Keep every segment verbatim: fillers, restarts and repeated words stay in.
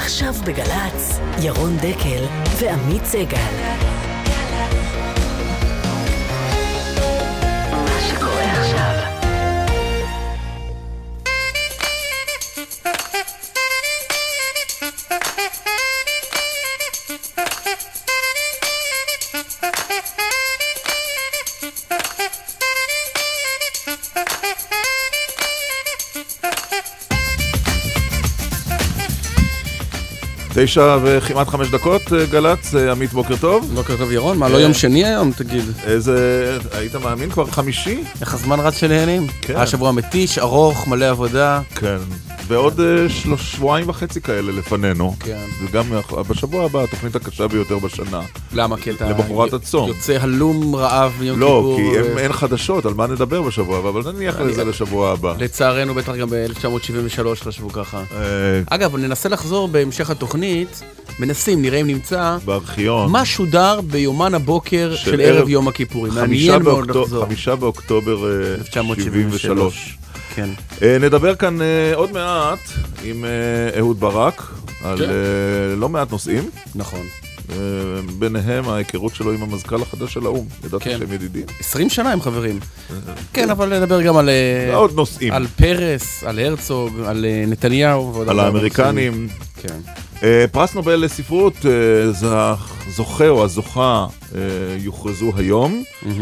עכשיו בגלץ, ירון דקל ועמית סגל. מה שקורה עכשיו. תשע וכמעט חמש דקות, גלץ, עמית, בוקר טוב. בוקר טוב ירון, מה לא יום שני היום, תגיד? איזה, היית מאמין כבר חמישי? איך הזמן רץ שנהנים? כן. היה שבוע מתיש, ארוך, מלא עבודה. כן, ועוד שלוש, שבועיים וחצי כאלה לפנינו. כן. וגם בשבוע הבא, התוכנית הקשה ביותר בשנה. למה? כי אתה לבחורת הצום. יוצא הלום רעב מיום לא, כיפור. כי אין, אין חדשות, על מה נדבר בשבוע הבא, אבל נניח לזה לשבוע הבא. לצערנו, בטח גם ב-אלף תשע מאות שבעים ושלוש חשבו ככה. אגב, ננסה לחזור בהמשך התוכנית, מנסים, נראה אם נמצא, בארכיון. מה שודר ביומן הבוקר של, של ערב יום הכיפורים. מעניין מאוד לחזור. חמישה באוקטובר אלף תשע מאות שבעים ושלוש. כן. נדבר כאן עוד מעט עם אהוד ברק, על לא מעט נושאים. נכון. ביניהם ההיכרות שלו עם המזכ"ל החדש של האום. ידעת שהם ידידים? עשרים שנה הם חברים. כן, אבל נדבר גם על עוד נושאים. על פרס, על הרצוג, על נתניהו. על האמריקנים. כן. פרס נובל לספרות, זוכה או הזוכה יוכרזו היום,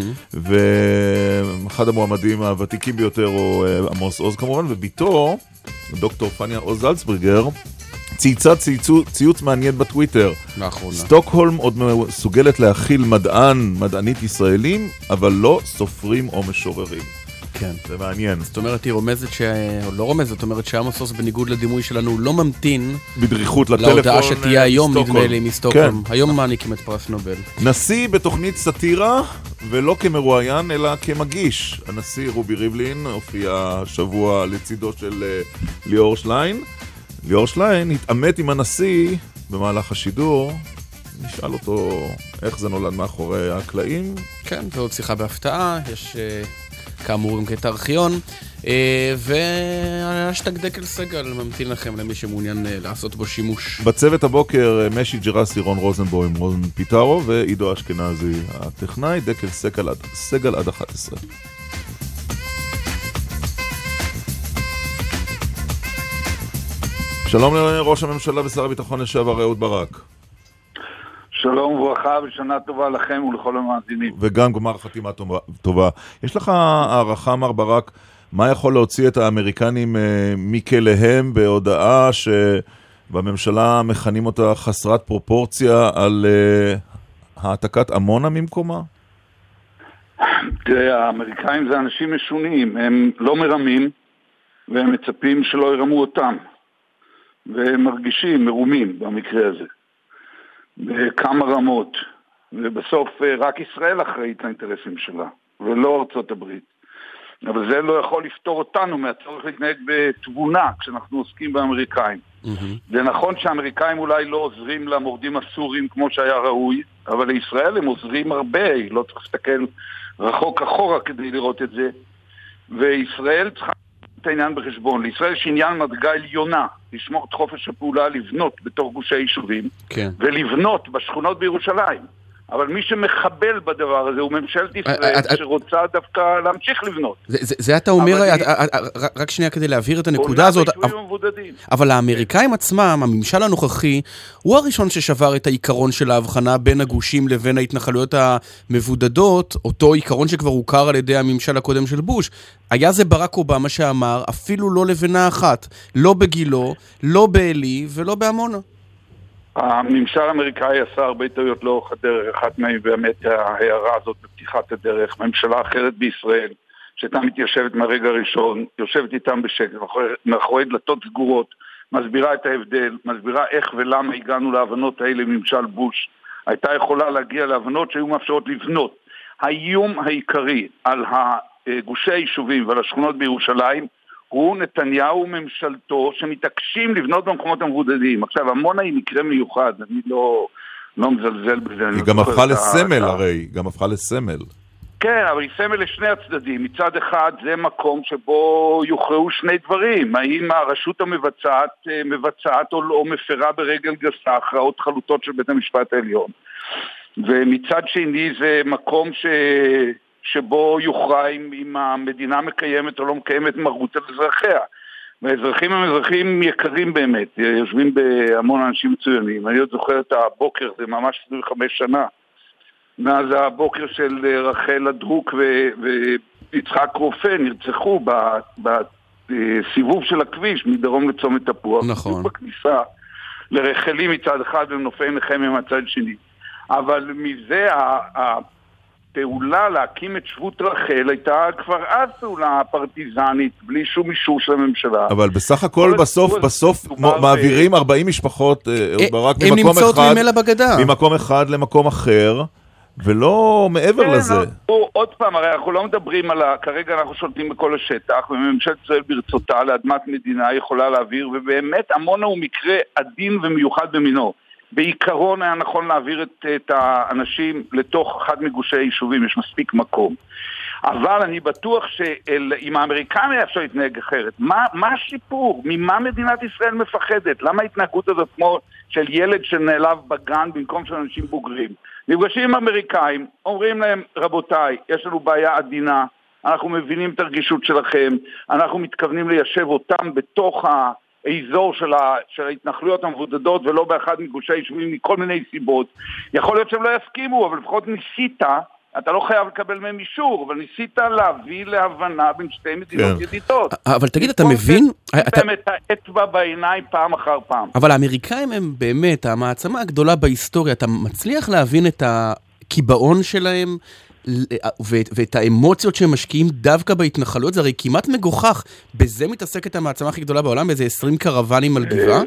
ואחד המועמדים הוותיקים ביותר הוא עמוס עוז כמובן, וביתו, דוקטור פניה עוז זלצברגר, צייצה ציוץ מעניין בטוויטר. לאחרונה. סטוקהולם עוד מסוגלת להכיל מדען, מדענית ישראלים, אבל לא סופרים או משוררים. כן. זה מעניין. זאת אומרת, היא רומזת ש... או לא רומזת, זאת אומרת שעמוס עוז בניגוד לדימוי שלנו לא ממתין בדריכות לטלפון להודעה שתהיה היום, נדמה לי, מסטוקהולם. כן. היום מעניקים את פרס נובל. נשיא בתוכנית סאטירה, ולא כמרואיין, אלא כמגיש. הנשיא רובי ריבלין הופיע שבוע לצידו של ליאור שליין. ליאור שליין התעמת עם הנשיא במהלך השידור. נשאל אותו איך זה נולד מאחורי הקלעים. כן, ועוד שיחה בהפתעה. יש... כאמור עם קטע ארכיון, והשטג דקל סגל ממתין לכם למי שמעוניין לעשות בו שימוש. בצוות הבוקר, משי ג'רסי, רון רוזנבוים, רון פיטרו ועידו אשכנזי הטכנאי, דקל סגל, סגל עד אחת עשרה. שלום לראש הממשלה ושר הביטחון לשעבר אהוד ברק. שלום וברכה ושנה טובה לכם ולכל המאזינים. וגם גמר חתימה טובה. יש לך הערכה, מר ברק, מה יכול להוציא את האמריקנים מכליהם בהודעה שבממשלה מכנים אותה חסרת פרופורציה על העתקת עמונה ממקומה? תראה, האמריקאים זה אנשים משונים, הם לא מרמים והם מצפים שלא ירמו אותם. והם מרגישים מרומים במקרה הזה. בכמה רמות, ובסוף רק ישראל אחראית לאינטרסים שלה, ולא ארצות הברית. אבל זה לא יכול לפתור אותנו מהצורך להתנהג בתבונה כשאנחנו עוסקים באמריקאים. Mm-hmm. זה נכון שהאמריקאים אולי לא עוזרים למורדים הסורים כמו שהיה ראוי, אבל לישראל הם עוזרים הרבה, לא צריך להסתכל רחוק אחורה כדי לראות את זה. וישראל צריכה את העניין בחשבון. לישראל יש עניין מדרגה עליונה, לשמור את חופש הפעולה לבנות בתוך גושי יישובים, כן. ולבנות בשכונות בירושלים. אבל מי שמחבל בדבר הזה הוא ממשלת ישראל שרוצה דווקא להמשיך לבנות. זה אתה אומר, רק שנייה כדי להבהיר את הנקודה הזאת, אבל האמריקאים עצמם, הממשל הנוכחי, הוא הראשון ששבר את העיקרון של ההבחנה בין הגושים לבין ההתנחלויות המבודדות, אותו עיקרון שכבר הוכר על ידי הממשל הקודם של בוש. היה זה ברק אובמה שאמר, אפילו לא לבנה אחת, לא בגילו, לא באלי ולא בעמונה. הממשל האמריקאי עשה הרבה טעויות לאורך הדרך, אחת מהן באמת ההערה הזאת בפתיחת הדרך. ממשלה אחרת בישראל, שהייתה מתיישבת מהרגע הראשון, יושבת איתם בשקט, מאחורי דלתות סגורות, מסבירה את ההבדל, מסבירה איך ולמה הגענו להבנות האלה מממשל בוש, הייתה יכולה להגיע להבנות שהיו מאפשרות לבנות. האיום העיקרי על גושי היישובים ועל השכונות בירושלים, הוא נתניהו וממשלתו שמתעקשים לבנות במקומות המבודדים. עכשיו, עמונה היא מקרה מיוחד, אני לא, לא מזלזל בזה. היא גם הפכה לסמל הרי, גם הפכה לסמל. כן, אבל היא סמל לשני הצדדים. מצד אחד זה מקום שבו יוכרעו שני דברים. האם הרשות המבצעת מבצעת או לא מפרה ברגל גסה הכרעות חלוטות של בית המשפט העליון. ומצד שני זה מקום ש... שבו יוכרע אם, אם המדינה מקיימת או לא מקיימת מרות על אזרחיה. והאזרחים הם אזרחים יקרים באמת, יושבים בהמון אנשים מצוינים. אני עוד זוכר את הבוקר, זה ממש עשרים וחמש שנה. מאז הבוקר של רחל הדרוק ויצחק רופא נרצחו בסיבוב של הכביש מדרום לצומת תפוח. נכון. בכניסה לרחלים מצד אחד ומנופי נחמיה מצד שני. אבל מזה הפעולה להקים את שבות רחל הייתה כבר אז פעולה פרטיזנית בלי שום אישור של הממשלה. אבל בסך הכל בסוף בסוף מעבירים אהוד משפחות רק ממקום אחד. הם נמצאות ממילא בגדה. ממקום אחד למקום אחר. ולא מעבר לזה. עוד פעם, הרי אנחנו לא מדברים על ה... כרגע אנחנו שולטים בכל השטח, וממשלת ישראל ברצותה לאדמת מדינה יכולה להעביר, ובאמת עמונה הוא מקרה עדין ומיוחד במינו. בעיקרון היה נכון להעביר את, את האנשים לתוך אחד מגושי היישובים, יש מספיק מקום. אבל אני בטוח שאם האמריקאים היה אפשר להתנהג אחרת, מה, מה השיפור? ממה מדינת ישראל מפחדת? למה ההתנהגות הזאת כמו של ילד שנעלב בגן במקום של אנשים בוגרים? נפגשים עם אמריקאים, אומרים להם, רבותיי, יש לנו בעיה עדינה, אנחנו מבינים את הרגישות שלכם, אנחנו מתכוונים ליישב אותם בתוך האזור של, ה, של ההתנחלויות המבודדות ולא באחד מגושי היישובים מכל מיני סיבות. יכול להיות שהם לא יסכימו, אבל לפחות ניסית, אתה לא חייב לקבל מהם אישור, אבל ניסית להביא להבנה בין שתי מדינות ידידות. אבל תגיד, אתה מבין? אתה את האצבע בעיניים פעם אחר פעם. אבל האמריקאים הם באמת המעצמה הגדולה בהיסטוריה. אתה מצליח להבין את הקיבעון שלהם ואת האמוציות שהם משקיעים דווקא בהתנחלויות? זה הרי כמעט מגוחך. בזה מתעסקת המעצמה הכי גדולה בעולם, באיזה עשרים קרוונים על גבעה?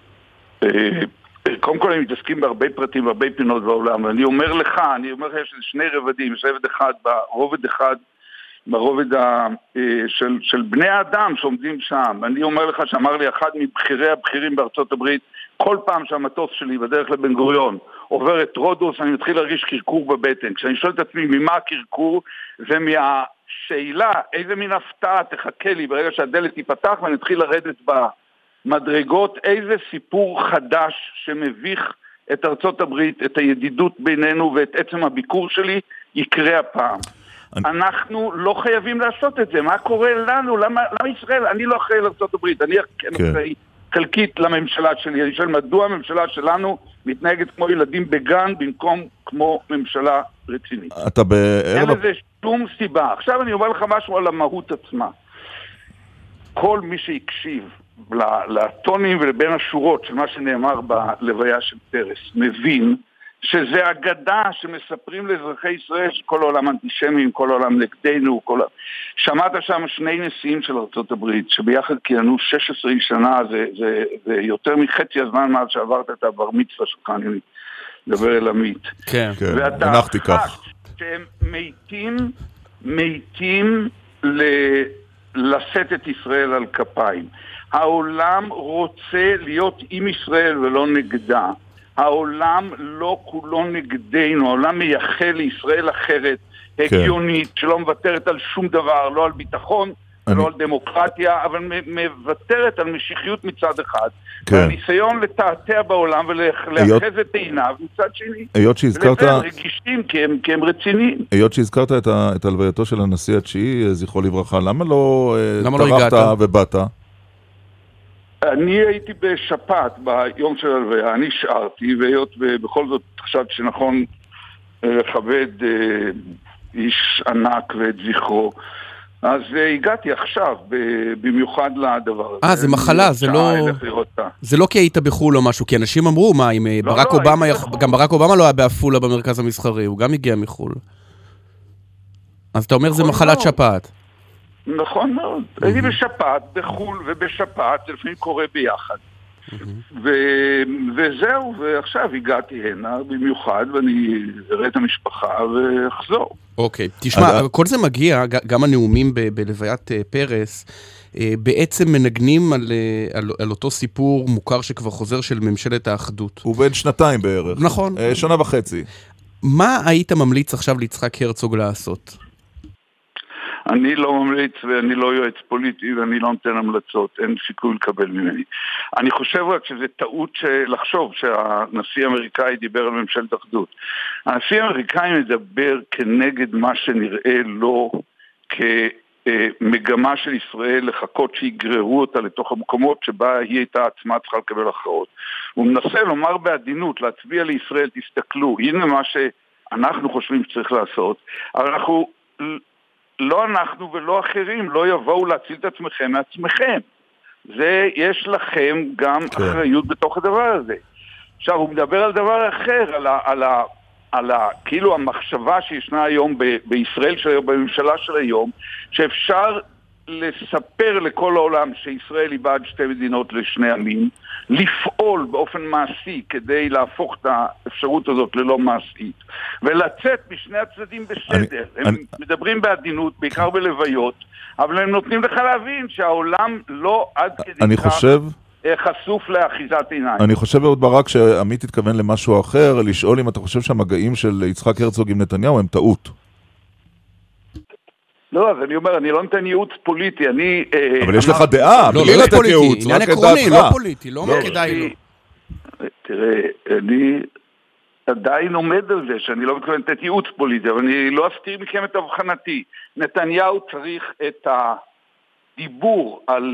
קודם כל הם מתעסקים בהרבה פרטים, בהרבה פינות בעולם. אני אומר לך, אני אומר לך, יש שני רבדים, יש רבד אחד, ברובד אחד, ברובד ה, של, של בני האדם שעומדים שם. אני אומר לך שאמר לי אחד מבחירי הבחירים בארצות הברית, כל פעם שהמטוס שלי בדרך לבן גוריון עובר את רודוס, אני מתחיל להרגיש קרקור בבטן. כשאני שואל את עצמי ממה הקרקור, זה מהשאלה, איזה מין הפתעה תחכה לי ברגע שהדלת ייפתח ואני אתחיל לרדת בה. מדרגות, איזה סיפור חדש שמביך את ארצות הברית, את הידידות בינינו ואת עצם הביקור שלי, יקרה הפעם. אני... אנחנו לא חייבים לעשות את זה. מה קורה לנו? למה, למה ישראל? אני לא אחראי לארצות הברית, אני כן אחראי חלקית לממשלה שלי. אני שואל, מדוע הממשלה שלנו מתנהגת כמו ילדים בגן במקום כמו ממשלה רצינית? אתה בערב... אין לזה שום סיבה. עכשיו אני אומר לך משהו על המהות עצמה. כל מי שיקשיב לטונים ולבין השורות של מה שנאמר בלוויה של פרס, מבין שזה אגדה שמספרים לאזרחי ישראל שכל העולם אנטישמים, כל העולם נגדנו, כל... שמעת שם שני נשיאים של ארצות הברית שביחד כיהנו שש עשרה שנה, זה, זה, זה יותר מחצי הזמן מאז שעברת את הבר מצווה שלך, אני מדבר אל עמית. כן, כן, הנחתי כך. שהם מתים, מתים ל... לשאת את ישראל על כפיים. העולם רוצה להיות עם ישראל ולא נגדה. העולם לא כולו נגדנו. העולם מייחל לישראל אחרת, הגיונית, כן. שלא מוותרת על שום דבר, לא על ביטחון, אני... לא על דמוקרטיה, אבל מוותרת על משיחיות מצד אחד. כן. והניסיון לתעתע בעולם ולאחז את עיניו מצד שני. היות שהזכרת... ולבין רגישים כי הם, כי הם רציניים. היות שהזכרת את, ה... את הלווייתו של הנשיא התשיעי, זכרו לברכה, למה לא טרחת לא ובאת? אני הייתי בשפט ביום של הלוויה, אני שארתי, והיות ובכל זאת חשבתי שנכון לכבד איש ענק ואת זכרו, אז הגעתי עכשיו, במיוחד לדבר הזה. אה, זה מחלה, זה לא... זה לא כי היית בחול או משהו, כי אנשים אמרו, מה, אם ברק אובמה, גם ברק אובמה לא היה באפולה במרכז המסחרי, הוא גם הגיע מחול. אז אתה אומר, זה מחלת שפעת. נכון מאוד. הייתי בשפעת, בחול ובשפעת, זה לפעמים קורה ביחד. וזהו, ועכשיו הגעתי הנה במיוחד, ואני אראה את המשפחה ואחזור. אוקיי, תשמע, כל זה מגיע, גם הנאומים בלוויית פרס, בעצם מנגנים על אותו סיפור מוכר שכבר חוזר של ממשלת האחדות. הוא בן שנתיים בערך. נכון. שנה וחצי. מה היית ממליץ עכשיו ליצחק הרצוג לעשות? אני לא ממליץ ואני לא יועץ פוליטי ואני לא נותן המלצות, אין סיכוי לקבל ממני. אני חושב רק שזה טעות לחשוב שהנשיא האמריקאי דיבר על ממשלת אחדות. הנשיא האמריקאי מדבר כנגד מה שנראה לו כמגמה של ישראל לחכות שיגררו אותה לתוך המקומות שבה היא הייתה עצמה צריכה לקבל הכרעות. הוא מנסה לומר בעדינות, להצביע לישראל, תסתכלו, הנה מה שאנחנו חושבים שצריך לעשות, אבל אנחנו... לא אנחנו ולא אחרים לא יבואו להציל את עצמכם מעצמכם. זה, יש לכם גם כן. אחריות בתוך הדבר הזה. עכשיו, הוא מדבר על דבר אחר, על ה, על ה, על ה, כאילו המחשבה שישנה היום ב, בישראל של היום, בממשלה של היום, שאפשר לספר לכל העולם שישראל היא בעד שתי מדינות לשני עמים, לפעול באופן מעשי כדי להפוך את האפשרות הזאת ללא מעשית, ולצאת משני הצדדים בסדר. אני, הם אני... מדברים בעדינות, בעיקר בלוויות, אבל הם נותנים לך להבין שהעולם לא עד כדי אני כך חושב... חשוף לאחיזת עיניים. אני חושב אהוד ברק שעמית התכוון למשהו אחר, לשאול אם אתה חושב שהמגעים של יצחק הרצוג עם נתניהו הם טעות. לא, אז אני אומר, אני לא נותן ייעוץ פוליטי, אני... אבל יש לך דעה, בלי לתת ייעוץ, עניין עקרוני, לא פוליטי, לא כדאי לו. תראה, אני עדיין עומד על זה, שאני לא מתכוון לתת ייעוץ פוליטי, אבל אני לא אסתיר מכם את הבחנתי. נתניהו צריך את הדיבור על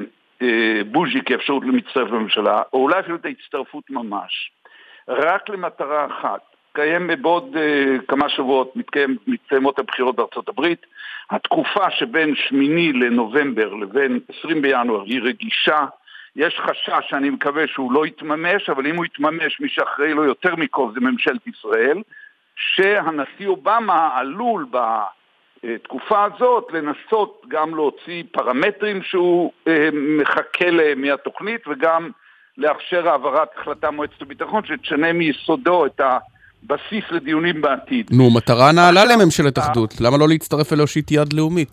בוז'י כאפשרות למצטרף לממשלה, או אולי אפילו את ההצטרפות ממש, רק למטרה אחת. קיים בעוד uh, כמה שבועות מתקיים, מתקיימות הבחירות בארצות הברית. התקופה שבין שמיני לנובמבר לבין עשרים בינואר היא רגישה. יש חשש שאני מקווה שהוא לא יתממש, אבל אם הוא יתממש, מי שאחראי לו יותר מכל זה ממשלת ישראל, שהנשיא אובמה עלול בתקופה הזאת לנסות גם להוציא פרמטרים שהוא uh, מחכה להם מהתוכנית, וגם לאפשר העברת החלטה מועצת הביטחון שתשנה מיסודו את ה... בסיס לדיונים בעתיד. נו, מטרה נעלה לממשלת אחדות. למה לא להצטרף אלושית יד לאומית?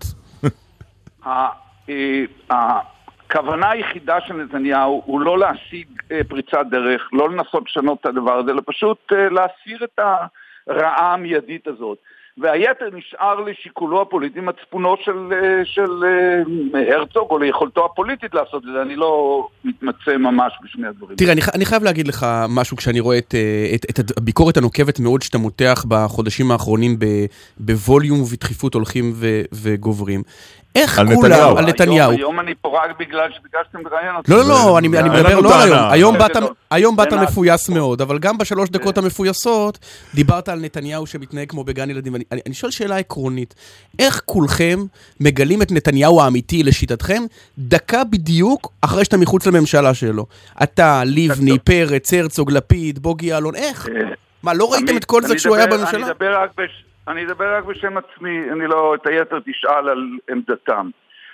הכוונה היחידה של נתניהו הוא לא להשיג פריצת דרך, לא לנסות לשנות את הדבר הזה, אלא פשוט להסיר את הרעה המיידית הזאת. והיתר נשאר לשיקולו הפוליטי, מצפונו של, של הרצוג, או ליכולתו הפוליטית לעשות את זה. אני לא מתמצא ממש בשני הדברים. תראה, אני, אני חייב להגיד לך משהו כשאני רואה את, את, את הביקורת הנוקבת מאוד שאתה מותח בחודשים האחרונים בווליום ובדחיפות הולכים ו, וגוברים. איך כולם, על נתניהו. היום אני פה רק בגלל שביקשתם לראיין אותי. לא, לא, לא, אני מדבר לא היום. היום באת מפויס מאוד, אבל גם בשלוש דקות המפויסות, דיברת על נתניהו שמתנהג כמו בגן ילדים. אני שואל שאלה עקרונית, איך כולכם מגלים את נתניהו האמיתי לשיטתכם, דקה בדיוק אחרי שאתה מחוץ לממשלה שלו? אתה, ליבני, פרץ, הרצוג, לפיד, בוגי יעלון, איך? מה, לא ראיתם את כל זה כשהוא היה בממשלה? אני אדבר רק בש... אני אדבר רק בשם עצמי, אני לא, את היתר תשאל על עמדתם.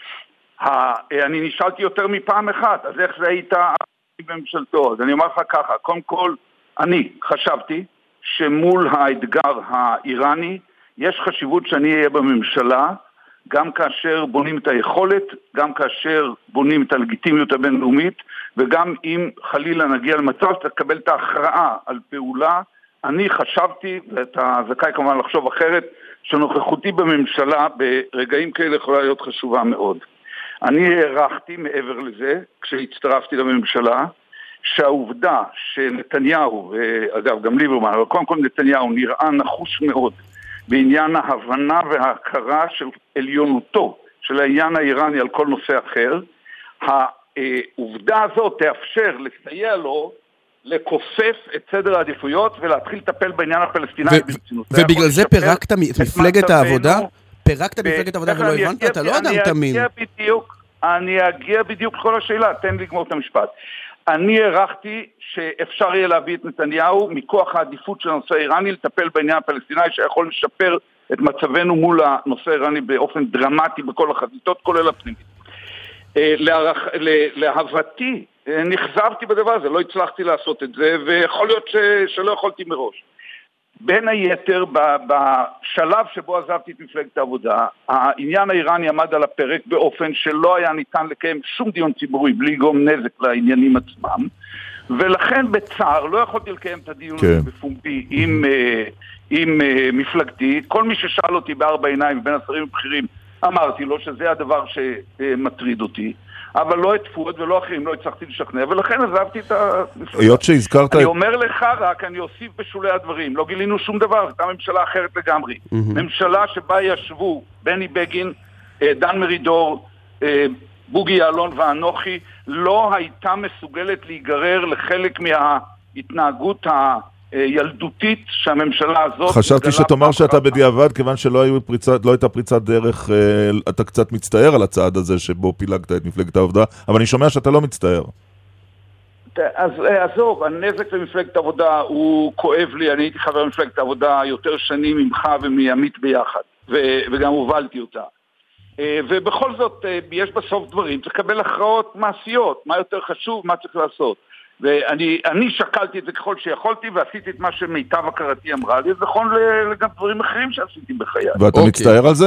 אני נשאלתי יותר מפעם אחת, אז איך זה היית בממשלתו? אז אני אומר לך ככה, קודם כל, אני חשבתי שמול האתגר האיראני, יש חשיבות שאני אהיה בממשלה, גם כאשר בונים את היכולת, גם כאשר בונים את הלגיטימיות הבינלאומית, וגם אם חלילה נגיע למצב, תקבל את ההכרעה על פעולה, אני חשבתי, ואתה זכאי כמובן לחשוב אחרת, שנוכחותי בממשלה ברגעים כאלה יכולה להיות חשובה מאוד. אני הערכתי מעבר לזה, כשהצטרפתי לממשלה, שהעובדה שנתניהו, ואגב גם ליברמן, אבל קודם כל נתניהו נראה נחוש מאוד בעניין ההבנה וההכרה של עליונותו, של העניין האיראני על כל נושא אחר, העובדה הזאת תאפשר לסייע לו, לקופף את סדר העדיפויות ולהתחיל לטפל בעניין הפלסטיני ברצינות. ובגלל זה פירקת מפלגת העבודה? פירקת מפלגת העבודה ולא הבנת? אתה לא אדם תמים. אני אגיע בדיוק לכל השאלה, תן לי לגמור את המשפט. אני הערכתי שאפשר יהיה להביא את נתניהו מכוח העדיפות של הנושא האיראני לטפל בעניין הפלסטיני שיכול לשפר את מצבנו מול הנושא האיראני באופן דרמטי בכל החזיתות, כולל הפנימית. להבתי, נחזבתי בדבר הזה, לא הצלחתי לעשות את זה, ויכול להיות ש... שלא יכולתי מראש. בין היתר, בשלב שבו עזבתי את מפלגת העבודה, העניין האיראני עמד על הפרק באופן שלא היה ניתן לקיים שום דיון ציבורי בלי גום נזק לעניינים עצמם, ולכן בצער לא יכולתי לקיים את הדיון כן. בפומבי עם, עם uh, מפלגתי. כל מי ששאל אותי בארבע עיניים בין השרים הבכירים, אמרתי לו שזה הדבר שמטריד אותי. אבל לא את פואד ולא אחרים, לא הצלחתי לשכנע, ולכן עזבתי את המפלגה. היות שהזכרת... אני אומר לך רק, אני אוסיף בשולי הדברים, לא גילינו שום דבר, הייתה ממשלה אחרת לגמרי. ממשלה שבה ישבו בני בגין, דן מרידור, בוגי יעלון ואנוכי, לא הייתה מסוגלת להיגרר לחלק מההתנהגות הילדותית שהממשלה הזאת... חשבתי שתאמר שאתה בדיעבד, כיוון שלא הייתה פריצת דרך, אתה קצת מצטער על הצעד הזה שבו פילגת את מפלגת העבודה, אבל אני שומע שאתה לא מצטער. אז עזוב, הנזק למפלגת העבודה הוא כואב לי, אני הייתי חבר מפלגת העבודה יותר שנים ממך ומעמית ביחד, וגם הובלתי אותה. ובכל זאת, יש בסוף דברים, צריך לקבל הכרעות מעשיות, מה יותר חשוב, מה צריך לעשות. ואני אני שקלתי את זה ככל שיכולתי, ועשיתי את מה שמיטב הכרתי אמרה לי, זה נכון גם דברים אחרים שעשיתי בחיי. ואתה okay. מצטער על זה?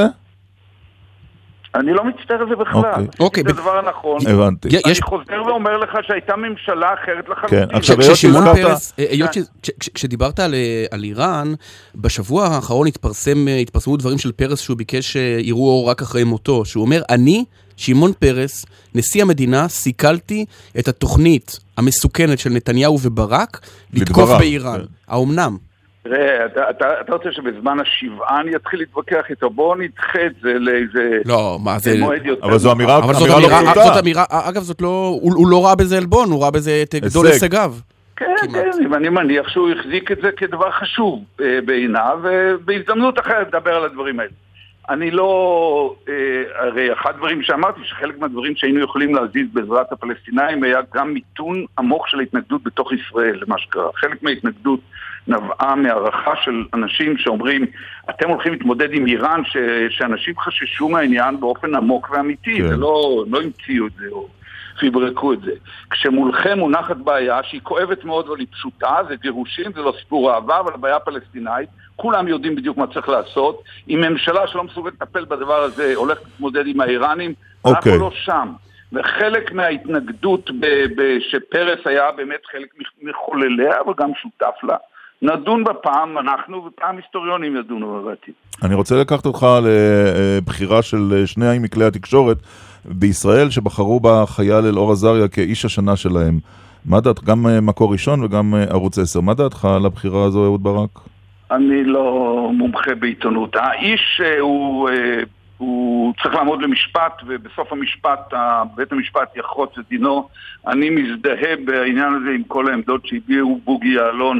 אני לא מצטער על זה בכלל. Okay. Okay. זה דבר הנכון. הבנתי. אני יש... חוזר ואומר לך שהייתה ממשלה אחרת לחלוטין. כן, עכשיו, כששמעון פרס, כשדיברת על, על איראן, בשבוע האחרון התפרסם, התפרסמו דברים של פרס שהוא ביקש יראו אור רק אחרי מותו, שהוא אומר, אני, שמעון פרס, נשיא המדינה, סיכלתי את התוכנית המסוכנת של נתניהו וברק, לתקוף באיראן. האומנם? תראה, אתה, אתה, אתה רוצה שבזמן השבעה אני אתחיל להתווכח איתו, בואו נדחה את זה לאיזה... לא, מה זה... אבל זו אמירה, אבל זאת אמירה, אמירה, זאת אמירה, אגב, זאת לא, הוא, הוא לא ראה בזה אלבון, הוא ראה בזה את גדול הישגיו. כן, כן, ואני מניח שהוא החזיק את זה כדבר חשוב בעיניו, ובהזדמנות אחרת לדבר על הדברים האלה. אני לא... הרי אחד הדברים שאמרתי, שחלק מהדברים שהיינו יכולים להזיז בעזרת הפלסטינאים, היה גם מיתון עמוק של ההתנגדות בתוך ישראל, למה שקרה. חלק מההתנגדות נבעה מהערכה של אנשים שאומרים, אתם הולכים להתמודד עם איראן, ש... שאנשים חששו מהעניין באופן עמוק ואמיתי, כן. ולא לא המציאו את זה, או פיברקו את זה. כשמולכם מונחת בעיה שהיא כואבת מאוד אבל היא פשוטה, זה גירושים, זה לא סיפור אהבה, אבל הבעיה הפלסטינאית, כולם יודעים בדיוק מה צריך לעשות. אם ממשלה שלא מסוגלת לטפל בדבר הזה, הולכת להתמודד עם האיראנים, okay. אנחנו לא שם. וחלק מההתנגדות ב- ב- שפרס היה באמת חלק מחולליה, אבל גם שותף לה. נדון בפעם, אנחנו ופעם היסטוריונים ידונו בבתי. אני רוצה לקחת אותך לבחירה של שני מכלי התקשורת בישראל, שבחרו בחייל אלאור עזריה כאיש השנה שלהם. מה דעת, גם מקור ראשון וגם ערוץ עשר, מה דעתך על הבחירה הזו, אהוד ברק? אני לא מומחה בעיתונות. האיש הוא, הוא צריך לעמוד למשפט, ובסוף המשפט, בית המשפט יחרוץ את דינו. אני מזדהה בעניין הזה עם כל העמדות שהביאו בוגי יעלון,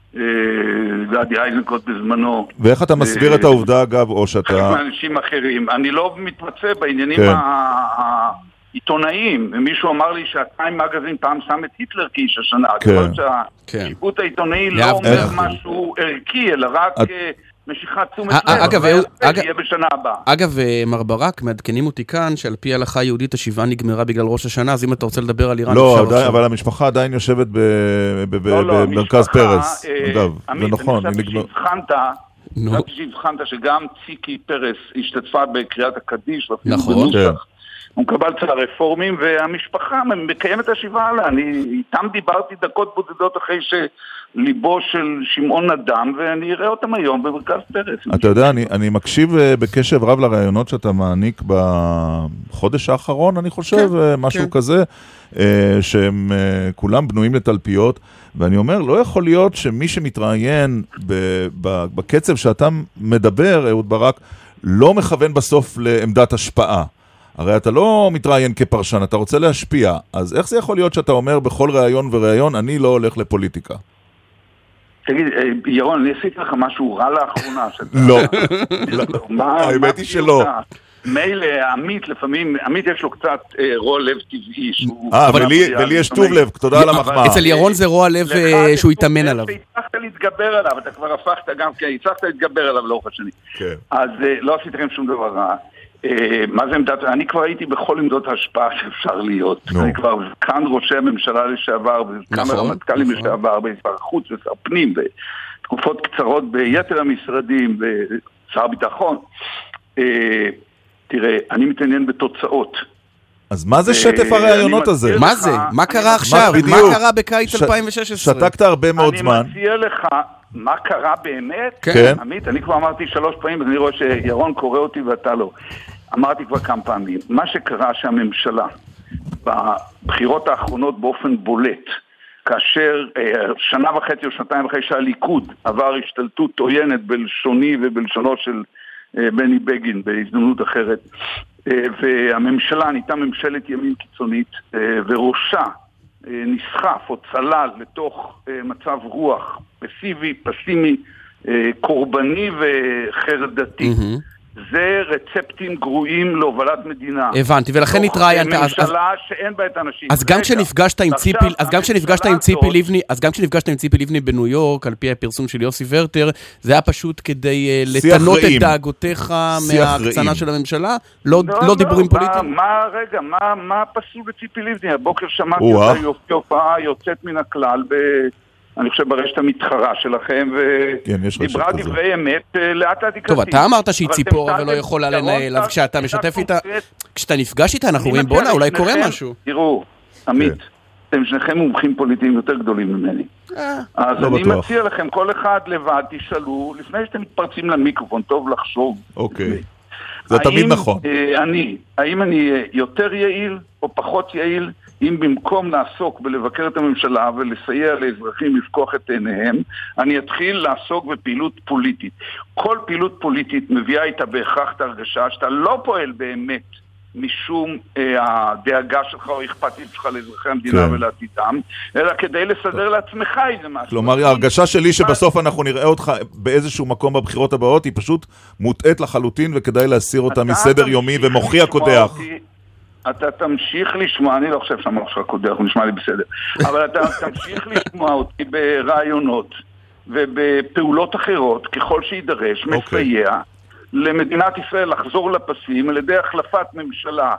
גדי איזנקוט בזמנו. ואיך אתה מסביר את העובדה, אגב, או שאתה... אנשים אחרים. אני לא מתמצא בעניינים העיתונאיים. מישהו אמר לי שהטיים מגזין פעם שם את היטלר כאיש השנה. אני חושב שהשיפוט העיתונאי לא אומר משהו ערכי, אלא רק משיכת תשומת לב. יהיה בשנה הבאה. אגב, מר ברק, מעדכנים אותי כאן שעל פי הלכה יהודית השבעה נגמרה בגלל ראש השנה, אז אם אתה רוצה לדבר על איראן... לא, אבל המשפחה עדיין יושבת במרכז פרס. אגב, זה נכון. אני חושב שהבחנת שגם ציקי פרס השתתפה בקריאת הקדיש. נכון. הוא מקבל אצל הרפורמים, והמשפחה מקיימת השבעה עליה. אני איתם דיברתי דקות בודדות אחרי שליבו של שמעון נדם, ואני אראה אותם היום במרכז פרס. אתה יודע, אני, אני מקשיב בקשב רב לרעיונות שאתה מעניק בחודש האחרון, אני חושב, כן, משהו כן. כזה, שהם כולם בנויים לתלפיות, ואני אומר, לא יכול להיות שמי שמתראיין בקצב שאתה מדבר, אהוד ברק, לא מכוון בסוף לעמדת השפעה. הרי אתה לא מתראיין כפרשן, אתה רוצה להשפיע. אז איך זה יכול להיות שאתה אומר בכל ראיון וראיון, אני לא הולך לפוליטיקה? תגיד, ירון, אני עשיתי לך משהו רע לאחרונה. לא. האמת היא שלא. מייל, עמית לפעמים, עמית יש לו קצת רוע לב טבעי. אה, ולי יש טוב לב, תודה על המחמאה. אצל ירון זה רוע לב שהוא יתאמן עליו. הצלחת להתגבר עליו, אתה כבר הפכת גם, הצלחת להתגבר עליו לאורך השני. אז לא עשיתי לכם שום דבר רע. מה זה עמדת? אני כבר הייתי בכל עמדות ההשפעה שאפשר להיות. אני כבר כאן ראשי הממשלה לשעבר, וכאן הרמטכ"לים לשעבר, ושר החוץ ושר פנים, בתקופות קצרות ביתר המשרדים, ושר ביטחון. תראה, אני מתעניין בתוצאות. אז מה זה שטף הרעיונות הזה? מה זה? מה קרה עכשיו? מה קרה בקיץ אלפיים ושש עשרה? שתקת הרבה מאוד זמן. אני מציע לך, מה קרה באמת? כן. עמית, אני כבר אמרתי שלוש פעמים, אז אני רואה שירון קורא אותי ואתה לא. אמרתי כבר כמה פעמים. מה שקרה שהממשלה, בבחירות האחרונות באופן בולט, כאשר שנה וחצי או שנתיים אחרי שהליכוד עבר השתלטות עוינת בלשוני ובלשונו של בני בגין בהזדמנות אחרת, והממשלה נהייתה ממשלת ימין קיצונית, וראשה נסחף או צלל לתוך מצב רוח פסיבי, פסימי, קורבני וחרדתי. זה רצפטים גרועים להובלת מדינה. הבנתי, ולכן התראיינת... ממשלה שאין בה את האנשים. אז גם כשנפגשת עם ציפי, אז גם כשנפגשת עם ציפי לבני, אז גם כשנפגשת עם ציפי לבני בניו יורק, על פי הפרסום של יוסי ורטר, זה היה פשוט כדי לתנות את דאגותיך מהקצנה של הממשלה? לא דיבורים פוליטיים? מה, רגע, מה פסול בציפי לבני? הבוקר שמעתי אותה יופעה יוצאת מן הכלל ב... אני חושב ברשת המתחרה שלכם, ודיברה דברי אמת לאט לאט. טוב, אתה אמרת שהיא ציפורה ולא יכולה לנהל, אז כשאתה משתף איתה, כשאתה נפגש איתה, אנחנו רואים, בונה, אולי קורה משהו. תראו, עמית, אתם שניכם מומחים פוליטיים יותר גדולים ממני. אז אני מציע לכם, כל אחד לבד, תשאלו, לפני שאתם מתפרצים למיקרופון, טוב לחשוב. אוקיי. זה תמיד נכון. אני, האם אני יותר יעיל או פחות יעיל? אם במקום לעסוק בלבקר את הממשלה ולסייע לאזרחים לפקוח את עיניהם, אני אתחיל לעסוק בפעילות פוליטית. כל פעילות פוליטית מביאה איתה בהכרח את הרגשה שאתה לא פועל באמת משום אה, הדאגה שלך או אכפתית שלך לאזרחי המדינה כן. ולעתידם, אלא כדי לסדר לעצמך איזה משהו. כלומר, ההרגשה שלי שבסוף אנחנו נראה אותך באיזשהו מקום בבחירות הבאות, היא פשוט מוטעת לחלוטין וכדאי להסיר אותה מסדר יומי ומוחי הקודח. אתה תמשיך לשמוע, אני לא חושב שאמר שלך קודח, הוא נשמע לי בסדר, אבל אתה תמשיך לשמוע אותי ברעיונות ובפעולות אחרות, ככל שידרש, מסייע למדינת ישראל לחזור לפסים, על ידי החלפת ממשלה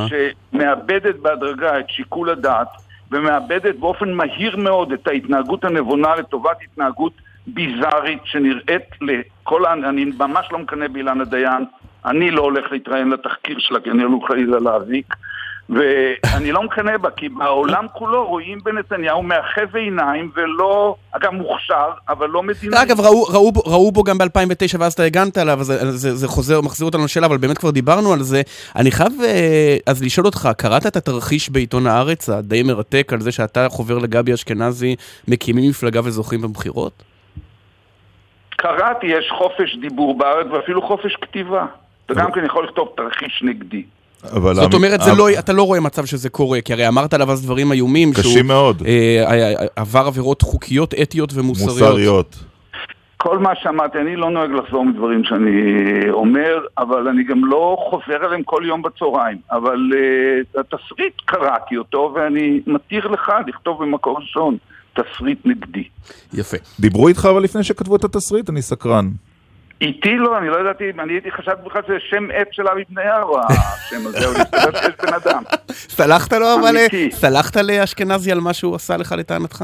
שמאבדת בהדרגה את שיקול הדעת, ומאבדת באופן מהיר מאוד את ההתנהגות הנבונה לטובת התנהגות ביזארית שנראית לכל, אני ממש לא מקנה באילנה דיין, אני לא הולך להתראיין לתחקיר שלה, כי אני לא חלילה להזיק, ואני לא מקנה בה, כי בעולם כולו רואים בנתניהו מאחז עיניים, ולא, אגב מוכשר, אבל לא מדינה. אגב, ראו, ראו, ראו בו גם ב-אלפיים ותשע, ואז אתה הגנת עליו, אז זה, זה, זה חוזר, מחזיר אותנו לשאלה, אבל באמת כבר דיברנו על זה. אני חייב אז לשאול אותך, קראת את התרחיש בעיתון הארץ, הדי מרתק, על זה שאתה חובר לגבי אשכנזי, מקימים מפלגה וזוכים בבחירות? קראתי, יש חופש דיבור בארץ, ואפילו חופש כתיבה. וגם כן יכול לכתוב תרחיש נגדי. זאת אומרת, אתה לא רואה מצב שזה קורה, כי הרי אמרת עליו אז דברים איומים, קשים מאוד. עבר עבירות חוקיות, אתיות ומוסריות. מוסריות. כל מה שאמרתי, אני לא נוהג לחזור מדברים שאני אומר, אבל אני גם לא חוזר עליהם כל יום בצהריים. אבל התסריט קראתי אותו, ואני מתיר לך לכתוב במקור ראשון. תסריט נגדי. יפה. דיברו איתך אבל לפני שכתבו את התסריט? אני סקרן. איתי לא, אני לא ידעתי, אני הייתי חשב בכלל שזה שם עט של אבי בנייר, או השם הזה, או להסתכל שיש בן אדם. סלחת לו אבל, סלחת לאשכנזי על מה שהוא עשה לך לטענתך?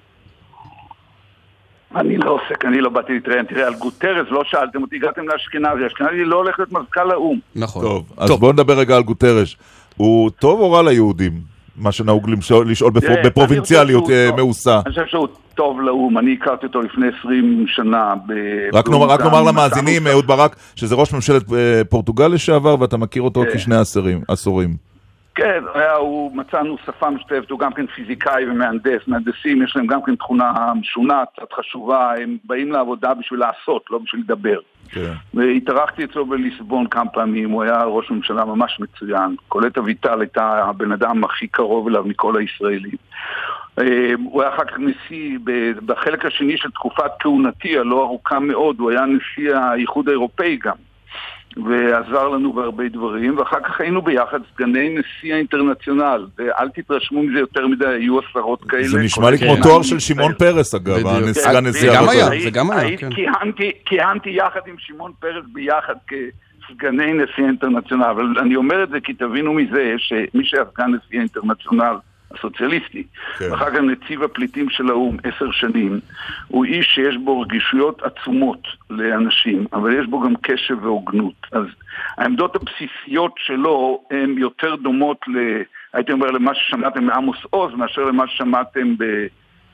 אני לא עוסק, אני לא באתי להתראיין, תראה, על גוטרס לא שאלתם אותי, הגעתם לאשכנזי, אשכנזי לא הולך להיות מזכ"ל האו"ם. נכון. טוב, אז בואו נדבר רגע על גוטרס. הוא טוב או רע ליהודים? מה שנהוג לשאול בפרובינציאליות מעושה. אני חושב שהוא טוב לאום, אני הכרתי אותו לפני עשרים שנה. רק נאמר למאזינים, אהוד ברק, שזה ראש ממשלת פורטוגל לשעבר, ואתה מכיר אותו כשני עשורים. כן, הוא מצאנו שפה משותפת, הוא גם כן פיזיקאי ומהנדס, מהנדסים, יש להם גם כן תכונה משונה, קצת חשובה, הם באים לעבודה בשביל לעשות, לא בשביל לדבר. והתארחתי אצלו בליסבון כמה פעמים, הוא היה ראש ממשלה ממש מצוין, קולט אביטל הייתה הבן אדם הכי קרוב אליו מכל הישראלים. הוא היה אחר כך נשיא, בחלק השני של תקופת כהונתי, הלא ארוכה מאוד, הוא היה נשיא האיחוד האירופאי גם, ועזר לנו בהרבה דברים, ואחר כך היינו ביחד סגני נשיא האינטרנציונל, ואל תתרשמו מזה יותר מדי, היו עשרות כאלה. זה נשמע לי כמו תואר של שמעון פרס אגב, סגן נשיא האינטרנציונל. זה גם היה, כן. כיהנתי יחד עם שמעון פרס ביחד כסגני נשיא האינטרנציונל, אבל אני אומר את זה כי תבינו מזה שמי שהיה סגן נשיא האינטרנציונל הסוציאליסטי, ואחר כך נציב הפליטים של האום עשר שנים, הוא איש שיש בו רגישויות עצומות לאנשים, אבל יש בו גם קשב והוגנות. אז העמדות הבסיסיות שלו הן יותר דומות, ל, הייתי אומר, למה ששמעתם מעמוס עוז, מאשר למה ששמעתם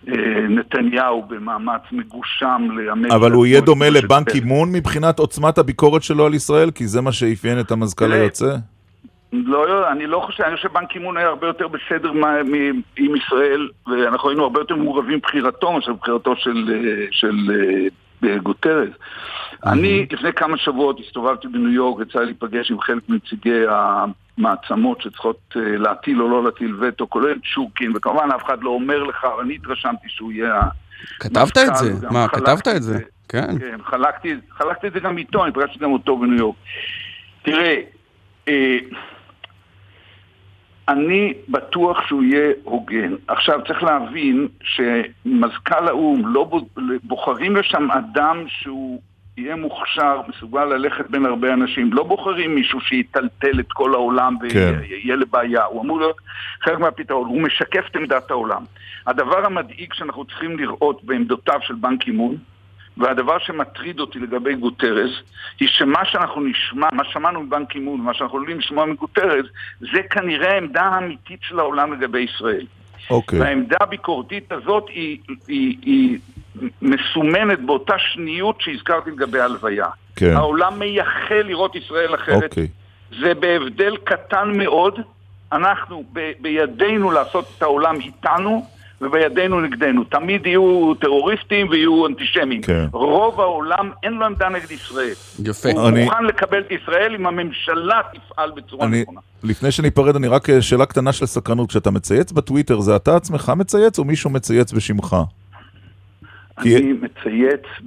נתניהו במאמץ מגושם לאמץ... אבל הוא יהיה דומה לבנק קימון מבחינת עוצמת הביקורת שלו על ישראל? כי זה מה שאפיין את המזכ"ל היוצא? לא, אני לא חושב, אני חושב שבנק קימון היה הרבה יותר בסדר עם ישראל, ואנחנו היינו הרבה יותר מעורבים בחירתו, מאשר בחירתו של גוטרס. אני לפני כמה שבועות הסתובבתי בניו יורק, יצא להיפגש עם חלק מנציגי המעצמות שצריכות להטיל או לא להטיל וטו, כולל צ'ורקין, וכמובן אף אחד לא אומר לך, אבל אני התרשמתי שהוא יהיה... כתבת את זה? מה, כתבת את זה? כן. כן, חלקתי את זה גם איתו, אני פגשתי גם אותו בניו יורק. תראה, אני בטוח שהוא יהיה הוגן. עכשיו צריך להבין שמזכ"ל האום לא בוחרים לשם אדם שהוא יהיה מוכשר, מסוגל ללכת בין הרבה אנשים. לא בוחרים מישהו שיטלטל את כל העולם ויהיה לבעיה. הוא אמור להיות חלק מהפתרון. הוא משקף את עמדת העולם. הדבר המדאיג שאנחנו צריכים לראות בעמדותיו של בנק קימון, והדבר שמטריד אותי לגבי גוטרס, היא שמה שאנחנו נשמע, מה שמענו מבנק קימון, מה שאנחנו יכולים לשמוע מגוטרס, זה כנראה העמדה האמיתית של העולם לגבי ישראל. אוקיי. והעמדה הביקורתית הזאת היא, היא, היא מסומנת באותה שניות שהזכרתי לגבי הלוויה. כן. העולם מייחל לראות ישראל אחרת. אוקיי. זה בהבדל קטן מאוד. אנחנו ב, בידינו לעשות את העולם איתנו, ובידינו נגדנו. תמיד יהיו טרוריסטים ויהיו אנטישמים. כן. רוב העולם אין לו עמדה נגד ישראל. יפה. הוא אני... מוכן לקבל את ישראל אם הממשלה תפעל בצורה אני... נכונה. לפני שניפרד, אני רק שאלה קטנה של סקרנות. כשאתה מצייץ בטוויטר, זה אתה עצמך מצייץ או מישהו מצייץ בשמך? אני כי... מצייץ ב...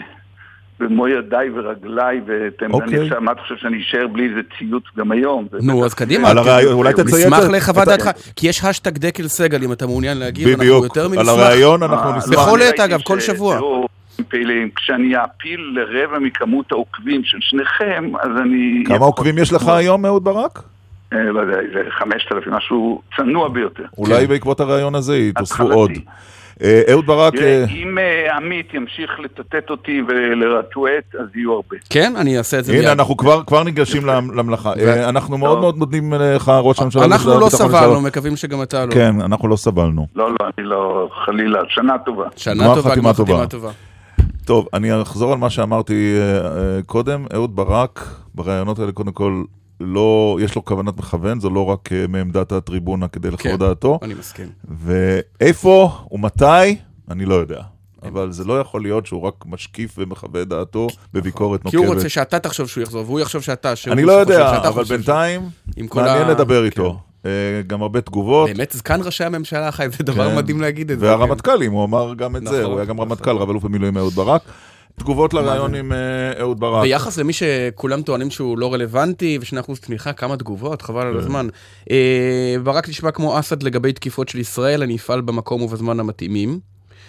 במו ידיי ורגליי, ואתם, אוקיי. אני עכשיו, מה אתה חושב שאני אשאר בלי איזה ציוץ גם היום? נו, אז קדימה. על הרעיון, אולי תציית... נשמח לחוות דעתך, כי יש השטג דקל סגל, אם אתה מעוניין להגיב, אנחנו יותר מנשמח. על הרעיון אנחנו נשמח. בכל עת, אגב, כל שבוע. כשאני אפיל לרבע מכמות העוקבים של שניכם, אז אני... כמה עוקבים יש לך היום, אהוד ברק? לא יודע, זה חמשת אלפים, משהו צנוע ביותר. אולי בעקבות הרעיון הזה יתוספו עוד. אהוד ברק... אם עמית ימשיך לטטט אותי ולרטואט, אז יהיו הרבה. כן, אני אעשה את זה. הנה, אנחנו כבר ניגשים למלאכה. אנחנו מאוד מאוד מודים לך, ראש הממשלה. אנחנו לא סבלנו, מקווים שגם אתה לא. כן, אנחנו לא סבלנו. לא, לא, אני לא, חלילה, שנה טובה. שנה טובה, גמר חתימה טובה. טוב, אני אחזור על מה שאמרתי קודם. אהוד ברק, ברעיונות האלה קודם כל, לא, יש לו כוונת מכוון, זו לא רק מעמדת הטריבונה כדי לחוות דעתו. אני מסכים. ואיפה ומתי, אני לא יודע. אבל זה לא יכול להיות שהוא רק משקיף ומחווה דעתו בביקורת נוקבת. כי הוא רוצה שאתה תחשוב שהוא יחזור, והוא יחשוב שאתה... אני לא יודע, אבל בינתיים מעניין לדבר איתו. גם הרבה תגובות. באמת, זקן ראשי הממשלה חי, זה דבר מדהים להגיד את זה. והרמטכ"לים, הוא אמר גם את זה, הוא היה גם רמטכ"ל, רב אלוף במילואים אהוד ברק. תגובות לרעיון עם אהוד ברק. ביחס למי שכולם טוענים שהוא לא רלוונטי, ושני אחוז תמיכה, כמה תגובות, חבל על הזמן. ברק נשמע כמו אסד לגבי תקיפות של ישראל, אני אפעל במקום ובזמן המתאימים.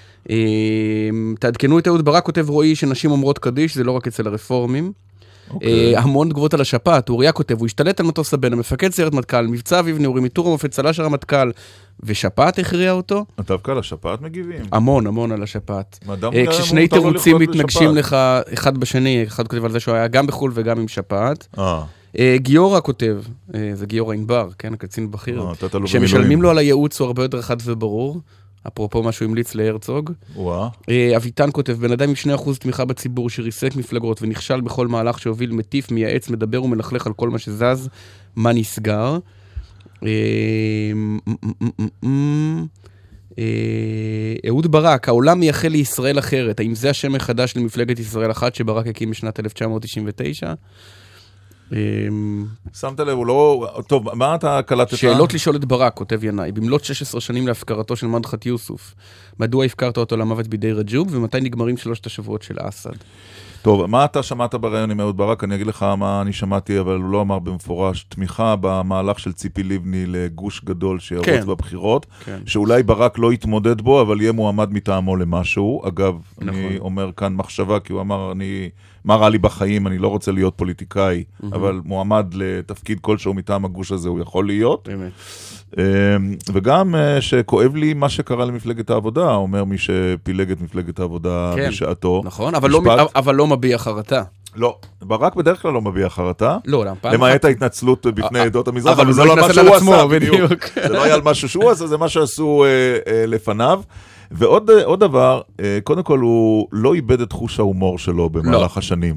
תעדכנו את אהוד ברק, כותב רועי שנשים אומרות קדיש, זה לא רק אצל הרפורמים. המון תגובות על השפעת, אוריה כותב, הוא השתלט על מטוס הבן, המפקד סיירת מטכ"ל, מבצע אביב נעורים, איתור המופת, צל"ש הרמטכ"ל, ושפעת הכריע אותו? דווקא על השפעת מגיבים. המון, המון על השפעת. כששני תירוצים מתנגשים לך אחד בשני, אחד כותב על זה שהוא היה גם בחול וגם עם שפעת. גיורא כותב, זה גיורא ענבר, כן, הקצין בכיר, שמשלמים לו על הייעוץ הוא הרבה יותר חד וברור, אפרופו מה שהוא המליץ להרצוג. אביטן כותב, בן אדם עם שני אחוז תמיכה בציבור שריסק מפלגות ונכשל בכל מהלך שהוביל מטיף, מייעץ, מדבר ומלכלך על כל מה שזז, מה נסגר. אהוד ברק, העולם מייחל לישראל אחרת. האם זה השם החדש למפלגת ישראל אחת שברק הקים בשנת אלף תשע מאות תשעים ותשע? שמת לב, הוא לא... טוב, מה אתה קלטת? שאלות לשאול את ברק, כותב ינאי, במלאת שש עשרה שנים להפקרתו של מדחת יוסוף. מדוע הפקרת אותו למוות בידי רג'וב, ומתי נגמרים שלושת השבועות של אסד? טוב, מה אתה שמעת ברעיון עם אהוד ברק? אני אגיד לך מה אני שמעתי, אבל הוא לא אמר במפורש תמיכה במהלך של ציפי לבני לגוש גדול שירוץ כן. בבחירות, כן. שאולי ברק לא יתמודד בו, אבל יהיה מועמד מטעמו למשהו. אגב, נכון. אני אומר כאן מחשבה, כי הוא אמר, אני, מה רע לי בחיים, אני לא רוצה להיות פוליטיקאי, mm-hmm. אבל מועמד לתפקיד כלשהו מטעם הגוש הזה הוא יכול להיות. באמת. וגם שכואב לי מה שקרה למפלגת העבודה, אומר מי שפילג את מפלגת העבודה כן, בשעתו. נכון, אבל לא, אבל לא מביע חרטה. לא, ברק בדרך כלל לא מביע חרטה. לא, למעט ההתנצלות בפני עדות המזרח, אבל זה לא מה שהוא עשה, בדיוק. זה לא היה על משהו שהוא עשה, זה מה שעשו לפניו. ועוד דבר, קודם כל הוא לא איבד את חוש ההומור שלו במהלך השנים.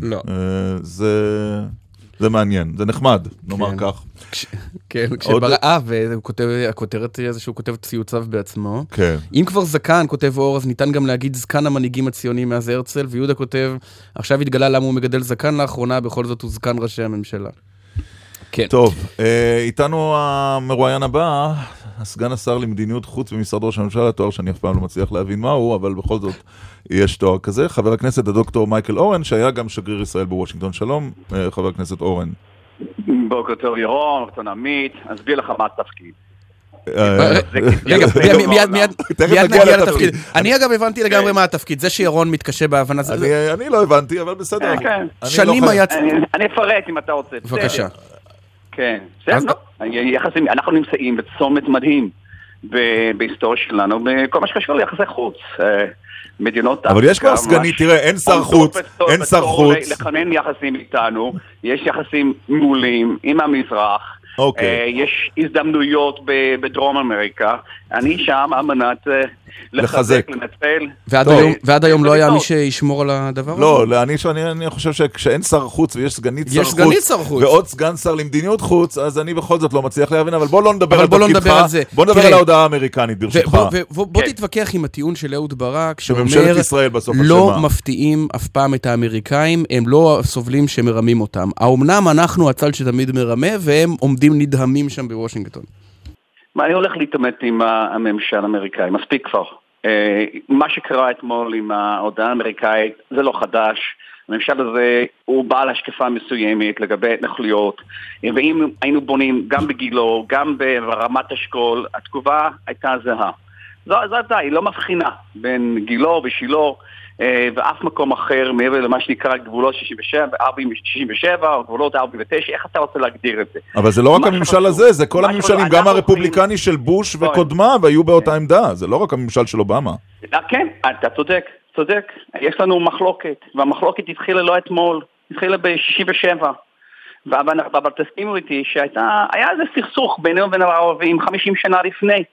זה מעניין, זה נחמד, נאמר כך. כן, כשבראה, והכותרת זה שהוא כותב ציוציו בעצמו. אם כבר זקן, כותב אור, אז ניתן גם להגיד זקן המנהיגים הציונים מאז הרצל, ויהודה כותב, עכשיו התגלה למה הוא מגדל זקן לאחרונה, בכל זאת הוא זקן ראשי הממשלה. טוב, איתנו המרואיין הבא, הסגן השר למדיניות חוץ במשרד ראש הממשלה, תואר שאני אף פעם לא מצליח להבין מהו, אבל בכל זאת יש תואר כזה. חבר הכנסת הדוקטור מייקל אורן, שהיה גם שגריר ישראל בוושינגטון. שלום, חבר הכנסת אורן. בוקר טוב ירון, בוקר עמית, אסביר לך מה התפקיד. מיד נגיע לתפקיד. אני אגב הבנתי לגמרי מה התפקיד, זה שירון מתקשה בהבנה. אני לא הבנתי, אבל בסדר. שנים היה... אני אפרט אם אתה רוצה. בבקשה. כן, אנחנו נמצאים בצומת מדהים בהיסטוריה שלנו, בכל מה שקשור ליחסי חוץ. מדינות... אבל יש כבר סגנית, תראה, אין שר חוץ, אין שר חוץ. לכונן יחסים איתנו, יש יחסים מעולים עם המזרח, יש הזדמנויות בדרום אמריקה, אני שם אמנת לחזק, לנצל. ועד היום לא היה מי שישמור על הדבר הזה? לא, אני חושב שכשאין שר חוץ ויש סגנית שר חוץ, ועוד סגן שר למדיניות חוץ, אז אני בכל זאת לא מצליח להבין, אבל בוא לא נדבר על תפקידך, בוא נדבר על ההודעה האמריקנית ברשותך. בוא תתווכח עם הטיעון של אהוד ברק, שאומר לא מפתיעים אף פעם את האמריקאים, הם לא סובלים שמרמים אותם. האומנם אנחנו הצל שתמיד מרמה, והם עומדים נדהמים שם בוושינגטון. אני הולך להתעמת עם הממשל האמריקאי, מספיק כבר. מה שקרה אתמול עם ההודעה האמריקאית זה לא חדש. הממשל הזה הוא בעל השקפה מסוימת לגבי התנחלויות, ואם היינו בונים גם בגילו, גם ברמת אשכול, התגובה הייתה זהה. זו הייתה, היא לא מבחינה בין גילו ושילו ואף מקום אחר מעבר למה שנקרא גבולות שישים ושבע או גבולות ארבעים ותשע, איך אתה רוצה להגדיר את זה? אבל זה לא רק הממשל הזה, זה כל הממשלים, גם הרפובליקני של בוש וקודמיו היו באותה עמדה, זה לא רק הממשל של אובמה. כן, אתה צודק, צודק. יש לנו מחלוקת, והמחלוקת התחילה לא אתמול, התחילה ב-שישים ושבע. אבל תסכימו איתי שהיה איזה סכסוך בינינו ובין הערבים חמישים שנה לפני,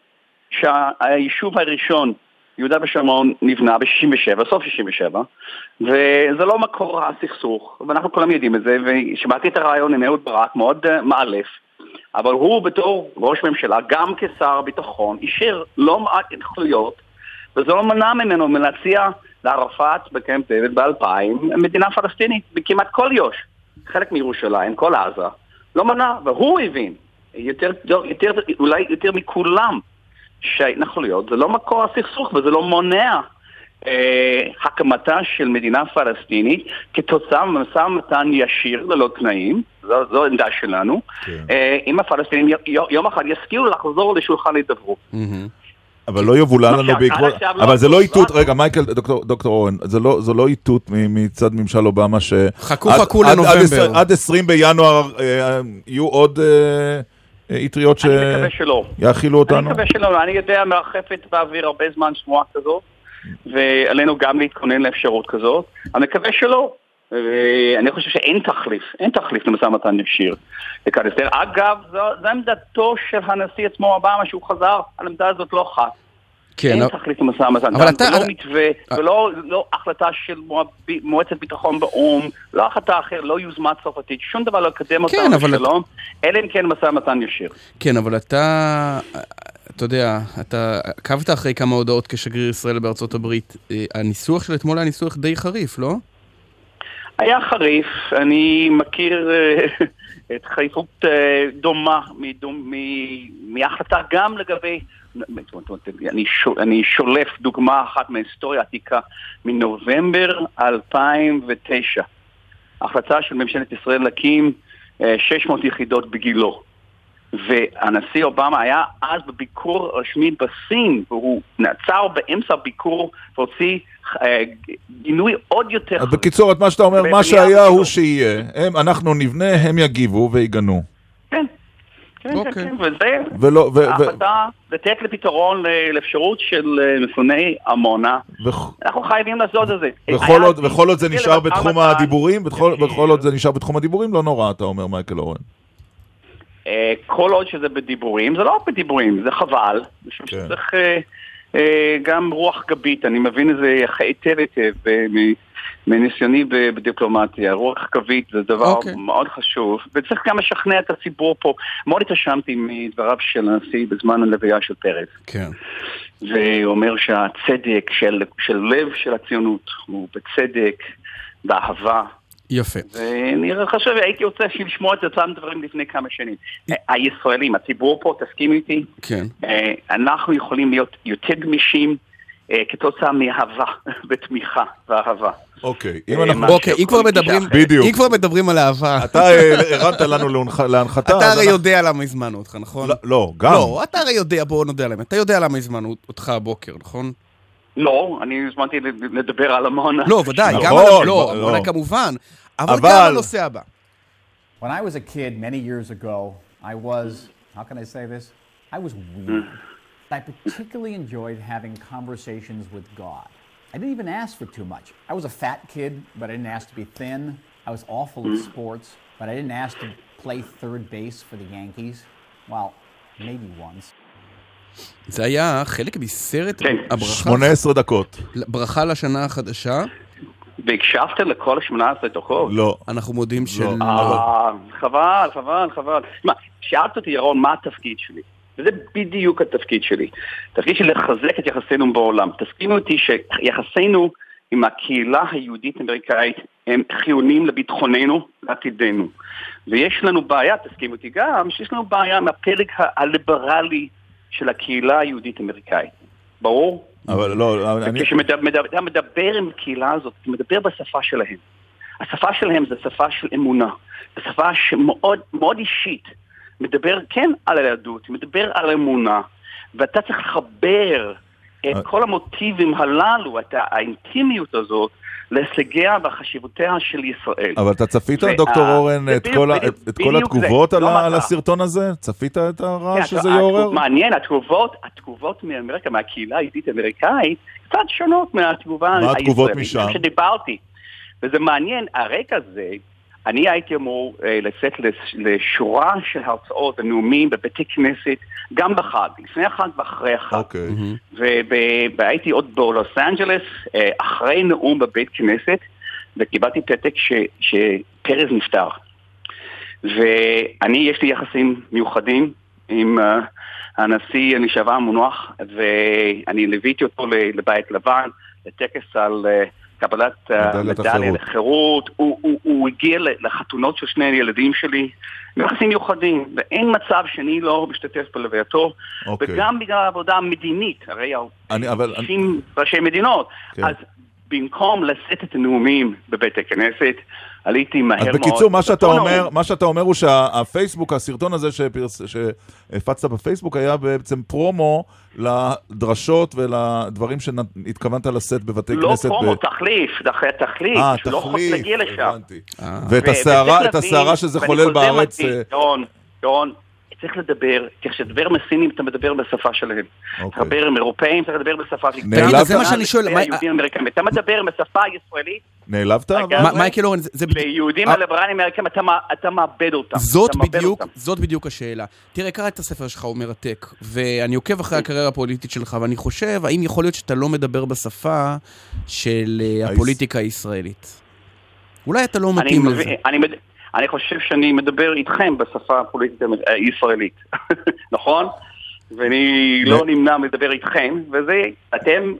שהיישוב הראשון יהודה ושומרון נבנה ב-שישים ושבע, סוף שישים ושבע, וזה לא מקור הסכסוך, ואנחנו כולם יודעים את זה, ושמעתי את הרעיון עם אהוד ברק, מאוד uh, מאלף, אבל הוא בתור ראש ממשלה, גם כשר ביטחון, אישר לא מעט התנחלויות, וזה לא מנע ממנו מלהציע לערפאת בקמפ דייוויד ב-אלפיים, מדינה פלסטינית, בכמעט כל יו"ש, חלק מירושלים, כל עזה, לא מנע, והוא הבין, יותר, יותר, אולי יותר מכולם, שההתנחלויות זה לא מקור הסכסוך וזה לא מונע אה, הקמתה של מדינה פלסטינית כתוצאה ממשא ומתן ישיר ללא תנאים, זו, זו עמדה שלנו, כן. אה, אם הפלסטינים י, יום אחד יסכימו לחזור לשולחן הידברות. אבל לא יבולע לנו בעקבות, אבל זה לא איתות, רגע מייקל, דוקטור אורן, זה לא איתות מצד ממשל אובמה ש... חכו חכו לנובמבר. עד עשרים בינואר יהיו עוד... יתריות שיאכילו אותנו? אני מקווה שלא, אני יודע מרחפת באוויר הרבה זמן שמועה כזאת, ועלינו גם להתכונן לאפשרות כזאת. אני מקווה שלא. אני חושב שאין תחליף, אין תחליף למשא ומתן ישיר. אגב, זו עמדתו של הנשיא עצמו אובמה, שהוא חזר על עמדה הזאת לא אחת. אין תחליף למשא ומתן. זה לא מתווה, ולא החלטה של מועצת ביטחון באום, לא החלטה אחרת, לא יוזמה צרפתית, שום דבר לא יקדם אותנו לשלום, אלא אם כן משא ומתן ישיר. כן, אבל אתה, אתה יודע, אתה עקבת אחרי כמה הודעות כשגריר ישראל בארצות הברית. הניסוח של אתמול היה ניסוח די חריף, לא? היה חריף, אני מכיר את חריפות דומה מההחלטה גם לגבי... אני שולף דוגמה אחת מההיסטוריה העתיקה מנובמבר אלפיים ותשע. החלטה של ממשלת ישראל להקים שש מאות יחידות בגילו. והנשיא אובמה היה אז בביקור רשמי בסין, והוא נעצר באמצע הביקור והוציא גינוי עוד יותר... אז בקיצור, את מה שאתה אומר, מה שהיה הוא שיהיה. אנחנו נבנה, הם יגיבו ויגנו. כן. כן, כן, כן, וזה, ההחלטה לתת לפתרון לאפשרות של מפוני עמונה, אנחנו חייבים לעשות את זה. וכל עוד זה נשאר בתחום הדיבורים, וכל עוד זה נשאר בתחום הדיבורים, לא נורא, אתה אומר מייקל אורן. כל עוד שזה בדיבורים, זה לא בדיבורים, זה חבל, משום שצריך גם רוח גבית, אני מבין את זה היטב היטב מניסיוני בדיפלומטיה, רוח גבית זה דבר מאוד חשוב, וצריך גם לשכנע את הציבור פה. מאוד התרשמתי מדבריו של הנשיא בזמן הלוויה של פרס. כן. והוא אומר שהצדק של, של לב של הציונות הוא בצדק, באהבה. יפה. ואני חושב, הייתי רוצה לשמוע את אותם דברים לפני כמה שנים. הישראלים, הציבור פה, תסכים איתי? כן. אנחנו יכולים להיות יותר גמישים כתוצאה מאהבה ותמיכה ואהבה. אוקיי, אוקיי, אם כבר מדברים, אם כבר מדברים על אהבה. אתה הרמת לנו להנחתה. אתה הרי יודע למה הזמנו אותך, נכון? לא, גם. לא, אתה הרי יודע, בואו נודה עליהם. אתה יודע למה הזמנו אותך הבוקר, נכון? לא, אני הזמנתי לדבר על עמונה. לא, ודאי, גם על לא, עמונה כמובן. אבל גם הנושא הבא. When I was a kid many years ago, I was, how can I say this? I was weird. I particularly enjoyed having conversations with God. I didn't even ask for too much. I was a fat kid, but I didn't ask to be thin. I was awful at sports, but I didn't ask to play third base for the Yankees. Well, maybe once. זה היה חלק מסרט הברכה. שמונה עשרה דקות. ברכה לשנה החדשה. והקשבת לכל שמונה עשרה דקות? לא. אנחנו מודים של... חבל, חבל, חבל. שאלת אותי, ירון, מה התפקיד שלי? וזה בדיוק התפקיד שלי. התפקיד שלי לחזק את יחסינו בעולם. תסכימו אותי שיחסינו עם הקהילה היהודית-אמריקאית הם חיוניים לביטחוננו, לעתידנו. ויש לנו בעיה, תסכימו אותי גם, שיש לנו בעיה מהפלג הליברלי של הקהילה היהודית-אמריקאית. ברור? אבל לא, אני... כשאתה מדבר עם הקהילה הזאת, אתה מדבר בשפה שלהם. השפה שלהם זה שפה של אמונה. זו שפה שמאוד מאוד אישית. מדבר כן על היהדות, מדבר על אמונה, ואתה צריך לחבר את כל המוטיבים הללו, את האינטימיות הזאת, להישגיה והחשיבותיה של ישראל. אבל אתה צפית, דוקטור אורן, את כל התגובות על הסרטון הזה? צפית את הרעש שזה יעורר? מעניין, התגובות מאמריקה, מהקהילה היהודית האמריקאית, קצת שונות מהתגובה הישראלית. מה התגובות משם? שדיברתי. וזה מעניין, הרקע הזה, אני הייתי אמור לצאת לשורה של הרצאות ונאומים בבתי כנסת, גם בחג, לפני החג ואחרי החג. והייתי עוד בלוס אנג'לס, אחרי נאום בבית כנסת, וקיבלתי פתק שפרס נפטר. ואני, יש לי יחסים מיוחדים עם הנשיא הנשאבה המונח, ואני ליוויתי אותו לבית לבן, לטקס על... קבלת מדליה לחירות, הוא הגיע לחתונות של שני הילדים שלי, יחסים מיוחדים, ואין מצב שאני לא משתתף בלווייתו, וגם בגלל העבודה המדינית, הרי עושים ראשי מדינות, אז במקום לשאת את הנאומים בבית הכנסת, עליתי מהר מאוד. אז בקיצור, מה שאתה אומר, מה שאתה אומר הוא שהפייסבוק, הסרטון הזה שהפצת בפייסבוק, היה בעצם פרומו לדרשות ולדברים שהתכוונת לשאת בבתי כנסת. לא פרומו, תחליף, תחליף, שלא יכול להגיע לשם. ואת הסערה שזה חולל בארץ. ירון, ירון, צריך לדבר, כשתדבר עם הסינים, אתה מדבר בשפה שלהם. אתה מדבר עם אירופאים, אתה מדבר בשפה שלהם. זה מה שאני שואל. אתה מדבר בשפה הישראלית. נעלבת? מייקל אורן, זה בדיוק... ליהודים הליברלים אמריקאים, אתה מאבד אותם. זאת בדיוק השאלה. תראה, קרא את הספר שלך, הוא מרתק, ואני עוקב אחרי הקריירה הפוליטית שלך, ואני חושב, האם יכול להיות שאתה לא מדבר בשפה של הפוליטיקה הישראלית? אולי אתה לא מתאים לזה. אני חושב שאני מדבר איתכם בשפה הפוליטית הישראלית, נכון? ואני לא נמנע מדבר איתכם, וזה, אתם,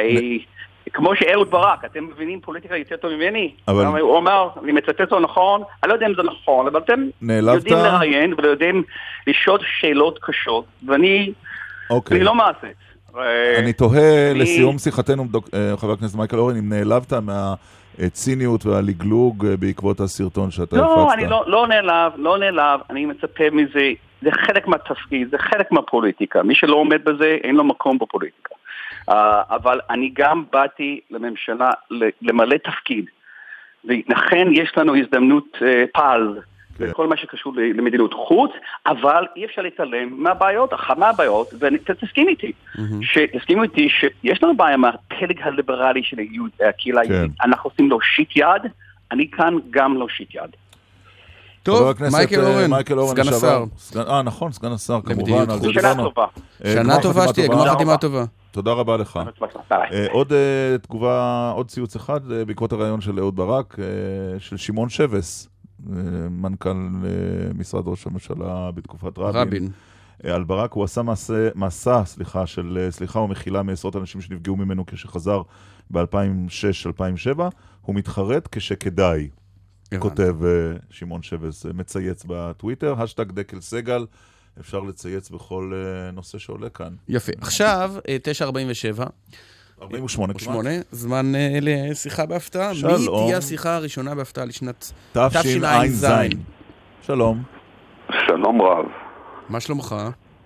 כמו שאהוד ברק, אתם מבינים פוליטיקה יותר טוב ממני? הוא אומר, אני מצטט לו נכון, אני לא יודע אם זה נכון, אבל אתם יודעים לראיין, ויודעים לשאול שאלות קשות, ואני לא מעשה. אני תוהה לסיום שיחתנו, חבר הכנסת מייקל אורן, אם נעלבת מה... ציניות והלגלוג בעקבות הסרטון שאתה הפצת. לא, אני לא, לא נעלב, לא נעלב, אני מצפה מזה, זה חלק מהתפקיד, זה חלק מהפוליטיקה, מי שלא עומד בזה, אין לו מקום בפוליטיקה. Uh, אבל אני גם באתי לממשלה למלא תפקיד, ולכן יש לנו הזדמנות uh, פז וכל מה שקשור למדינות חוץ, אבל אי אפשר להתעלם מהבעיות, אחת מהבעיות, ותסכים איתי, שתסכים איתי שיש לנו בעיה מהפלג הליברלי של הקהילה היהודית, אנחנו עושים לו שיט יד, אני כאן גם לא שיט יד. טוב, מייקל אורן, סגן השר. אה, נכון, סגן השר, כמובן. שנה טובה. שנה טובה שתהיה, גמר חתימה טובה. תודה רבה לך. עוד תגובה, עוד ציוץ אחד, בעקבות הרעיון של אהוד ברק, של שמעון שבס, מנכ"ל משרד ראש הממשלה בתקופת רבין. על ברק, הוא עשה מסע, סליחה, של סליחה ומחילה מעשרות אנשים שנפגעו ממנו כשחזר ב-אלפיים ושש אלפיים ושבע, הוא מתחרט כשכדאי. כותב שמעון שבס, מצייץ בטוויטר, השטג דקל סגל, אפשר לצייץ בכל נושא שעולה כאן. יפה. עכשיו, תשע ארבעים ושבע. ארבעים ושמונה כמעט. זמן לשיחה בהפתעה. מי תהיה השיחה הראשונה בהפתעה לשנת תשע"ז? שלום. שלום רב. מה שלומך?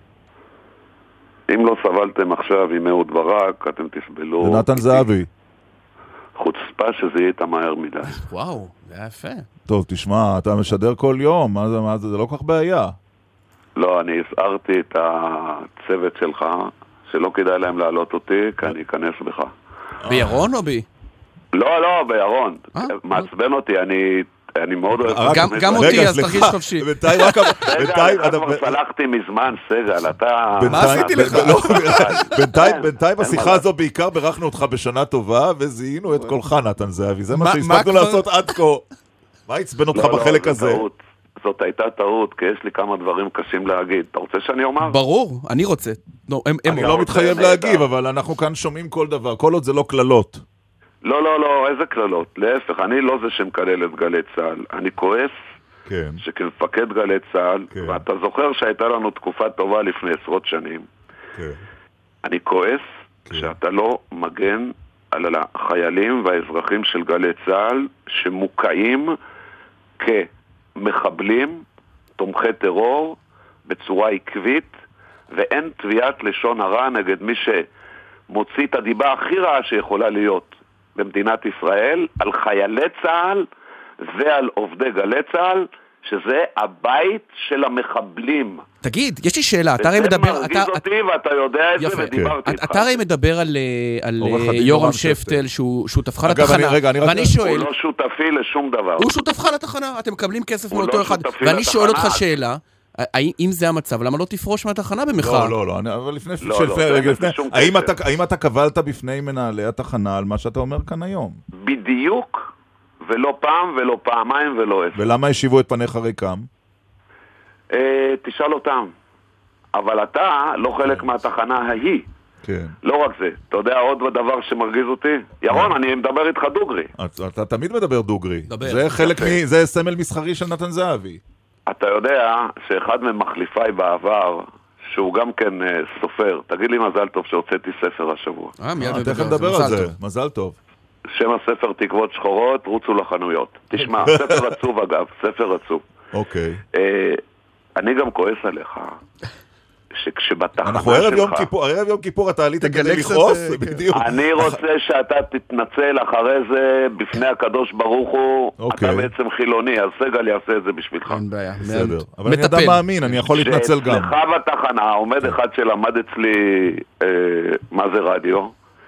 אם לא סבלתם עכשיו עם אהוד ברק, אתם תסבלו... ונתן זהבי. חוצפה שזה יהיה מהר מדי. וואו, זה היה יפה. טוב, תשמע, אתה משדר כל יום, מה זה, מה זה, זה לא כך בעיה. לא, אני הסערתי את הצוות שלך, שלא כדאי להם להעלות אותי, כי אני אכנס בך. בירון או בי? לא, לא, בירון. מעצבן אותי, אני... אני מאוד אוהב... גם אותי, אז תרגיש חופשי. בינתיים רק... סגל, אתה כבר סלחתי מזמן, סגל, אתה... מה עשיתי לך? בינתיים השיחה הזו בעיקר ברכנו אותך בשנה טובה, וזיהינו את קולך, נתן זהבי. זה מה שהספקנו לעשות עד כה. מה עצבן אותך בחלק הזה? זאת הייתה טעות, כי יש לי כמה דברים קשים להגיד. אתה רוצה שאני אומר? ברור, אני רוצה. אני לא מתחייב להגיב, אבל אנחנו כאן שומעים כל דבר. כל עוד זה לא כללות. לא, לא, לא, איזה כללות. להפך, אני לא זה שמקלל את גלי צהל. אני כועס כן. שכמפקד גלי צהל, כן. ואתה זוכר שהייתה לנו תקופה טובה לפני עשרות שנים. כן. אני כועס כן. שאתה לא מגן על החיילים והאזרחים של גלי צהל שמוקעים כמחבלים, תומכי טרור, בצורה עקבית, ואין תביעת לשון הרע נגד מי שמוציא את הדיבה הכי רעה שיכולה להיות. במדינת ישראל, על חיילי צהל ועל עובדי גלי צהל, שזה הבית של המחבלים. תגיד, יש לי שאלה, אתה הרי מדבר... וזה מרגיז אותי ואתה יודע את זה ודיברתי איתך. אתה הרי מדבר על יורם שפטל, שהוא שותפך לתחנה, ואני שואל... הוא לא שותפי לשום דבר. הוא שותפך לתחנה, אתם מקבלים כסף מאותו אחד, ואני שואל אותך שאלה, אם זה המצב, למה לא תפרוש מהתחנה במחאה? לא, לא, לא, אבל לפני... האם אתה קבלת בפני מנהלי התחנה על מה שאתה אומר כאן היום? בדיוק, ולא פעם ולא פעמיים ולא עשר. ולמה השיבו את פניך ריקם? תשאל אותם. אבל אתה לא חלק מהתחנה ההיא. כן. לא רק זה. אתה יודע עוד דבר שמרגיז אותי? ירון, אני מדבר איתך דוגרי. אתה תמיד מדבר דוגרי. זה חלק מ... זה סמל מסחרי של נתן זהבי. אתה יודע שאחד ממחליפיי בעבר, שהוא גם כן סופר, תגיד לי מזל טוב שהוצאתי ספר השבוע. אה, מיד תכף נדבר על זה. מזל טוב. שם הספר תקוות שחורות, רוצו לחנויות. תשמע, ספר עצוב אגב, ספר עצוב. אוקיי. אני גם כועס עליך, שכשבתחנה שלך... אנחנו ערב יום כיפור, ערב יום כיפור אתה עלית כדי לכעוס? בדיוק. אני רוצה שאתה תתנצל אחרי זה בפני הקדוש ברוך הוא, אתה בעצם חילוני, אז סגל יעשה את זה בשבילך. אין בעיה. בסדר. אבל אני אדם מאמין, אני יכול להתנצל גם. שאצלך בתחנה עומד אחד שלמד אצלי מה זה רדיו,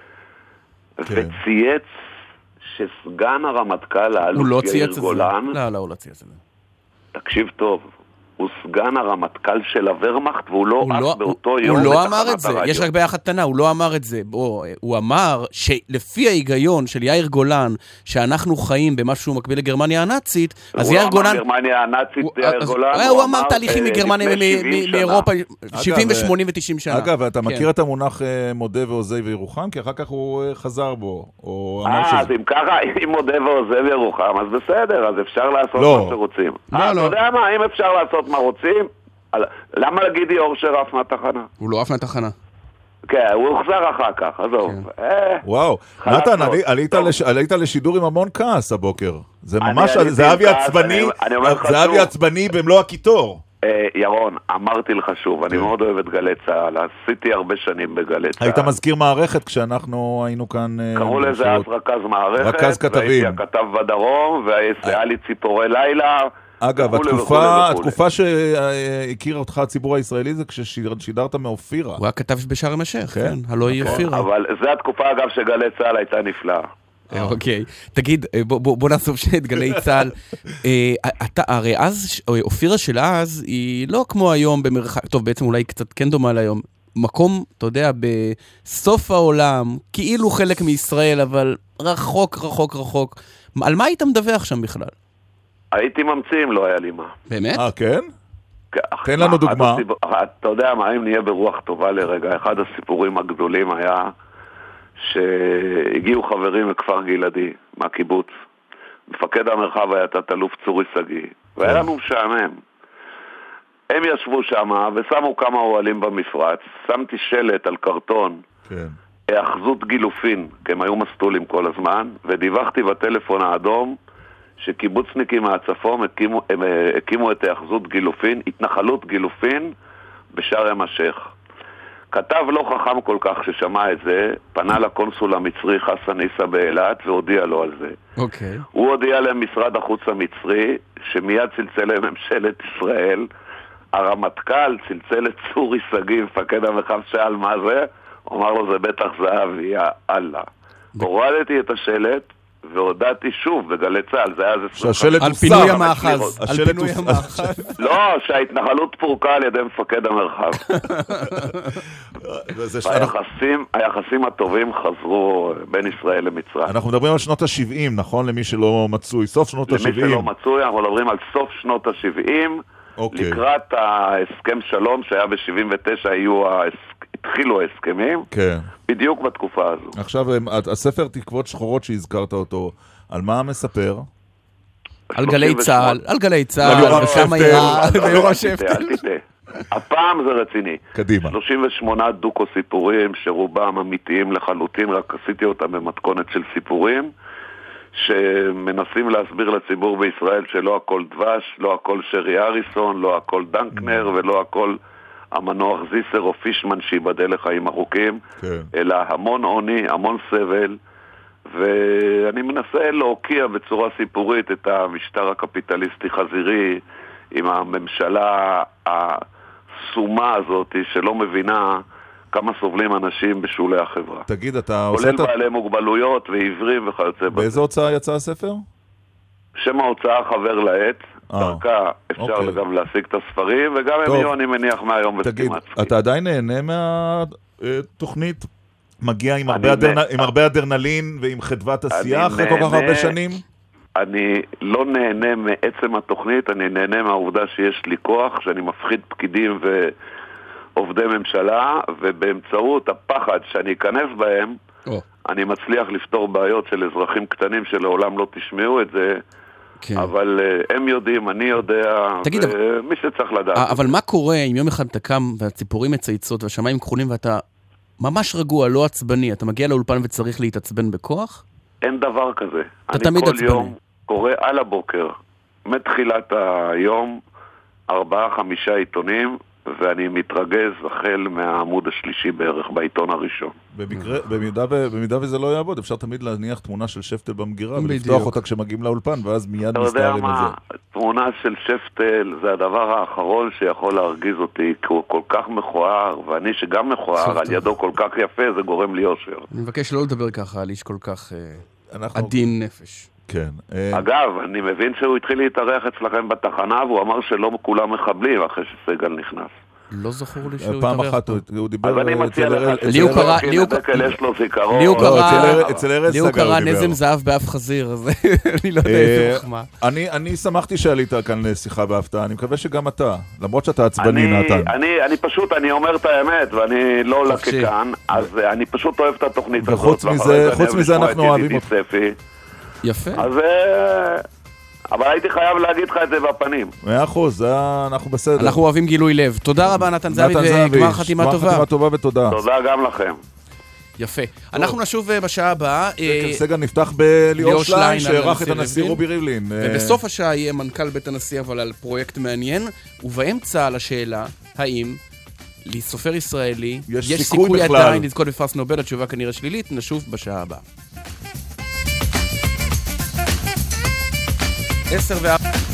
וצייץ שסגן הרמטכ"ל האלוף יאיר גולן... לא, לא, הוא לא צייץ את זה. תקשיב טוב. הוא סגן הרמטכ"ל של הוורמאכט, והוא לא אף באותו יום... הוא לא אמר את זה, יש רק בעיה אחת קטנה, הוא לא אמר את זה. הוא אמר שלפי ההיגיון של יאיר גולן, שאנחנו חיים במשהו מקביל לגרמניה הנאצית, אז יאיר גולן... הוא לא אמר גרמניה הנאצית, יאיר גולן... הוא אמר תהליכים מגרמניה, מאירופה, שבעים ושמונים ותשעים שנה. אגב, אתה מכיר את המונח מודה ועוזב וירוחם? כי אחר כך הוא חזר בו. אה, אז אם ככה, אם מודה ועוזב וירוחם, אז בסדר, אז אפשר לעשות מה שרוצים. אתה יודע מה, אם אפשר לעשות מה רוצים, למה לגידי אורשר עף מהתחנה? הוא לא עף מהתחנה. כן, הוא הוחזר אחר כך, עזוב. וואו, נתן, עלית לשידור עם המון כעס הבוקר. זה ממש, זה אבי עצבני, זה אבי עצבני במלוא הקיטור. ירון, אמרתי לך שוב, אני מאוד אוהב את גלי צהל, עשיתי הרבה שנים בגלי צהל. היית מזכיר מערכת כשאנחנו היינו כאן... קראו לזה אז רכז מערכת, רכז כתבים. והייתי הכתב בדרום, והיה לי ציפורי לילה, אגב, התקופה, התקופה שהכיר אותך הציבור הישראלי זה כששידרת מאופירה. הוא היה כתב בשער המשך, כן, הלוא היא אופירה. אבל זה התקופה, אגב, שגלי צהל הייתה נפלאה. אוקיי, תגיד, בוא נעשוב שאת גלי צהל. הרי אז, אופירה של אז, היא לא כמו היום במרחק, טוב, בעצם אולי קצת כן דומה להיום, מקום, אתה יודע, בסוף העולם, כאילו חלק מישראל, אבל רחוק, רחוק, רחוק. על מה היית מדווח שם בכלל? הייתי ממציא אם לא היה לי מה. באמת? אה, כן? תן לנו דוגמה. אתה יודע מה, אם נהיה ברוח טובה לרגע, אחד הסיפורים הגדולים היה שהגיעו חברים מכפר גלעדי, מהקיבוץ. מפקד המרחב היה תת-אלוף צורי סגי, והיה לנו משעמם. הם ישבו שם ושמו כמה אוהלים במפרץ, שמתי שלט על קרטון, כן. האחזות גילופין, כי הם היו מסטולים כל הזמן, ודיווחתי בטלפון האדום שקיבוצניקים מהצפון הקימו, הם הקימו את האחזות גילופין, התנחלות גילופין בשער המשך. כתב לא חכם כל כך ששמע את זה, פנה לקונסול המצרי חסן ניסה באילת והודיע לו על זה. אוקיי. הוא הודיע למשרד החוץ המצרי שמיד צלצל לממשלת ישראל, הרמטכ"ל צלצל לצורי סגי, מפקד המרחב, שאל מה זה, הוא אמר לו זה בטח זהב, יא אללה. הורדתי את השלט והודעתי שוב בגלי צהל, זה היה זה שהשלט על פינוי המאחז. על פינוי המאחז. לא, שההתנחלות פורקה על ידי מפקד המרחב. היחסים, היחסים הטובים חזרו בין ישראל למצרים. אנחנו מדברים על שנות ה-שבעים, נכון? למי שלא מצוי, סוף שנות ה-שבעים. למי שלא מצוי, אנחנו מדברים על סוף שנות ה-שבעים, לקראת ההסכם שלום שהיה ב-שבעים ותשע, התחילו ההסכמים, בדיוק בתקופה הזו. עכשיו, הספר תקוות שחורות שהזכרת אותו, על מה מספר? על גלי צהל, על גלי צהל, על כמה ירה, ויורם שפטל. הפעם זה רציני. קדימה. שלושים ושמונה דוקו סיפורים, שרובם אמיתיים לחלוטין, רק עשיתי אותם במתכונת של סיפורים, שמנסים להסביר לציבור בישראל שלא הכל דבש, לא הכל שרי אריסון, לא הכל דנקנר, ולא הכל המנוח זיסר או פישמן שיבדל לחיים ארוכים, כן. אלא המון עוני, המון סבל, ואני מנסה להוקיע בצורה סיפורית את המשטר הקפיטליסטי חזירי, עם הממשלה הסומה הזאת שלא מבינה כמה סובלים אנשים בשולי החברה. תגיד, אתה עושה את... כולל בעלי מוגבלויות ועיוורים וכיוצא. באיזה הוצאה יצא הספר? שם ההוצאה חבר לעט, דרכה אפשר אוקיי. גם להשיג את הספרים, וגם הם יהיו, אני מניח, מהיום בסתימת ספרים. אתה עדיין נהנה מהתוכנית? מגיע עם הרבה, אדרנ... עם הרבה אדרנלין ועם חדוות עשייה אחרי כל כך הרבה שנים? אני לא נהנה מעצם התוכנית, אני נהנה מהעובדה שיש לי כוח, שאני מפחיד פקידים ועובדי ממשלה, ובאמצעות הפחד שאני אכנס בהם, oh. אני מצליח לפתור בעיות של אזרחים קטנים שלעולם לא תשמעו את זה, כן. אבל uh, הם יודעים, אני יודע, תגיד, ומי שצריך לדעת. אבל מה קורה אם יום אחד אתה קם והציפורים מצייצות והשמיים כחולים ואתה ממש רגוע, לא עצבני, אתה מגיע לאולפן וצריך להתעצבן בכוח? אין דבר כזה. אתה תמיד עצבני. אני כל יום קורא על הבוקר, מתחילת היום, ארבעה, חמישה עיתונים, ואני מתרגז החל מהעמוד השלישי בערך בעיתון הראשון. במקרה, במידה, במידה וזה לא יעבוד, אפשר תמיד להניח תמונה של שפטל במגירה, ולפתוח אותה כשמגיעים לאולפן, ואז מיד מסתערים על זה. תמונה של שפטל זה הדבר האחרון שיכול להרגיז אותי, כי הוא כל כך מכוער, ואני שגם מכוער, על ידו כל כך יפה, זה גורם לי אושר. אני מבקש לא לדבר ככה על איש כל כך עדין נפש. כן. אגב, אני מבין שהוא התחיל להתארח אצלכם בתחנה, והוא אמר שלא כולם מחבלים אחרי שסגל נכנס. לא זכור לי שהוא פעם אחת הוא דיבר... אז אני מציע לך... לי הוא קרא... לי הוא קרא נזם זהב באף חזיר, אז אני לא יודע איזה מחמה. אני שמחתי שעלית כאן לשיחה בהפתעה, אני מקווה שגם אתה, למרות שאתה עצבני נתן. אני פשוט, אני אומר את האמת, ואני לא לקקן, אז אני פשוט אוהב את התוכנית הזאת. וחוץ מזה אנחנו אוהבים אותך. יפה. אז... אבל הייתי חייב להגיד לך את זה בפנים. מאה אחוז, אנחנו בסדר. אנחנו אוהבים גילוי לב. תודה רבה נתן זהבי וגמר חתימה טובה. גמר חתימה טובה ותודה. תודה גם לכם. יפה. אנחנו נשוב בשעה הבאה. סגל נפתח בליאור שליין, שערך את הנשיא רובי ריבלין. ובסוף השעה יהיה מנכ"ל בית הנשיא, אבל על פרויקט מעניין, ובאמצע על השאלה, האם לסופר ישראלי יש סיכוי עדיין לזכות בפרס נובל, התשובה כנראה שלילית, נשוב בשעה הבאה. עשר וארבע.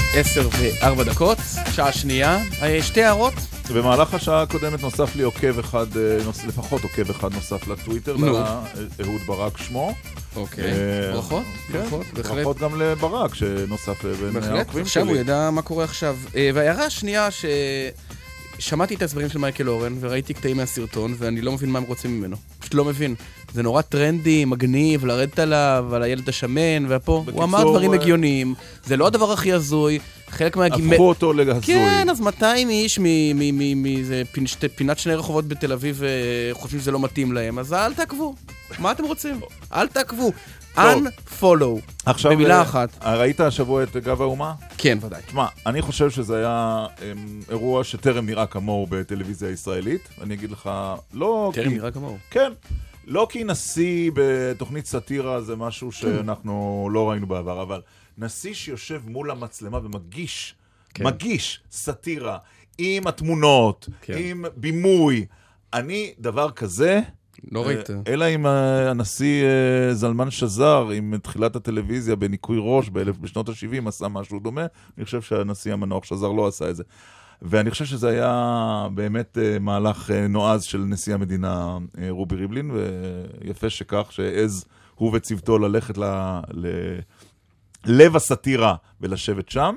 עשר וארבע דקות, שעה שנייה. שתי הערות. במהלך השעה הקודמת נוסף לי עוקב אחד, לפחות עוקב אחד נוסף לטוויטר, אהוד ברק שמו. אוקיי, ברכות, ברכות, בהחלט. ברכות גם לברק שנוסף בין העוקבים שלי. עכשיו הוא ידע מה קורה עכשיו. וההערה השנייה ש... שמעתי את ההסברים של מייקל אורן, וראיתי קטעים מהסרטון, ואני לא מבין מה הם רוצים ממנו. פשוט לא מבין. זה נורא טרנדי, מגניב, לרדת עליו, על הילד השמן, ופה, הוא אמר דברים הגיוניים. זה לא הדבר הכי הזוי. חלק מהגימי... הפכו אותו להזוי. כן, אז מאתיים איש מפינת שני רחובות בתל אביב חושבים שזה לא מתאים להם, אז אל תעקבו. מה אתם רוצים? אל תעקבו. unfollow. במילה אחת. ראית השבוע את גב האומה? כן, ודאי. תשמע, אני חושב שזה היה אירוע שטרם נראה כמוהו בטלוויזיה הישראלית. אני אגיד לך, לא... טרם נראה כמוהו. כן. לא כי נשיא בתוכנית סאטירה זה משהו שאנחנו לא ראינו בעבר, אבל נשיא שיושב מול המצלמה ומגיש, מגיש סאטירה עם התמונות, עם בימוי. אני דבר כזה... לא ראית. אלא עם הנשיא זלמן שזר, עם תחילת הטלוויזיה בניקוי ראש בשנות ה-שבעים עשה משהו דומה, אני חושב שהנשיא המנוח שזר לא עשה את זה. ואני חושב שזה היה באמת מהלך נועז של נשיא המדינה רובי ריבלין, ויפה שכך שעז הוא וצוותו ללכת ללב הסאטירה ולשבת שם.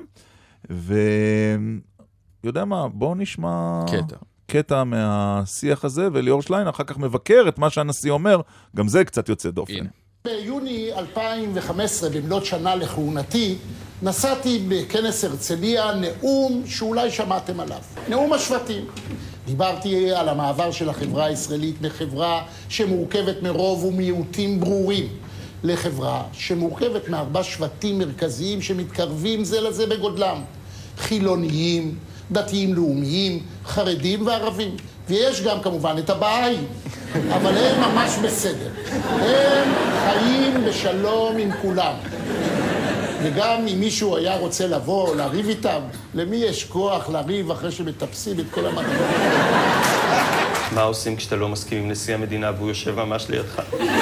ויודע מה, בואו נשמע... קטע. קטע מהשיח הזה, וליאור שליין אחר כך מבקר את מה שהנשיא אומר, גם זה קצת יוצא דופן. הנה. ביוני אלפיים וחמש עשרה, במלאת שנה לכהונתי, נסעתי בכנס הרצליה נאום שאולי שמעתם עליו. נאום השבטים. דיברתי על המעבר של החברה הישראלית מחברה שמורכבת מרוב ומיעוטים ברורים, לחברה שמורכבת מארבע שבטים מרכזיים שמתקרבים זה לזה בגודלם. חילוניים, דתיים לאומיים, חרדים וערבים. ויש גם כמובן את הבאים, אבל הם ממש בסדר. הם חיים בשלום עם כולם. וגם אם מישהו היה רוצה לבוא, לריב איתם, למי יש כוח לריב אחרי שמטפסים את כל המדברים? מה עושים כשאתה לא מסכים עם נשיא המדינה והוא יושב ממש לידך?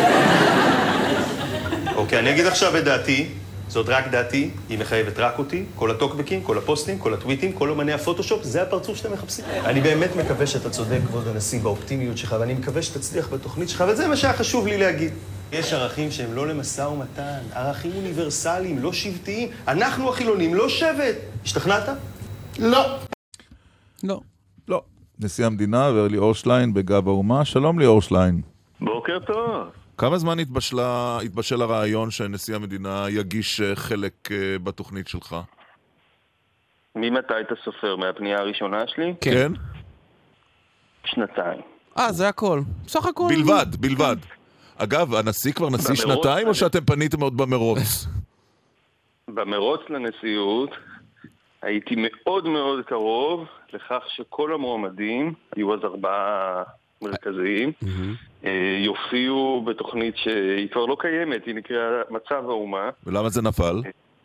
אוקיי, אני אגיד עכשיו את דעתי. זאת רק דעתי, היא מחייבת רק אותי, כל הטוקבקים, כל הפוסטים, כל הטוויטים, כל אומני הפוטושופ, זה הפרצוף שאתם מחפשים. אני באמת מקווה שאתה צודק, כבוד הנשיא, באופטימיות שלך, ואני מקווה שתצליח בתוכנית שלך, וזה מה שהיה חשוב לי להגיד. יש ערכים שהם לא למשא ומתן, ערכים אוניברסליים, לא שבטיים. אנחנו החילונים, לא שבט. השתכנעת? לא. לא. לא. נשיא המדינה וליאור שליין בגב האומה. שלום ליאור שליין. בוקר טוב. כמה זמן התבשלה, התבשל הרעיון שנשיא המדינה יגיש חלק בתוכנית שלך? ממתי אתה סופר? מהפנייה הראשונה שלי? כן. שנתיים. אה, זה הכל. בסך הכל. בלבד, בלבד. אגב, הנשיא כבר נשיא שנתיים או שאתם פניתם עוד במרוץ? במרוץ לנשיאות הייתי מאוד מאוד קרוב לכך שכל המועמדים, היו אז ארבעה מרכזיים, יופיעו בתוכנית שהיא כבר לא קיימת, היא נקראה מצב האומה. ולמה זה נפל?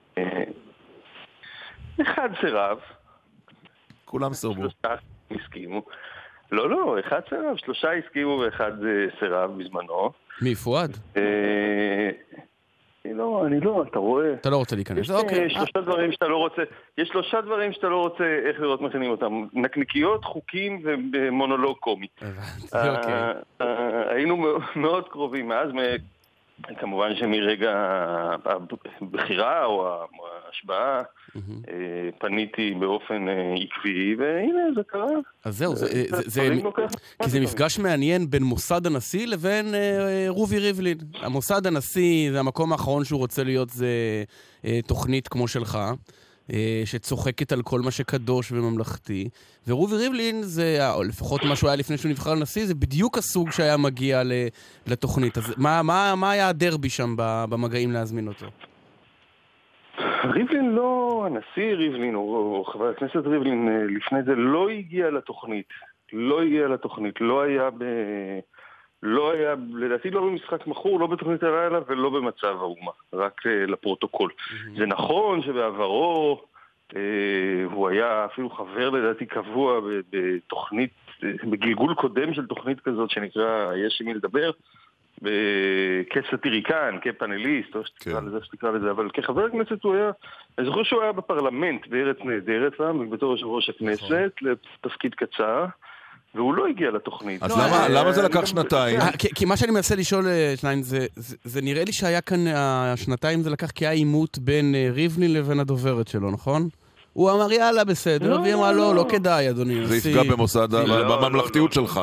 אחד סירב. כולם סירבו. שלושה הסכימו. לא, לא, אחד סירב. שלושה הסכימו ואחד סירב בזמנו. מי, פואד? לא, אני לא, אתה רואה. אתה לא רוצה להיכנס. יש שלושה דברים שאתה לא רוצה, יש שלושה דברים שאתה לא רוצה איך לראות מכינים אותם. נקניקיות, חוקים ומונולוג קומי. היינו מאוד קרובים מאז, כמובן שמרגע הבחירה או ההשבעה, פניתי באופן עקבי, והנה זה קרה. אז זהו, כי זה מפגש מעניין בין מוסד הנשיא לבין רובי ריבלין. המוסד הנשיא זה המקום האחרון שהוא רוצה להיות, זה תוכנית כמו שלך, שצוחקת על כל מה שקדוש וממלכתי, ורובי ריבלין זה, לפחות מה שהוא היה לפני שהוא נבחר לנשיא, זה בדיוק הסוג שהיה מגיע לתוכנית. אז מה, מה, מה היה הדרבי שם במגעים להזמין אותו? ריבלין לא, הנשיא ריבלין או חבר הכנסת ריבלין לפני זה לא הגיע לתוכנית, לא הגיע לתוכנית, לא היה ב... לא היה, לדעתי לא במשחק מחור, לא בתוכנית הלילה ולא במצב האומה, רק לפרוטוקול. Mm-hmm. זה נכון שבעברו אה, הוא היה אפילו חבר לדעתי קבוע בתוכנית, בגלגול קודם של תוכנית כזאת שנקרא יש עם מי לדבר, כסטיריקן, כפאנליסט, או שתקרא לזה, שתקרא לזה, אבל כחבר הכנסת הוא היה, אני זוכר שהוא היה בפרלמנט בארץ נהדרת, בתור יושב ראש הכנסת, לתפקיד קצר, והוא לא הגיע לתוכנית. אז למה זה לקח שנתיים? כי מה שאני מנסה לשאול, שניים, זה נראה לי שהיה כאן, השנתיים זה לקח כי היה עימות בין ריבלין לבין הדוברת שלו, נכון? הוא אמר יאללה בסדר, והיא אמרה לא, לא כדאי אדוני. זה יפגע במוסד, בממלכתיות שלך.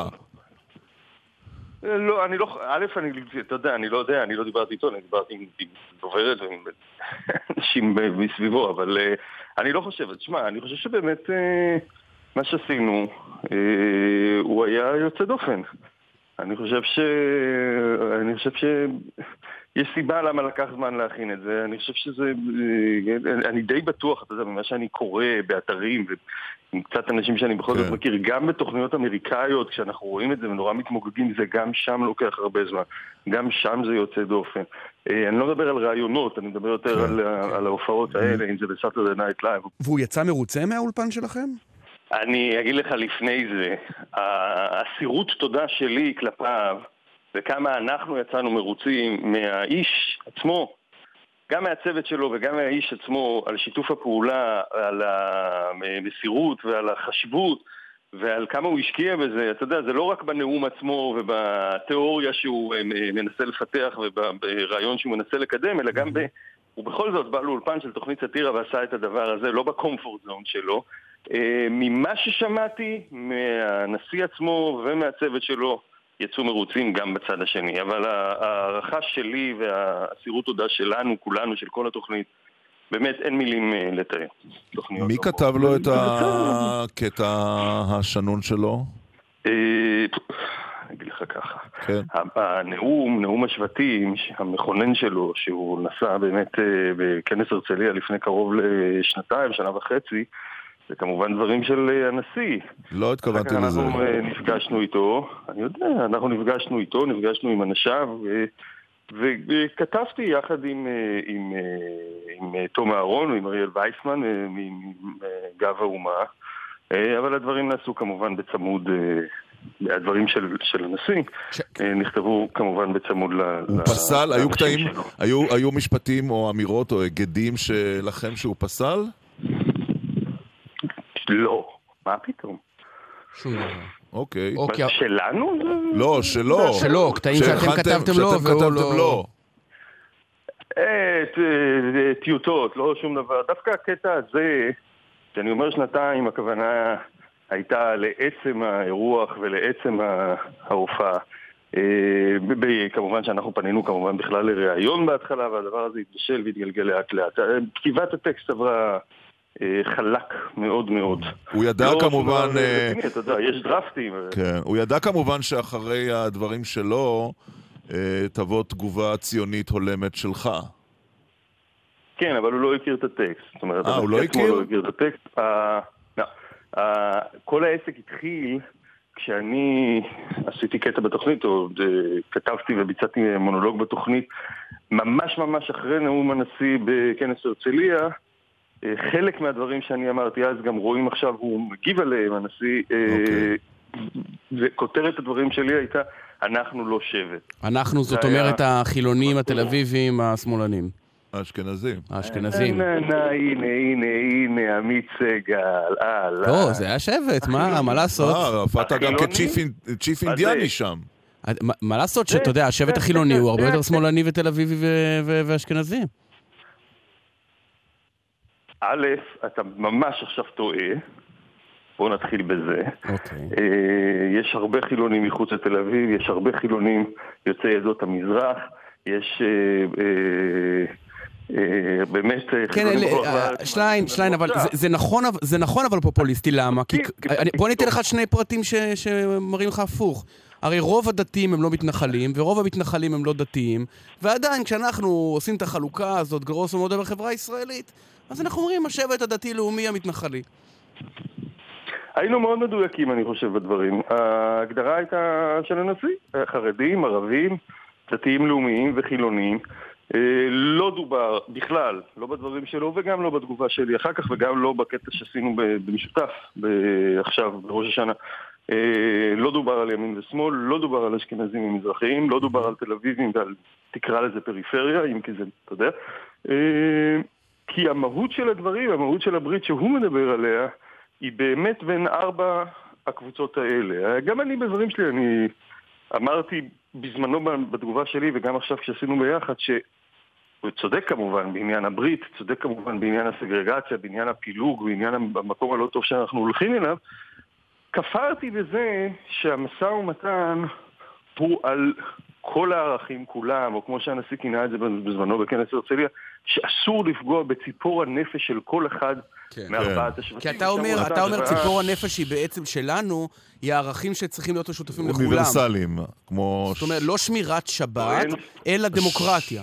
לא, אני לא, א', אני, אתה יודע, אני לא יודע, אני לא דיברתי איתו, אני דיברתי עם, עם דוברת ועם אנשים מסביבו, אבל uh, אני לא חושב, תשמע, אני חושב שבאמת uh, מה שעשינו, uh, הוא היה יוצא דופן. אני חושב ש... אני חושב ש... יש סיבה למה לקח זמן להכין את זה, אני חושב שזה... אני די בטוח, אתה יודע, ממה שאני קורא באתרים ועם קצת אנשים שאני בכל זאת מכיר, גם בתוכניות אמריקאיות, כשאנחנו רואים את זה ונורא מתמוגגים, זה גם שם לוקח הרבה זמן. גם שם זה יוצא דופן. אני לא מדבר על רעיונות, אני מדבר יותר על ההופעות האלה, אם זה בסאטרדיי נייט לייב. והוא יצא מרוצה מהאולפן שלכם? אני אגיד לך לפני זה, הסירות תודה שלי כלפיו, וכמה אנחנו יצאנו מרוצים מהאיש עצמו, גם מהצוות שלו וגם מהאיש עצמו, על שיתוף הפעולה, על המסירות ועל החשיבות, ועל כמה הוא השקיע בזה. אתה יודע, זה לא רק בנאום עצמו ובתיאוריה שהוא מנסה לפתח וברעיון שהוא מנסה לקדם, אלא גם ב... הוא בכל זאת בא לאולפן של תוכנית סאטירה ועשה את הדבר הזה, לא בקומפורט זון שלו. ממה ששמעתי מהנשיא עצמו ומהצוות שלו, יצאו מרוצים גם בצד השני, אבל הערכה שלי והסירות תודה שלנו, כולנו, של כל התוכנית, באמת אין מילים לתאר. מי כתב לו את הקטע השנון שלו? אני אגיד לך ככה. הנאום, נאום השבטים, המכונן שלו, שהוא נסע באמת בכנס הרצליה לפני קרוב לשנתיים, שנה וחצי, זה כמובן דברים של הנשיא. לא התכוונתי לזה. אנחנו נפגשנו איתו, אני יודע, אנחנו נפגשנו איתו, נפגשנו עם אנשיו, וכתבתי יחד עם, עם, עם תום אהרון ועם אריאל וייסמן, מגב האומה, אבל הדברים נעשו כמובן בצמוד, הדברים של, של הנשיא, נכתבו כמובן בצמוד ל... הוא פסל, היו קטעים, היו, היו משפטים או אמירות או גדים שלכם שהוא פסל? לא, מה פתאום? שום דבר. אוקיי. שלנו? לא, שלא. שלא, קטעים שאתם כתבתם לו והוא לא... טיוטות, לא שום דבר. דווקא הקטע הזה, שאני אומר שנתיים, הכוונה הייתה לעצם האירוח ולעצם ההופעה. כמובן שאנחנו פנינו כמובן בכלל לראיון בהתחלה, והדבר הזה התבשל והתגלגל לאט לאט. כתיבת הטקסט עברה חלק מאוד מאוד. הוא ידע כמובן... אתה יודע, יש דרפטים. כן, הוא ידע כמובן שאחרי הדברים שלו תבוא תגובה ציונית הולמת שלך. כן, אבל הוא לא הכיר את הטקסט. אה, הוא לא הכיר? הוא לא הכיר את הטקסט. כל העסק התחיל כשאני עשיתי קטע בתוכנית, או כתבתי וביצעתי מונולוג בתוכנית, ממש ממש אחרי נאום הנשיא בכנס הרצליה, חלק מהדברים שאני אמרתי אז גם רואים עכשיו, הוא מגיב עליהם, הנשיא, וכותרת הדברים שלי הייתה, אנחנו לא שבט. אנחנו, זאת אומרת, החילונים, התל אביבים, השמאלנים. האשכנזים. האשכנזים. הנה, הנה, הנה, הנה, עמית סגל, הלאה. לא, זה היה שבט, מה, מה לעשות? אה, הופעת גם כצ'יף אינדיאני שם. מה לעשות שאתה יודע, השבט החילוני הוא הרבה יותר שמאלני ותל אביבי ואשכנזי. א', אתה ממש עכשיו טועה, בואו נתחיל בזה. אוקיי. יש הרבה חילונים מחוץ לתל אביב, יש הרבה חילונים יוצאי עדות המזרח, יש באמת... כן, שליין, שליין, אבל זה נכון אבל פופוליסטי, למה? בוא ניתן לך שני פרטים שמראים לך הפוך. הרי רוב הדתיים הם לא מתנחלים, ורוב המתנחלים הם לא דתיים, ועדיין כשאנחנו עושים את החלוקה הזאת, גרוסו מודו בחברה הישראלית, אז אנחנו אומרים, השבט הדתי-לאומי המתנחלי. היינו מאוד מדויקים, אני חושב, בדברים. ההגדרה הייתה של הנשיא, חרדים, ערבים, דתיים לאומיים וחילונים. לא דובר בכלל, לא בדברים שלו וגם לא בתגובה שלי אחר כך, וגם לא בקטע שעשינו במשותף עכשיו, בראש השנה. לא דובר על ימין ושמאל, לא דובר על אשכנזים ומזרחיים, לא דובר על תל אביבים ועל, תקרא לזה פריפריה, אם כי זה, אתה יודע. כי המהות של הדברים, המהות של הברית שהוא מדבר עליה, היא באמת בין ארבע הקבוצות האלה. גם אני בדברים שלי, אני אמרתי בזמנו בתגובה שלי, וגם עכשיו כשעשינו ביחד, שהוא צודק כמובן בעניין הברית, צודק כמובן בעניין הסגרגציה, בעניין הפילוג, בעניין המקום הלא טוב שאנחנו הולכים אליו, כפרתי בזה שהמשא ומתן הוא על כל הערכים כולם, או כמו שהנשיא כינה את זה בזמנו בכנס הרצליה, שאסור לפגוע בציפור הנפש של כל אחד מארבעת השבטים. כי אתה אומר, אתה אומר ציפור הנפש היא בעצם שלנו, היא הערכים שצריכים להיות משותפים לכולם. אוניברסליים, כמו... זאת אומרת, לא שמירת שבת, אלא דמוקרטיה.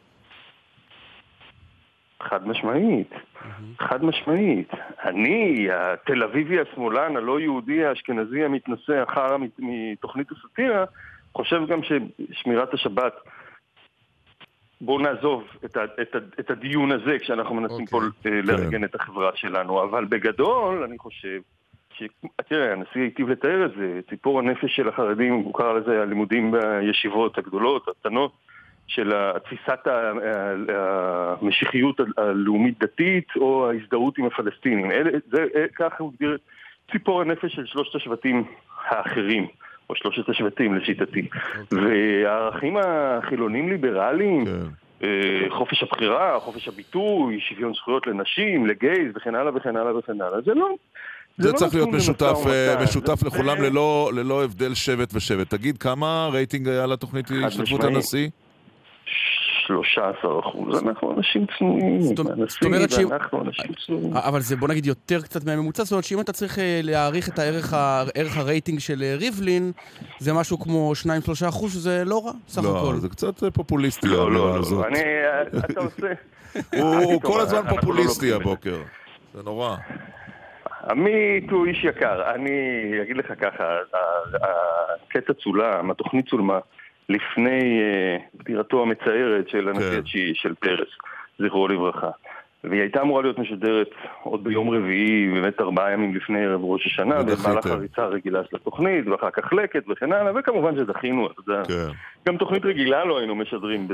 חד משמעית, חד משמעית. אני, התל אביבי השמאלן, הלא יהודי, האשכנזי, המתנשא, אחר מתוכנית הסאטירה, חושב גם ששמירת השבת, בואו נעזוב את, ה, את, ה, את הדיון הזה כשאנחנו מנסים okay. פה לארגן את החברה שלנו, אבל בגדול אני חושב תראה, הנשיא היטיב לתאר את זה, ציפור הנפש של החרדים, הוא קרא לזה הלימודים בישיבות הגדולות, הקטנות, של תפיסת המשיחיות הלאומית דתית או ההזדהות עם הפלסטינים. זה, כך הוא הגדיר ציפור הנפש של שלושת השבטים האחרים, או שלושת השבטים לשיטתי. והערכים החילונים ליברליים, חופש הבחירה, חופש הביטוי, שוויון זכויות לנשים, לגייז וכן הלאה וכן הלאה וכן הלאה. זה לא... זה צריך להיות משותף, משותף לכולם ללא, ללא הבדל שבט ושבט. תגיד, כמה רייטינג היה לתוכנית השתתפות הנשיא? שלושה עשר אחוז. אנחנו אנשים צנועים. זאת אומרת שאם... אבל זה בוא נגיד יותר קצת מהממוצע, זאת אומרת שאם אתה צריך להעריך את הערך הרייטינג של ריבלין, זה משהו כמו שניים שלושה אחוז, שזה לא רע, סך הכל. לא, זה קצת פופוליסטי. לא, לא, לא. אני... אתה עושה... הוא כל הזמן פופוליסטי הבוקר. זה נורא. עמית הוא איש יקר. אני אגיד לך ככה, הקטע צולם, התוכנית צולמה, לפני פטירתו המצערת של הנשיא התשיעי של פרס, זכרו לברכה. והיא הייתה אמורה להיות משודרת עוד ביום רביעי, באמת ארבעה ימים לפני ערב ראש השנה, במהלך הריצה הרגילה של התוכנית, ואחר כך לקט וכן הלאה, וכמובן שדחינו, אתה יודע. גם תוכנית רגילה לא היינו משדרים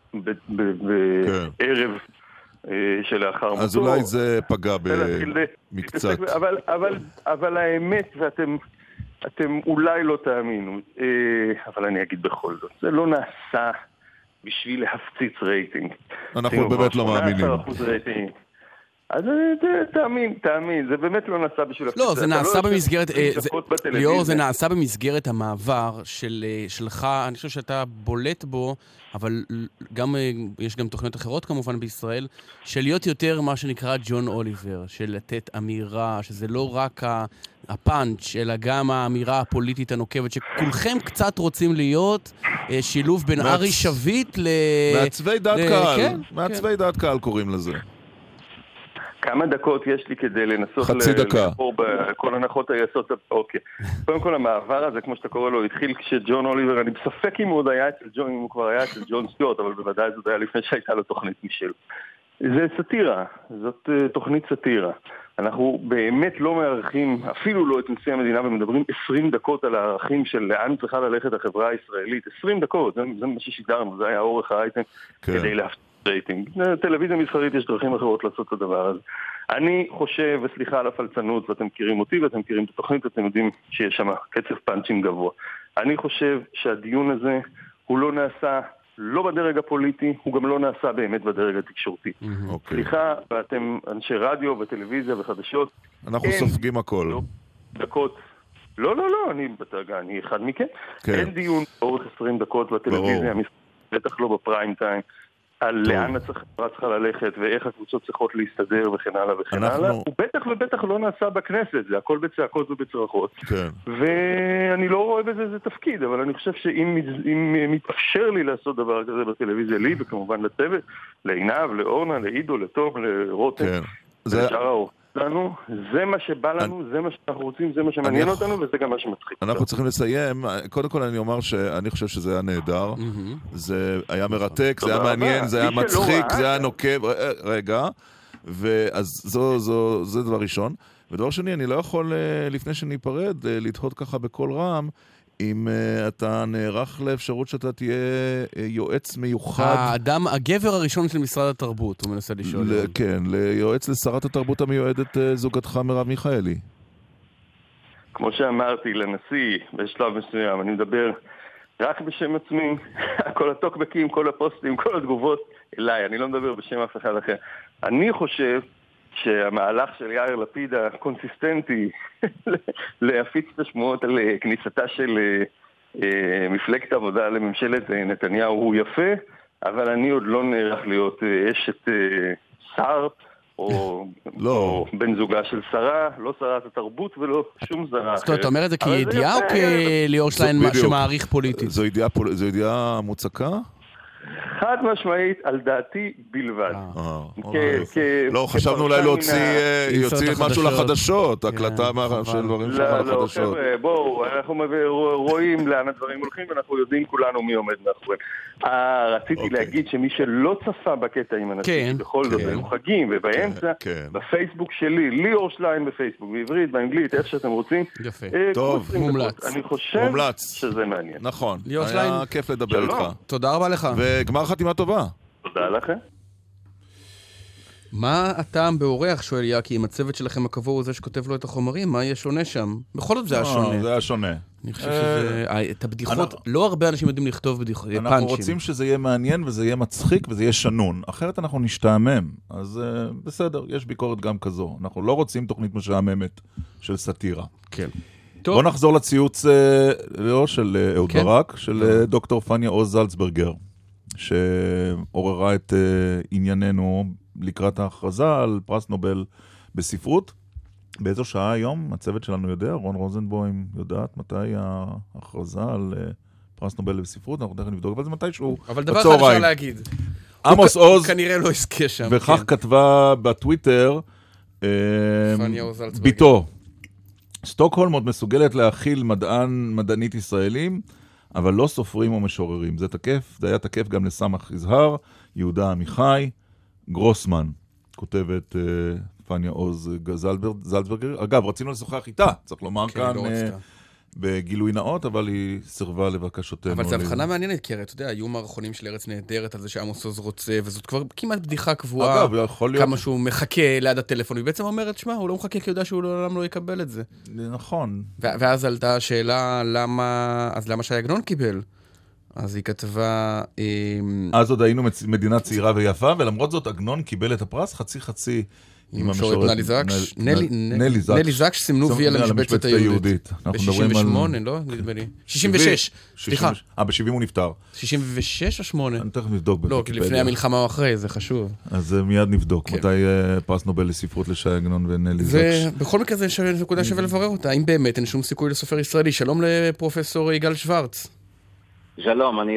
בערב שלאחר מותו. אז אולי זה פגע במקצת. אבל האמת, ואתם... אתם אולי לא תאמינו, אבל אני אגיד בכל זאת, זה לא נעשה בשביל להפציץ רייטינג. אנחנו באמת לא מאמינים. אז תאמין, תאמין, זה באמת לא נעשה בשביל להפציץ. לא, זה נעשה במסגרת, ליאור, זה נעשה במסגרת המעבר שלך, אני חושב שאתה בולט בו, אבל גם, יש גם תוכניות אחרות כמובן בישראל, של להיות יותר מה שנקרא ג'ון אוליבר, של לתת אמירה, שזה לא רק הפאנץ', אלא גם האמירה הפוליטית הנוקבת, שכולכם קצת רוצים להיות שילוב בין ארי שביט ל... מעצבי דעת קהל, מעצבי דעת קהל קוראים לזה. כמה דקות יש לי כדי לנסות חצי דקה. לחפור בכל הנחות היסוד. אוקיי. קודם כל המעבר הזה, כמו שאתה קורא לו, התחיל כשג'ון אוליבר, אני בספק אם הוא עוד היה אצל ג'ון, אם הוא כבר היה אצל ג'ון סטיוארט, אבל בוודאי זאת היה לפני שהייתה לו תוכנית משל. זה סאטירה, זאת תוכנית סאטירה. אנחנו באמת לא מערכים, אפילו לא את נשיא המדינה, ומדברים עשרים דקות על הערכים של לאן צריכה ללכת החברה הישראלית. עשרים דקות, זה, זה מה ששידרנו, זה היה אורך האייטם כן. כדי להפתיע. רייטינג. טלוויזיה מסחרית יש דרכים אחרות לעשות את הדבר הזה. אני חושב, וסליחה על הפלצנות, ואתם מכירים אותי ואתם מכירים את התוכנית, אתם יודעים שיש שם קצב פאנצ'ים גבוה. אני חושב שהדיון הזה הוא לא נעשה לא בדרג הפוליטי, הוא גם לא נעשה באמת בדרג התקשורתי. Okay. סליחה, ואתם אנשי רדיו וטלוויזיה וחדשות. אנחנו אין, סופגים הכל. לא, דקות. לא, לא, לא, אני, אני אחד מכם. כן. אין דיון באורך עשרים דקות בטלוויזיה, בטח לא בפריים טיים. על לאן החברה צריכה ללכת ואיך הקבוצות צריכות להסתדר וכן הלאה וכן הלאה. הוא בטח ובטח לא נעשה בכנסת, זה הכל בצעקות ובצרחות. ואני לא רואה בזה איזה תפקיד, אבל אני חושב שאם מתאפשר לי לעשות דבר כזה בטלוויזיה לי, וכמובן לצוות, לעינב, לאורנה, לעידו, לתום, לרותם, ולשאר האור. לנו, זה מה שבא לנו, זה מה שאנחנו רוצים, זה מה שמעניין אותנו, וזה גם מה שמצחיק. אנחנו צריכים לסיים. קודם כל אני אומר שאני חושב שזה היה נהדר, זה היה מרתק, זה היה מעניין, זה היה מצחיק, זה היה נוקב, רגע, ואז זה דבר ראשון. ודבר שני, אני לא יכול, לפני שניפרד, לתהות ככה בכל רם, אם uh, אתה נערך לאפשרות שאתה תהיה uh, יועץ מיוחד. האדם, הגבר הראשון של משרד התרבות, הוא מנסה לשאול. ל- כן, ליועץ לשרת התרבות המיועדת uh, זוגתך מרב מיכאלי. כמו שאמרתי לנשיא, בשלב מסוים, אני מדבר רק בשם עצמי, כל הטוקבקים, כל הפוסטים, כל התגובות אליי, אני לא מדבר בשם אף אחד אחר. אני חושב שהמהלך של יאיר לפיד הקונסיסטנטי להפיץ את השמועות על כניסתה של אה, מפלגת עבודה לממשלת נתניהו הוא יפה, אבל אני עוד לא נערך להיות אה, אשת אה, שר או, לא. או בן זוגה של שרה, לא שרת התרבות ולא שום זרה אחרת. אתה אומר את זה כידיעה או כליאור שליין שמעריך פוליטית? זו ידיעה, זו ידיעה מוצקה? חד משמעית, על דעתי בלבד. לא, חשבנו אולי להוציא משהו לחדשות, הקלטה של דברים שלך לחדשות. לא, חבר'ה, בואו, אנחנו רואים לאן הדברים הולכים, ואנחנו יודעים כולנו מי עומד מאחורי. רציתי להגיד שמי שלא צפה בקטע עם אנשים, בכל זאת, היו חגים, ובאמצע, בפייסבוק שלי, ליאור שליין בפייסבוק, בעברית, באנגלית, איך שאתם רוצים. יפה. טוב, מומלץ. אני חושב שזה מעניין. נכון, היה כיף לדבר איתך. תודה רבה לך. וגמר חתימה טובה. תודה לכם. מה הטעם באורח, שואל יאקי, אם הצוות שלכם הקבוע הוא זה שכותב לו את החומרים, מה יהיה שונה שם? בכל זאת זה היה שונה. זה היה שונה. אני חושב שזה... את הבדיחות, לא הרבה אנשים יודעים לכתוב פאנצ'ים. אנחנו רוצים שזה יהיה מעניין וזה יהיה מצחיק וזה יהיה שנון. אחרת אנחנו נשתעמם. אז בסדר, יש ביקורת גם כזו. אנחנו לא רוצים תוכנית משעממת של סאטירה. כן. בוא נחזור לציוץ של אהוד ברק, של דוקטור פניה עוז זלצברגר. שעוררה את uh, ענייננו לקראת ההכרזה על פרס נובל בספרות. באיזו שעה היום, הצוות שלנו יודע, רון רוזנבוים יודעת מתי ההכרזה על uh, פרס נובל בספרות, אנחנו תכף נבדוק, אבל זה מתישהו בצהריים. אבל דבר אחד אפשר להגיד. עמוס עוז, כנראה לא עסקה שם. וכך כן. כתבה בטוויטר, uh, פניה עוז זלצברגר. ביתו. סטוקהולם עוד מסוגלת להכיל מדען, מדענית ישראלים, אבל לא סופרים או משוררים. זה תקף, זה היה תקף גם לסמך יזהר, יהודה עמיחי, גרוסמן, כותבת uh, פניה עוז זלצברגר. אגב, רצינו לשוחח איתה, צריך לומר כן, כאן לא uh, בגילוי נאות, אבל היא סירבה לבקשותינו. אבל זו הבחנה מעניינת, כי הרי, אתה יודע, היו מערכונים של ארץ נהדרת על זה שעמוס עוז רוצה, וזאת כבר כמעט בדיחה קבועה, אגב, יכול להיות... כמה שהוא מחכה ליד הטלפון, היא בעצם אומרת, שמה, הוא לא מחכה כי יודע שהוא לעולם לא יקבל את זה. נכון. ואז עלתה השאלה, למה, אז למה שהעגנון קיבל? אז היא כתבה... אז עוד היינו מדינה צעירה ויפה, ולמרות זאת עגנון קיבל את הפרס חצי חצי עם המשוררת נלי זקש. נלי זקש סימנו וי על המשבצת היהודית. ב-שישים ושמונה, לא? נדמה לי. שישים ושש, סליחה. אה, ב-שבעים הוא נפטר. שישים ושש או שמונה? אני תכף נבדוק. לא, כי לפני המלחמה או אחרי, זה חשוב. אז מיד נבדוק. מתי פרס נובל לספרות לשי עגנון ונלי זקש. בכל מקרה זה נקודה שווה לברר אותה. האם באמת אין שום סיכוי לסופר ישראלי? שלום לפרופסור יגאל שוורץ. שלום, אני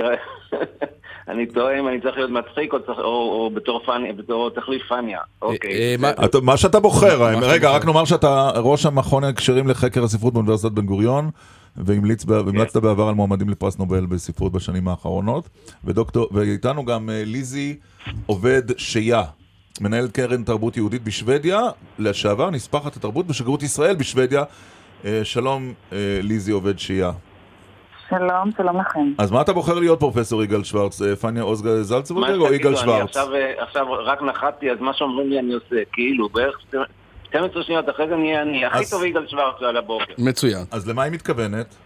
אני טועה אם אני צריך להיות מצחיק או בתור תחליף פניה. אוקיי. מה שאתה בוחר. רגע, רק נאמר שאתה ראש המכון ההקשרים לחקר הספרות באוניברסיטת בן גוריון, והמלצת בעבר על מועמדים לפרס נובל בספרות בשנים האחרונות, ואיתנו גם ליזי עובד שיה, מנהלת קרן תרבות יהודית בשוודיה, לשעבר נספחת התרבות בשגרירות ישראל בשוודיה. שלום ליזי עובד שיה. שלום, שלום לכם. אז מה אתה בוחר להיות פרופסור יגאל שוורץ? פניה עוז זלצברגר או יגאל שוורץ? עכשיו רק נחתתי, אז מה שאומרים לי אני עושה, כאילו בערך שתים עשרה שניות אחרי זה נהיה אני הכי טוב יגאל שוורץ על הבוקר. מצוין. אז למה היא מתכוונת?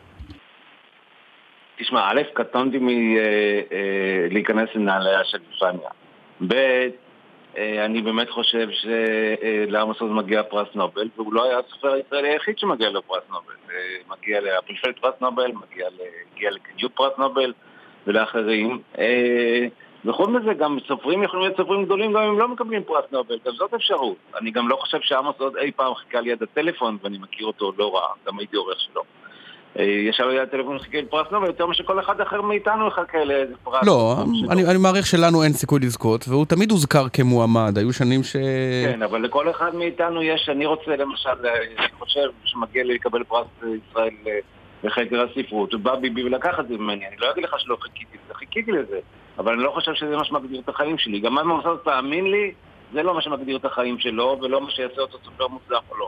תשמע, א', קטונתי מלהיכנס לנעליה של פניה. ב', אני באמת חושב שלעמוס עוז מגיע פרס נובל, והוא לא היה הסופר הישראלי היחיד שמגיע לו פרס נובל. מגיע לאפלפלד פרס נובל, מגיע לקניוט פרס נובל ולאחרים. וחוץ מזה, גם סופרים יכולים להיות סופרים גדולים גם אם לא מקבלים פרס נובל, גם זאת אפשרות. אני גם לא חושב שעמוס עוז אי פעם חיכה ליד הטלפון, ואני מכיר אותו לא רע, גם הייתי עורך שלו. ישב ליד הטלפון וחיכה לפרס נובל, יותר משכל אחד אחר מאיתנו יחכה לאיזה פרס. לא, אני מעריך שלנו אין סיכוי לזכות, והוא תמיד הוזכר כמועמד, היו שנים ש... כן, אבל לכל אחד מאיתנו יש, אני רוצה למשל, אני חושב שמגיע לי לקבל פרס ישראל לחקר הספרות, ובא ביבי ולקח את זה ממני, אני לא אגיד לך שלא חיכיתי לזה, חיכיתי לזה, אבל אני לא חושב שזה מה שמגדיר את החיים שלי, גם מה מוסד תאמין לי, זה לא מה שמגדיר את החיים שלו, ולא מה שיעשה אותו סופר מוצלח או לא.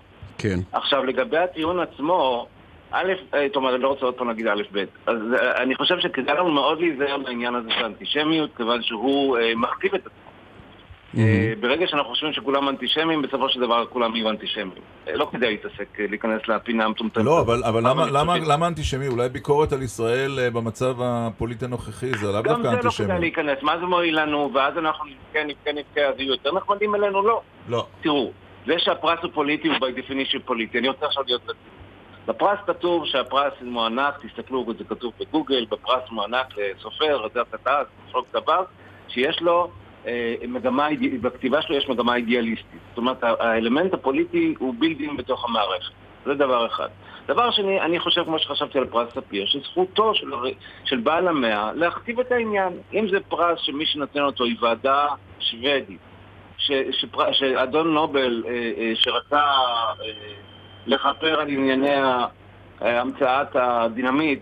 כן. עכשיו, לגבי הטיעון עצמו, א', זאת אומרת, אני לא רוצה עוד פעם להגיד א' ב', אז אני חושב שכדאי לנו מאוד להיזהר בעניין הזה של אנטישמיות, כיוון שהוא מכתיב את עצמו. ברגע שאנחנו חושבים שכולם אנטישמים, בסופו של דבר כולם יהיו אנטישמים. לא כדאי להתעסק, להיכנס לפינה המטומטמת. לא, אבל למה אנטישמי? אולי ביקורת על ישראל במצב הפוליטי הנוכחי, זה לאו דווקא אנטישמי. גם זה לא כדאי להיכנס, מה זה מועיל לנו, ואז אנחנו נבכה, נבכה, נבכה, אז יהיו יותר נחמדים אלינו? לא. לא. תראו, זה שהפרס הוא פוליטי הוא by definition פוליטי. אני רוצה עכשיו להיות לצד. בפרס כתוב שהפרס מוענק, תסתכלו, זה כתוב בגוגל, בפרס מוענק לסופר, רזר כתב, חוק דבר, שיש לו מגמה, בכתיבה שלו יש מגמה אידיאליסטית. זאת אומרת, האלמנט הפוליטי הוא בילדין בתוך המערכת. זה דבר אחד. דבר שני, אני חושב, כמו שחשבתי על פרס ספיר, שזכותו של, של בעל המאה להכתיב את העניין. אם זה פרס שמי שנתן אותו היא ועדה שוודית, ש, שפר, שאדון נובל שרצה לחפר על ענייני המצאת הדינמיט,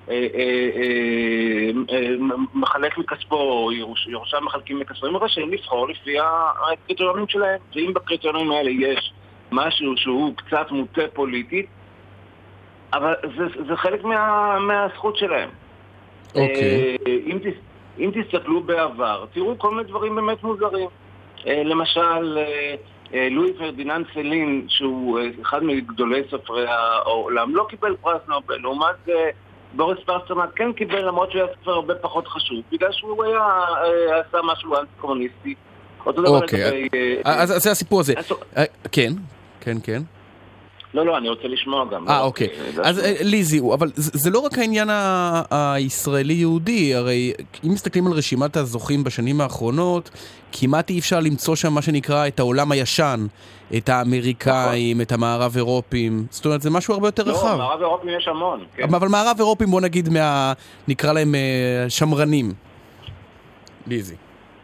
מחלק מכספו, יורשה מחלקים מכספו, הם רשאים לבחור לפי הקריטריונים שלהם. ואם בקריטריונים האלה יש משהו שהוא קצת מוטה פוליטית, אבל זה, זה חלק מה, מהזכות שלהם. אוקיי. אם, אם תסתכלו בעבר, תראו כל מיני דברים באמת מוזרים. למשל, לואי פרדיננד סלין, שהוא אחד מגדולי סופרי העולם, לא קיבל פרס נובל, לעומת בוריס פסטרנק כן קיבל, למרות שהוא היה ספר הרבה פחות חשוב, בגלל שהוא היה עשה משהו אנטי-קומוניסטי. אוקיי, אז זה הסיפור הזה. כן, כן, כן. לא, לא, אני רוצה לשמוע גם. אה, אוקיי. אז ליזי, אבל זה לא רק העניין הישראלי-יהודי, הרי אם מסתכלים על רשימת הזוכים בשנים האחרונות, כמעט אי אפשר למצוא שם מה שנקרא את העולם הישן, את האמריקאים, את המערב אירופים. זאת אומרת, זה משהו הרבה יותר רחב. לא, מערב אירופים יש המון. אבל מערב אירופים, בוא נגיד, נקרא להם שמרנים. ליזי.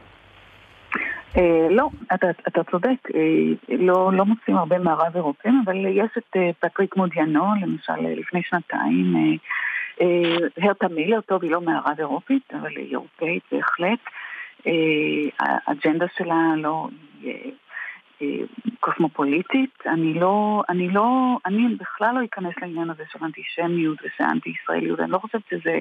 לא, אתה צודק, לא מוצאים הרבה מערב אירופים, אבל יש את פטריק מודיאנו, למשל לפני שנתיים, הרטה מילר, טוב, היא לא מערב אירופית, אבל היא אירופאית בהחלט, האג'נדה שלה לא קוסמופוליטית, אני לא, אני לא, אני בכלל לא אכנס לעניין הזה של אנטישמיות ושאנטי ישראליות, אני לא חושבת שזה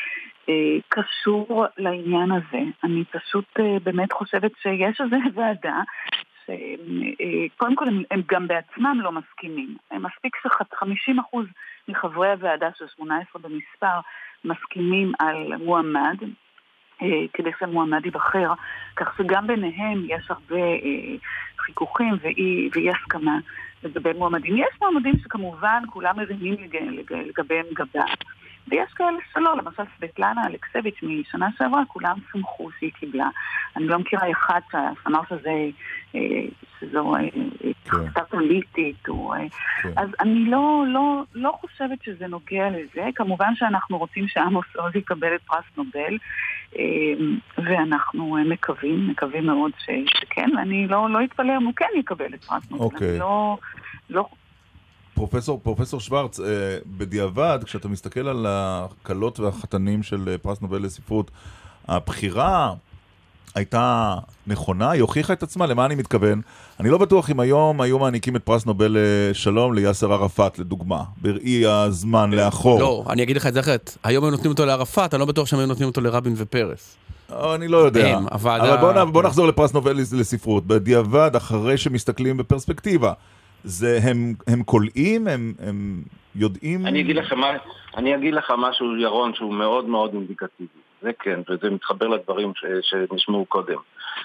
קשור לעניין הזה. אני פשוט באמת חושבת שיש איזו ועדה שקודם כל הם, הם גם בעצמם לא מסכימים. הם מספיק ש-חמישים אחוז מחברי הוועדה של שמונה עשרה במספר מסכימים על מועמד כדי שמועמד ייבחר, כך שגם ביניהם יש הרבה חיכוכים ואי, ואי הסכמה לגבי מועמדים. יש מועמדים שכמובן כולם מרימים לגביהם גבה, ויש כאלה שלא, למשל סבטלנה אלכסביץ' משנה שעברה, כולם שמחו שהיא קיבלה. אני לא מכירה אחד שאמר שזה, שזו קצת פוליטית, אז אני לא, לא, לא חושבת שזה נוגע לזה. כמובן שאנחנו רוצים שעמוס עוז יקבל את פרס נובל, ואנחנו מקווים, מקווים מאוד שכן, ואני לא, לא אתפלא אם הוא כן יקבל את פרס נובל. אני לא, לא... פרופסור, פרופסור שוורץ, בדיעבד, כשאתה מסתכל על הקלות והחתנים של פרס נובל לספרות, הבחירה הייתה נכונה, היא הוכיחה את עצמה, למה אני מתכוון? אני לא בטוח אם היום היו מעניקים את פרס נובל לשלום ליאסר ערפאת, לדוגמה, בראי הזמן לאחור. לא, אני אגיד לך את זה אחרת. היום הם נותנים אותו לערפאת, אני לא בטוח שהם היו נותנים אותו לרבין ופרס. אני לא יודע. אבל בוא נחזור לפרס נובל לספרות. בדיעבד, אחרי שמסתכלים בפרספקטיבה, זה הם הם קולעים, הם הם יודעים. אני אגיד לך מה, אני אגיד לך משהו ירון שהוא מאוד מאוד אינדיקטיבי. זה כן, וזה מתחבר לדברים ש, שנשמעו קודם.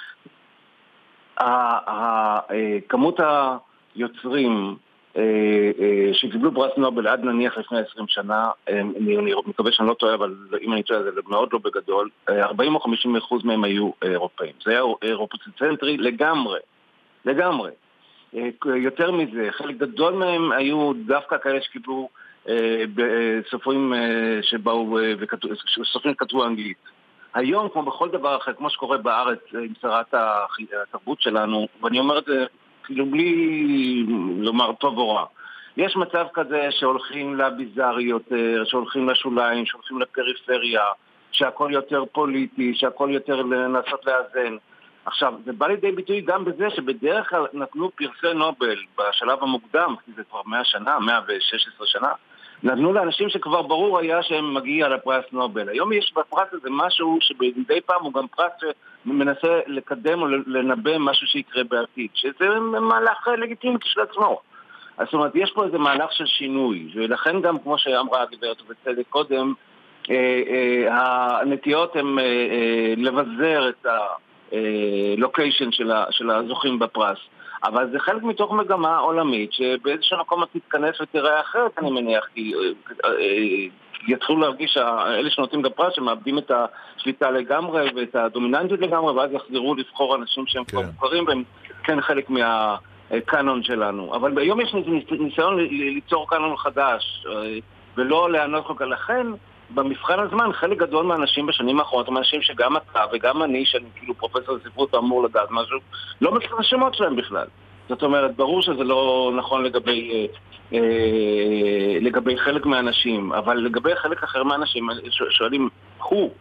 כמות היוצרים שקיבלו פרס נובל עד נניח לפני עשרים שנה, אני מקווה שאני לא טועה, אבל אם אני טועה זה מאוד לא בגדול, ארבעים או חמישים אחוז מהם היו אירופאים. זה היה אירופוצנטרי לגמרי, לגמרי. יותר מזה, חלק גדול מהם היו דווקא כאלה שקיבלו בסופרים שבאו, סופרים כתבו אנגלית. היום, כמו בכל דבר אחר, כמו שקורה בארץ עם שרת התרבות שלנו, ואני אומר את זה כאילו בלי לומר טוב או רע, יש מצב כזה שהולכים לביזארי יותר, שהולכים לשוליים, שהולכים לפריפריה, שהכל יותר פוליטי, שהכל יותר לנסות לאזן. עכשיו, זה בא לידי ביטוי גם בזה שבדרך כלל נתנו פרסי נובל בשלב המוקדם, כי זה כבר מאה שנה, מאה ושש עשרה שנה, נתנו לאנשים שכבר ברור היה שהם מגיע לפרס נובל. היום יש בפרס הזה משהו שבדי פעם הוא גם פרס שמנסה לקדם או לנבא משהו שיקרה בעתיד, שזה מהלך לגיטימי של עצמו. זאת אומרת, יש פה איזה מהלך של שינוי, ולכן גם כמו שאמרה הגברת ובצדק קודם, אה, אה, הנטיות הן אה, אה, לבזר את הלוקיישן של, של הזוכים בפרס. אבל זה חלק מתוך מגמה עולמית שבאיזשהו מקום את תתכנס ותראה אחרת, אני מניח, כי אה, אה, יתחילו להרגיש אלה שנותנים בפרס שמאבדים את השליטה לגמרי ואת הדומיננטיות לגמרי, ואז יחזרו לבחור אנשים שהם כבר מוכרים והם כן חלק מה... קאנון שלנו. אבל ביום יש ניסיון ליצור קאנון חדש ולא לענות כל כך. לכן במבחן הזמן חלק גדול מהאנשים בשנים האחרונות הם אנשים שגם אתה וגם אני שאני כאילו פרופסור לספרות אמור לדעת משהו לא מצליח לשמות שלהם בכלל. זאת אומרת, ברור שזה לא נכון לגבי אה, לגבי חלק מהאנשים, אבל לגבי חלק אחר מהאנשים שואלים הוא,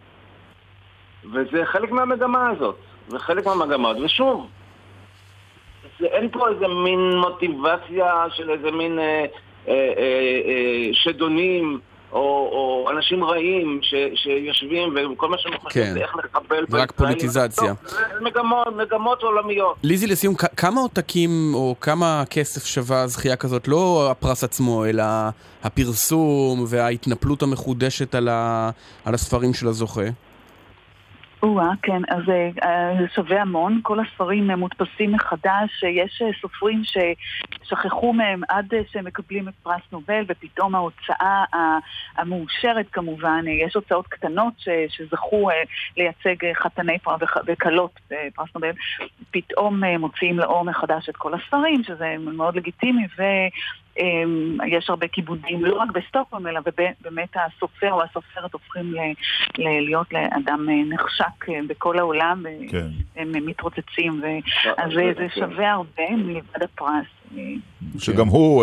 וזה חלק מהמגמה הזאת וחלק מהמגמה הזאת. ושוב, אין פה איזה מין מוטיבציה של איזה מין אה, אה, אה, שדונים או, או אנשים רעים ש, שיושבים וכל מה שהם חושבים זה איך לקבל רק פוליטיזציה. זה מגמות, מגמות עולמיות. ליזי, לסיום, כמה עותקים או כמה כסף שווה זכייה כזאת? לא הפרס עצמו, אלא הפרסום וההתנפלות המחודשת על, ה, על הספרים של הזוכה? וואה, כן, אז זה שווה המון. כל הספרים מודפסים מחדש. יש סופרים ששכחו מהם עד שהם מקבלים את פרס נובל, ופתאום ההוצאה המאושרת כמובן, יש הוצאות קטנות שזכו לייצג חתני פרס וקלות בפרס נובל, פתאום מוציאים לאור מחדש את כל הספרים, שזה מאוד לגיטימי, ו... יש הרבה כיבודים, לא רק בסטוקהולם, אלא באמת הסופר או הסופרת הופכים להיות לאדם נחשק בכל העולם, והם מתרוצצים, אז זה שווה הרבה מלבד הפרס. שגם הוא...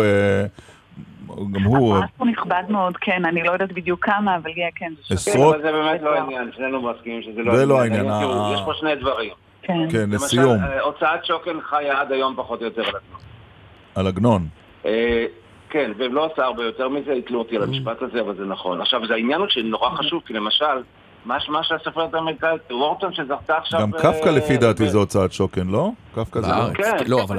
גם הוא... הפרס הוא נכבד מאוד, כן, אני לא יודעת בדיוק כמה, אבל יהיה, כן, זה שווה. אבל זה באמת לא העניין, שנינו מסכימים שזה לא העניין. יש פה שני דברים. כן, לסיום. הוצאת שוקן חיה עד היום פחות או יותר על עגנון. על עגנון. כן, והם לא עושה הרבה יותר מזה, התלו אותי על המשפט הזה, אבל זה נכון. עכשיו, זה העניין הוא שנורא חשוב, כי למשל, מה שהסופרת האמריקאית, וורטון שזכתה עכשיו... גם קפקא לפי דעתי זה הוצאת שוקן, לא? קפקא זה לא? כן, לא, אבל...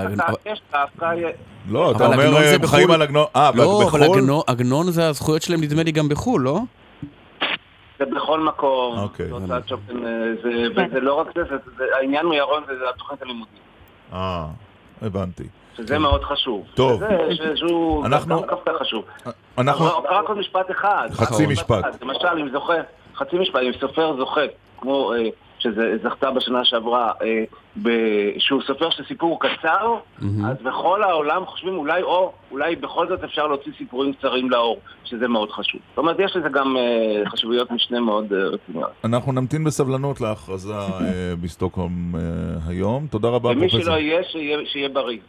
לא, אתה אומר חיים על עגנון... אה, בחול? לא, אבל עגנון זה הזכויות שלהם נדמה לי גם בחול, לא? זה בכל מקום, זה הוצאת שוקן, וזה לא רק זה, העניין הוא ירון, זה התוכנית הלימודית. אה, הבנתי. שזה מאוד חשוב. טוב. שהוא גם כפתה חשוב. רק עוד משפט אחד. חצי משפט. למשל, אם זוכה, חצי משפט, אם סופר זוכה, כמו שזכתה בשנה שעברה, שהוא סופר שסיפור קצר, אז בכל העולם חושבים אולי או, אולי בכל זאת אפשר להוציא סיפורים קצרים לאור, שזה מאוד חשוב. זאת אומרת, יש לזה גם חשיבויות משנה מאוד רציניות. אנחנו נמתין בסבלנות להכרזה בסטוקהולם היום. תודה רבה, פרופסור. ומי שלא יהיה, שיהיה בריא.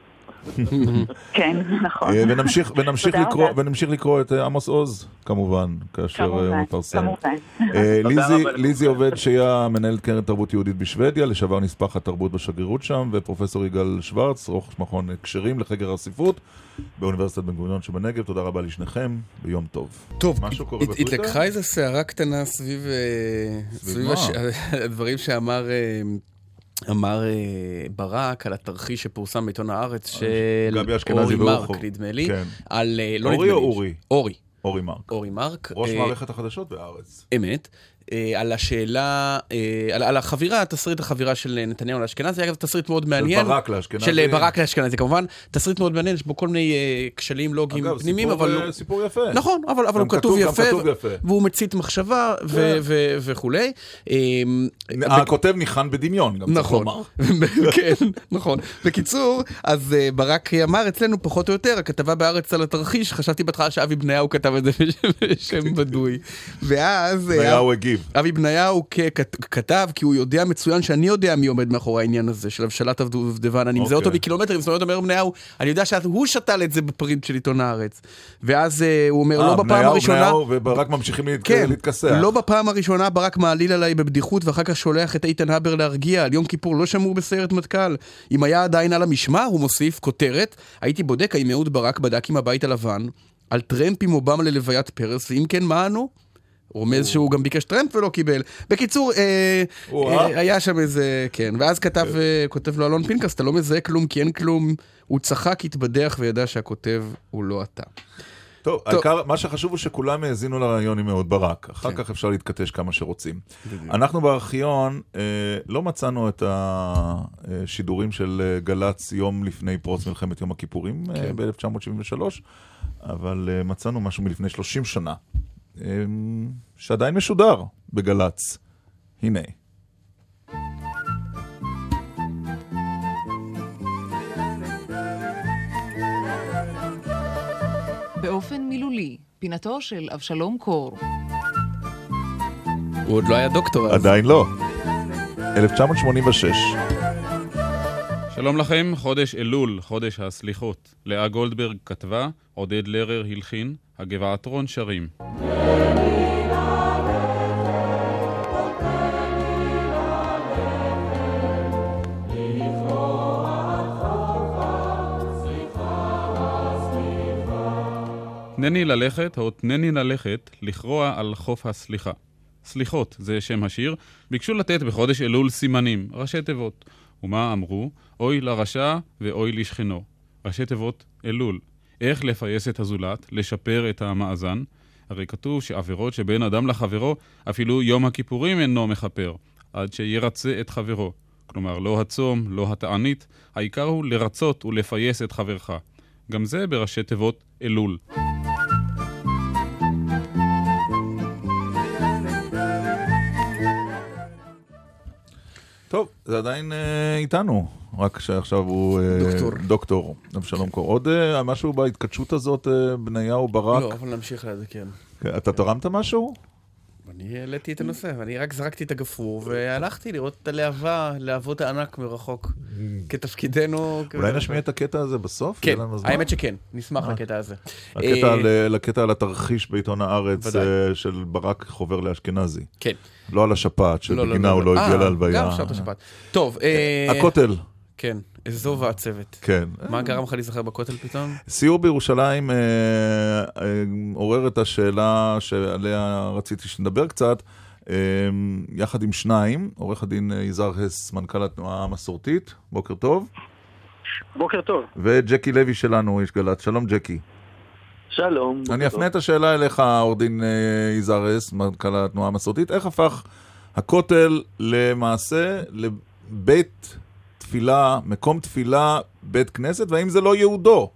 כן, נכון. ונמשיך, ונמשיך לקרוא, ונמשיך לקרוא את עמוס עוז, כמובן, כאשר הוא מפרסם. ליזי, ליזי עובד שהיה מנהלת קרן תרבות יהודית בשוודיה, לשעבר נספח התרבות בשגרירות שם, ופרופסור יגאל שוורץ, ראש מכון קשרים לחקר הספרות באוניברסיטת בן גוריון שבנגב. תודה רבה לשניכם, ביום טוב. טוב, התלקחה איזו שערה קטנה סביב הדברים שאמר אמר ברק על התרחיש שפורסם בעיתון הארץ של אורי מרק, נדמה לי. אורי או אורי? אורי. אורי מרק. אורי מרק. ראש מערכת החדשות בארץ. אמת. על השאלה, על, על החבירה, תסריט החבירה של נתניהו לאשכנזי, אגב, תסריט מאוד מעניין. של ברק לאשכנזי. של ברק לאשכנזי, כמובן. תסריט מאוד מעניין, יש בו כל מיני כשלים לוגיים פנימיים, אבל... אגב, סיפור יפה. נכון, אבל, אבל הוא כתוב יפה, יפה. והוא מצית מחשבה, ו- ו- וכולי. הכותב ניחן בדמיון, גם צריך לומר. כן, נכון. בקיצור, אז ברק אמר אצלנו פחות או יותר, הכתבה בארץ על התרחיש, חשבתי בהתחלה שאבי בניהו כתב את זה בשם בדוי. ואז... בניהו הגיב. תקשיב. אבי בניהו כתב, כי הוא יודע מצוין שאני יודע מי עומד מאחורי העניין הזה של הבשלת הדובדבן. אני מזהה אותו מקילומטרים, זאת אומרת, אומר בניהו, אני יודע שהוא שתל את זה בפריט של עיתון הארץ. ואז הוא אומר, לא בפעם הראשונה... בניהו וברק ממשיכים להתכסח. לא בפעם הראשונה ברק מעליל עליי בבדיחות, ואחר כך שולח את איתן הבר להרגיע. על יום כיפור לא שמור בסיירת מטכ"ל. אם היה עדיין על המשמר, הוא מוסיף כותרת. הייתי בודק האם אהוד ברק בדק עם הבית הלבן על טרמפ עם אובמה ללוויית פרס, ואם כן, מה ענו? רומז שהוא גם ביקש טרמפ ולא קיבל. בקיצור, היה שם איזה, כן. ואז כותב לו אלון פינקס, אתה לא מזהה כלום כי אין כלום. הוא צחק, התבדח וידע שהכותב הוא לא אתה. טוב, העיקר, מה שחשוב הוא שכולם האזינו לרעיון עם אהוד ברק. אחר כך אפשר להתכתש כמה שרוצים. אנחנו בארכיון לא מצאנו את השידורים של גלץ יום לפני פרוץ מלחמת יום הכיפורים ב-אלף תשע מאות שבעים ושלוש, אבל מצאנו משהו מלפני שלושים שנה, שעדיין משודר בגלץ. הנה. באופן מילולי, פינתו של אבשלום קור. הוא עוד לא היה דוקטור אז. עדיין לא. אלף תשע מאות שמונים ושש. שלום לכם, חודש אלול, חודש הסליחות. לאה גולדברג כתבה, עודד לרר הלחין, הגבעתרון שרים. תנני ללכת או תנני ללכת לכרוע על חוף הסליחה. סליחות זה שם השיר. ביקשו לתת בחודש אלול סימנים, ראשי תיבות. ומה אמרו? אוי לרשע ואוי לשכנו. ראשי תיבות אלול. איך לפייס את הזולת, לשפר את המאזן? הרי כתוב שעבירות שבין אדם לחברו, אפילו יום הכיפורים אינו מחפר, עד שירצה את חברו. כלומר, לא הצום, לא התענית, העיקר הוא לרצות ולפייס את חברך. גם זה בראשי תיבות אלול. טוב, זה עדיין אה, איתנו, רק שעכשיו הוא אה, דוקטור. דוקטור, אבשלום קור. עוד אה, משהו בהתקדשות הזאת, אה, בניהו ברק? לא, אבל נמשיך לזה, כן. אתה תרמת משהו? אני העליתי את הנושא, ואני רק זרקתי את הגפרור, והלכתי לראות את הלהבה, להבות הענק מרחוק, כתפקידנו. אולי נשמיע את הקטע הזה בסוף? כן, האמת שכן, נשמח לקטע הזה. לקטע על התרחיש בעיתון הארץ של ברק חובר לאשכנזי. כן. לא על השפעת, שבגינה הוא לא הגיע להלוויה. גם אפשר את השפעת. טוב. הכותל. כן, אזוב והצוות. כן. מה גרם לך להיזכר בכותל פתאום? סיור בירושלים אה, אה, עורר את השאלה שעליה רציתי שנדבר קצת, אה, יחד עם שניים, עורך הדין יזהר הס, מנכ"ל התנועה המסורתית, בוקר טוב. בוקר טוב. וג'קי לוי שלנו, איש גל"צ. שלום ג'קי. שלום. אני אפנה את השאלה אליך, עורך דין יזהר הס, מנכ"ל התנועה המסורתית, איך הפך הכותל למעשה לבית תפילה, מקום תפילה, בית כנסת, והאם זה לא יהודו?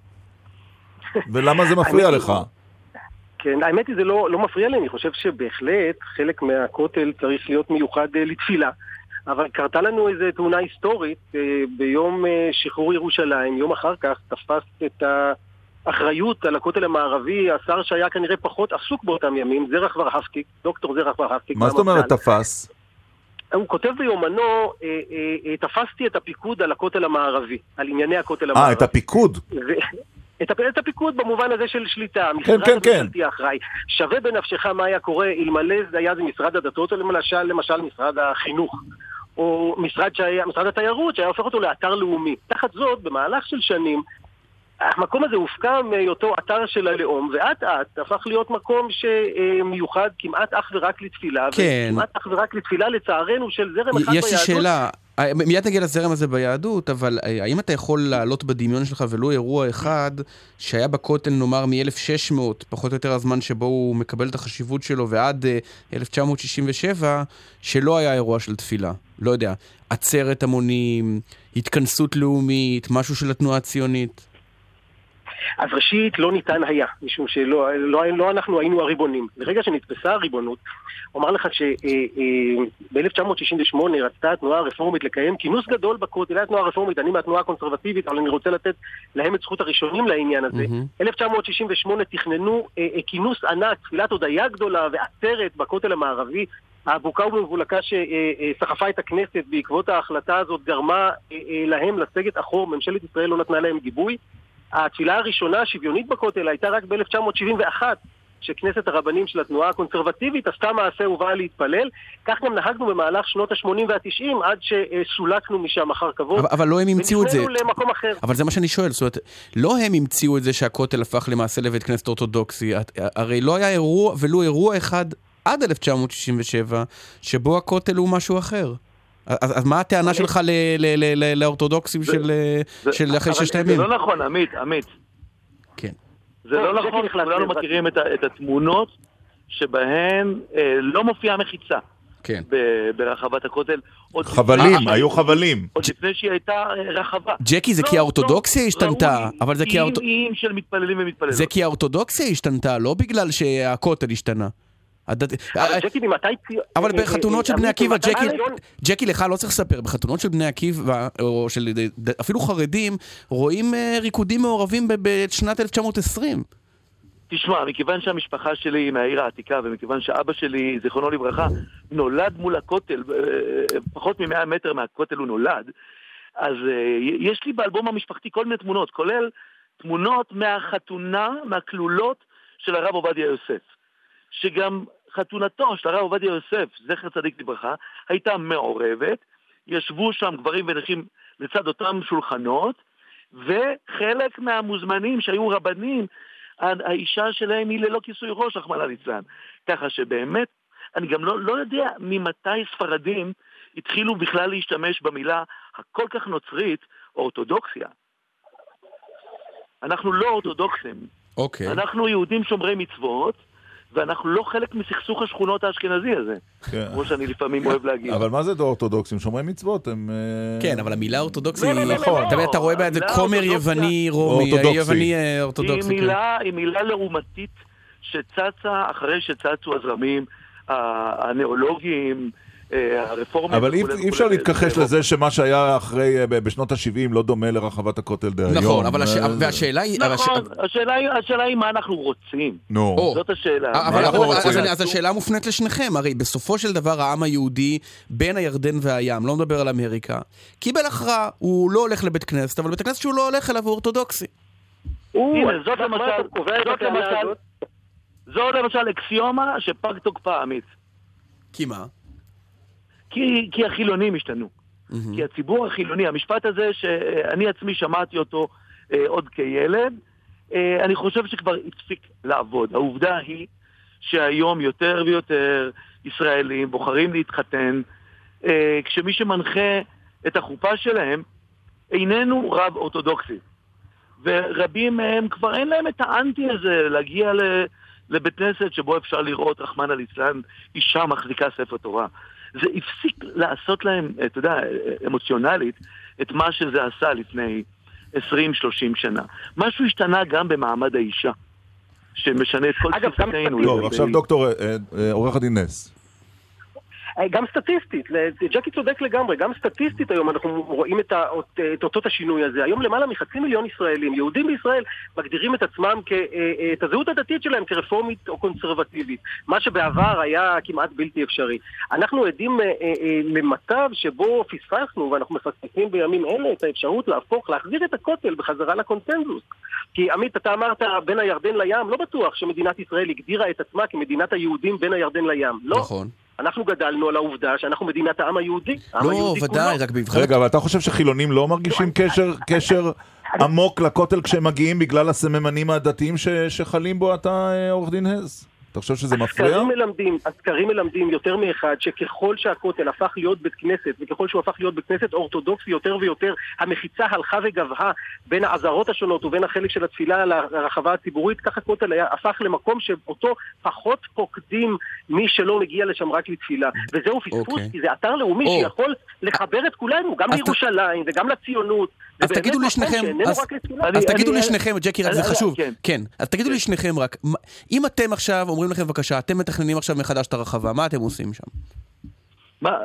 ולמה זה מפריע לך? כן, האמת היא זה לא, לא מפריע לי, אני חושב שבהחלט חלק מהכותל צריך להיות מיוחד לתפילה, אבל קרתה לנו איזו תאונה היסטורית, ביום שחרור ירושלים, יום אחר כך תפס את האחריות על הכותל המערבי, השר שהיה כנראה פחות עסוק באותם ימים, זרח ורהפטיג, דוקטור זרח ורהפטיג. מה זאת אומרת תפס? הוא כותב ביומנו, אה, אה, תפסתי את הפיקוד על הכותל המערבי, על ענייני הכותל המערבי. אה, את הפיקוד? ו... את, הפ... את הפיקוד במובן הזה של שליטה. כן, כן, כן. אחראי. שווה בנפשך מה היה קורה, אלמלא זה היה זה משרד הדתות, או למשל, למשל משרד החינוך, או משרד, שהיה, משרד התיירות, שהיה הופך אותו לאתר לאומי. תחת זאת, במהלך של שנים, המקום הזה הופקע מאותו אתר של הלאום, ועד עד הפך להיות מקום שמיוחד כמעט אך ורק לתפילה, כן. וכמעט אך ורק לתפילה לצערנו של זרם אחד ביהדות. יש לי שאלה, מיד נגיע לזרם הזה ביהדות, אבל האם אתה יכול לעלות בדמיון שלך ולא אירוע אחד שהיה בכותל נאמר מ-אלף ושש מאות, פחות או יותר הזמן שבו הוא מקבל את החשיבות שלו, ועד אלף תשע מאות שישים ושבע, שלא היה אירוע של תפילה? לא יודע, עצרת המונים, התכנסות לאומית, משהו של התנועה הציונית? אז ראשית לא ניתן היה, משום שלא לא, לא אנחנו היינו הריבונים. לרגע שנתפסה הריבונות, אומר לך שב-אלף תשע מאות שישים ושמונה רצתה התנועה הרפורמית לקיים כינוס גדול בכותל, התנועה הרפורמית, אני מהתנועה הקונסרבטיבית, אבל אני רוצה לתת להם את זכות הראשונים לעניין הזה. Mm-hmm. אלף תשע מאות שישים ושמונה תכננו כינוס ענק, תפילת הודיה גדולה ועצרת בכותל המערבי, הבוקה ובמבולקה שסחפה את הכנסת בעקבות ההחלטה הזאת גרמה להם לסגת אחור, ממשלת ישראל לא נתנה להם גיבוי. התפילה הראשונה השוויונית בכותל הייתה רק ב-אלף תשע מאות שבעים ואחת, שכנסת הרבנים של התנועה הקונסרבטיבית עשתה מעשה ובאה להתפלל. כך גם נהגנו במהלך שנות ה-שמונים וה-תשעים עד שסולקנו משם אחר כבוד. אבל, אבל לא הם המציאו את זה. ונפנינו למקום אחר. אבל זה מה שאני שואל, זאת אומרת, לא הם המציאו את זה שהכותל הפך למעשה לבית כנסת אורתודוקסי. הרי לא היה אירוע, ולא אירוע אחד עד אלף תשע מאות שישים ושבע, שבו הכותל הוא משהו אחר. אז, אז מה הטענה שלך ל, ל, ל, ל, לאורתודוקסים של, זה, של אחרי ששת הימים? זה לא נכון, עמית, עמית. כן. זה לא נכון, כולנו מכירים את, את התמונות שבהן אה, לא מופיעה מחיצה. כן. ברחבת הכותל. חבלים, היו חבלים. עוד לפני שהיא הייתה רחבה. ג'קי, זה כי האורתודוקסיה השתנתה, אבל זה כי איים של מתפללים ומתפללות. זה כי האורתודוקסיה השתנתה, לא בגלל שהכותל השתנה. אבל בחתונות של בני עקיבא, ג'קי, לך לא צריך לספר, בחתונות של בני עקיבא, או של אפילו חרדים, רואים ריקודים מעורבים בשנת אלף תשע מאות עשרים. תשמע, מכיוון שהמשפחה שלי היא מהעיר העתיקה, ומכיוון שאבא שלי, זיכרונו לברכה, נולד מול הכותל, פחות ממאה מטר מהכותל הוא נולד, אז יש לי באלבום המשפחתי כל מיני תמונות, כולל תמונות מהחתונה, מהכלולות של הרב עובדיה יוסף. שגם חתונתו של הרב עובדיה יוסף, זכר צדיק לברכה, הייתה מעורבת, ישבו שם גברים ונשים לצד אותם שולחנות, וחלק מהמוזמנים שהיו רבנים, האישה שלהם היא ללא כיסוי ראש, רחמנא ליצלן. ככה שבאמת, אני גם לא, לא יודע ממתי ספרדים התחילו בכלל להשתמש במילה הכל כך נוצרית, אורתודוקסיה. אנחנו לא אורתודוקסים. אוקיי. אנחנו יהודים שומרי מצוות, ואנחנו לא חלק מסכסוך השכונות האשכנזי הזה, כמו שאני לפעמים אוהב להגיד. אבל מה זה אורתודוקסים? שומרי מצוות הם... כן, אבל המילה אורתודוקסי היא... נכון. אתה רואה בה את זה כומר יווני רומי, יווני אורתודוקסי. היא מילה לעומתית שצצה אחרי שצצו הזרמים הנאולוגיים, הרפורמים. אבל אי אפשר להתכחש לזה שמה שהיה אחרי, בשנות ה-שבעים, לא דומה לרחבת הכותל דהיום. נכון, אבל השאלה היא... נכון, השאלה היא מה אנחנו רוצים. נו. זאת השאלה. אז השאלה מופנית לשניכם. הרי בסופו של דבר העם היהודי בין הירדן והים, לא מדבר על אמריקה, קיבל הכרעה, הוא לא הולך לבית כנסת, אבל בית הכנסת שהוא לא הולך אליו הוא אורתודוקסי. הנה, זאת למשל, זאת למשל אקסיומה שפג תוקפה, עמית. כי מה? כי, כי החילונים השתנו. Mm-hmm. כי הציבור החילוני, המשפט הזה שאני עצמי שמעתי אותו אה, עוד כילד, אה, אני חושב שכבר הפסיק לעבוד. העובדה היא שהיום יותר ויותר ישראלים בוחרים להתחתן, אה, כשמי שמנחה את החופה שלהם איננו רב אורתודוקסי. ורבים מהם כבר אין להם את האנטי הזה להגיע ל... לבית כנסת שבו אפשר לראות רחמנא ליצלן אישה מחזיקה ספר תורה. זה הפסיק לעשות להם, אתה יודע, אמוציונלית, את מה שזה עשה לפני עשרים שלושים שנה. משהו השתנה גם במעמד האישה, שמשנה את כל תפיסתנו. טוב, עכשיו דוקטור עורך הדין נס. גם סטטיסטית, ג'קי צודק לגמרי, גם סטטיסטית היום אנחנו רואים את, האות, את אותות השינוי הזה. היום למעלה מחצי מיליון ישראלים, יהודים בישראל, מגדירים את עצמם, כ, את הזהות הדתית שלהם כרפורמית או קונסרבטיבית, מה שבעבר היה כמעט בלתי אפשרי. אנחנו עדים למצב שבו פספסנו, ואנחנו מפספסים בימים אלה את האפשרות להפוך, להחזיר את הכותל בחזרה לקונצנזוס. כי עמית, אתה אמרת בין הירדן לים, לא בטוח שמדינת ישראל הגדירה את עצמה כמדינת היהודים בין הירדן לים. לא. נכון. אנחנו גדלנו על העובדה שאנחנו מדינת העם היהודי. לא, ודאי, רק בבחר. רגע, אבל אתה חושב שחילונים לא מרגישים קשר עמוק לכותל כשהם מגיעים בגלל הסממנים הדתיים שחלים בו אתה, עורך דין הז? אתה חושב שזה מפריע? הסקרים מלמדים, הסקרים מלמדים יותר מאחד שככל שהכותל הפך להיות בית כנסת, וככל שהוא הפך להיות בית כנסת אורתודוקסי יותר ויותר, המחיצה הלכה וגבהה בין העזרות השונות ובין החלק של התפילה לרחבה הציבורית, כך הכותל היה, הפך למקום שאותו פחות פוקדים מי שלא מגיע לשם רק לתפילה. וזהו פספוס, כי זה אתר לאומי שיכול לחבר את כולנו, גם לירושלים וגם לציונות. אז תגידו לשניכם, אז תגידו לשניכם, ג'קי, רק זה חשוב. כן, אז תגידו לשניכם רק, אם אתם עכשיו אומרים לכם בבקשה, אתם מתכננים עכשיו מחדש את הרחבה, מה אתם עושים שם? מה,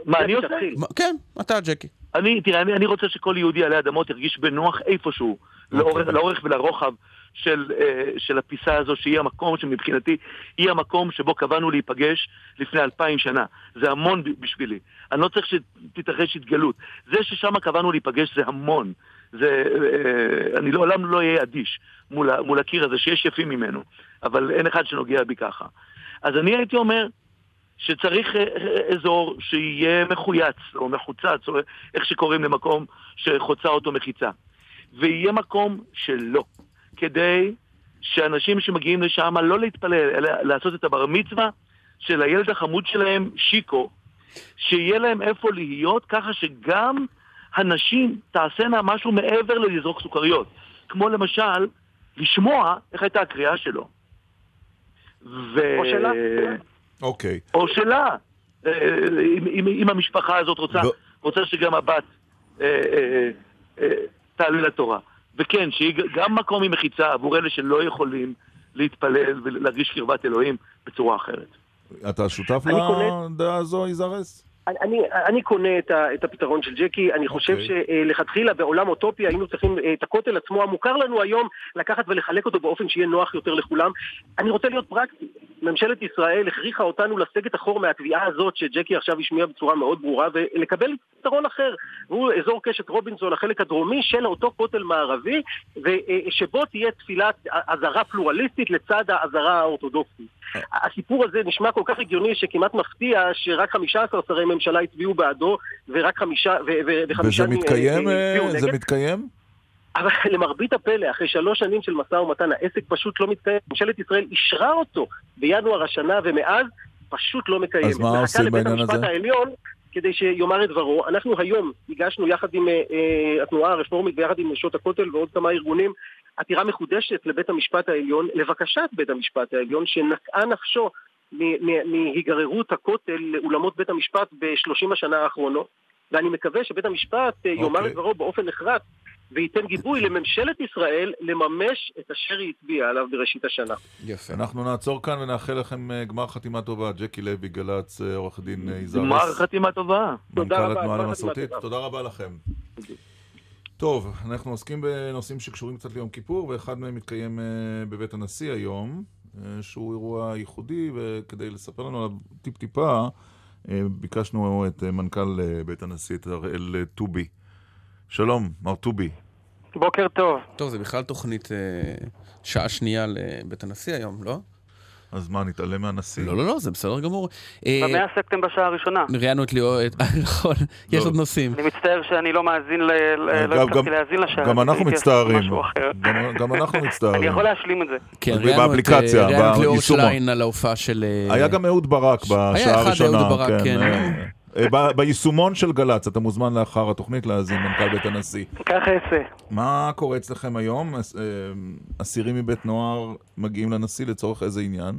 מה, אני עושה? כן, אתה ג'קי. אני, תראה, אני, אני רוצה שכל יהודי עלי אדמות ירגיש בנוח איפשהו, לאורך, לאורך ולרוחב של, של הפיסה הזו, שהיא המקום שמבחינתי, היא המקום שבו קבענו להיפגש לפני אלפיים שנה. זה המון בשבילי. אני לא צריך שתתרחש התגלות. זה ששם קבענו להיפגש זה המון. זה, אני לעולם לא אהיה אדיש מול, מול הקיר הזה, שיש יפים ממנו. אבל אין אחד שנוגע בי ככה. אז אני הייתי אומר שצריך אזור שיהיה מחויץ או מחוצץ, או איך שקוראים למקום שחוצה אותו מחיצה. ויהיה מקום שלא. כדי שאנשים שמגיעים לשם לא להתפלל, אלא לעשות את הבר מצווה של הילד החמוד שלהם, שיקו, שיהיה להם איפה להיות, ככה שגם הנשים תעשינה משהו מעבר ללזרוק סוכריות. כמו למשל, לשמוע איך הייתה הקריאה שלו. ו... או שלה. אוקיי. או שלה. אם, אם המשפחה הזאת רוצה, רוצה שגם הבת אה, אה, אה, תעלה לתורה. וכן, שהיא גם מקום עם מחיצה עבור אלה שלא יכולים להתפלל ולהרגיש קרבת אלוהים בצורה אחרת. אתה שותף לדעה הזו, איזרס? אני, אני קונה את, ה, את הפתרון של ג'קי. אני חושב okay. שלכתחילה בעולם אוטופיה היינו צריכים את הכותל עצמו המוכר לנו היום לקחת ולחלק אותו באופן שיהיה נוח יותר לכולם. אני רוצה להיות פרקטי. ממשלת ישראל הכריחה אותנו לסגת אחור מהקביעה הזאת שג'קי עכשיו השמיע בצורה מאוד ברורה ולקבל פתרון אחר. והוא אזור קשת רובינסון, החלק הדרומי של אותו כותל מערבי, שבו תהיה תפילת עזרה פלורליסטית לצד העזרה האורתודוקסית. הסיפור הזה נשמע כל כך הגיוני שכמעט מפתיע שרק חמישה עשר שרי ממשלה הצביעו בעדו ורק חמישה וחמישה וזה מתקיים? זה מתקיים? אבל למרבית הפלא, אחרי שלוש שנים של משא ומתן, העסק פשוט לא מתקיים. ממשלת ישראל אישרה אותו בינואר השנה ומאז פשוט לא מקיים. אז מה עושים בעניין הזה? המשפט העליון כדי שיאמר את דברו. אנחנו היום הגשנו יחד עם אה, התנועה הרפורמית ויחד עם נשות הכותל ועוד כמה ארגונים עתירה מחודשת לבית המשפט העליון, לבקשת בית המשפט העליון שנקעה נפשו מהיגררות הכותל לאולמות בית המשפט בשלושים השנה האחרונות, ואני מקווה שבית המשפט okay. יאמר את דברו באופן נחרץ וייתן גיבוי לממשלת ישראל לממש את אשר היא הצביעה עליו בראשית השנה. יפה. אנחנו נעצור כאן ונאחל לכם גמר חתימה טובה. ג'קי לוי, גל"צ, עורך דין איזרס. גמר חתימה טובה. מנכ"ל התנועה המסורתית. תודה רבה לכם. טוב, אנחנו עוסקים בנושאים שקשורים קצת ליום כיפור, ואחד מהם מתקיים בבית הנשיא היום, שהוא אירוע ייחודי, וכדי לספר לנו עליו טיפ-טיפה, ביקשנו את מנכ"ל בית הנשיא, את הראל טובי. שלום, מר טובי. בוקר טוב. טוב, זה בכלל תוכנית שעה שנייה לבית הנשיא היום, לא? אז מה, נתעלם מהנשיא? לא, לא, לא, זה בסדר גמור. במה עסקתם בשעה הראשונה? ראיינו את ליאור, נכון, יש עוד נושאים. אני מצטער שאני לא מאזין, לא הצלחתי להאזין לשעה. גם אנחנו מצטערים. גם אנחנו מצטערים. אני יכול להשלים את זה. כן, ראיינו את ליאור שליין על ההופעה של... היה גם אהוד ברק בשעה הראשונה. היה אחד אהוד ברק, כן. ביישומון של גל"צ, אתה מוזמן לאחר התוכנית להאזין מנכ"ל בית הנשיא. ככה אעשה. מה קורה אצלכם היום? אסירים מבית נוער מגיעים לנשיא לצורך איזה עניין?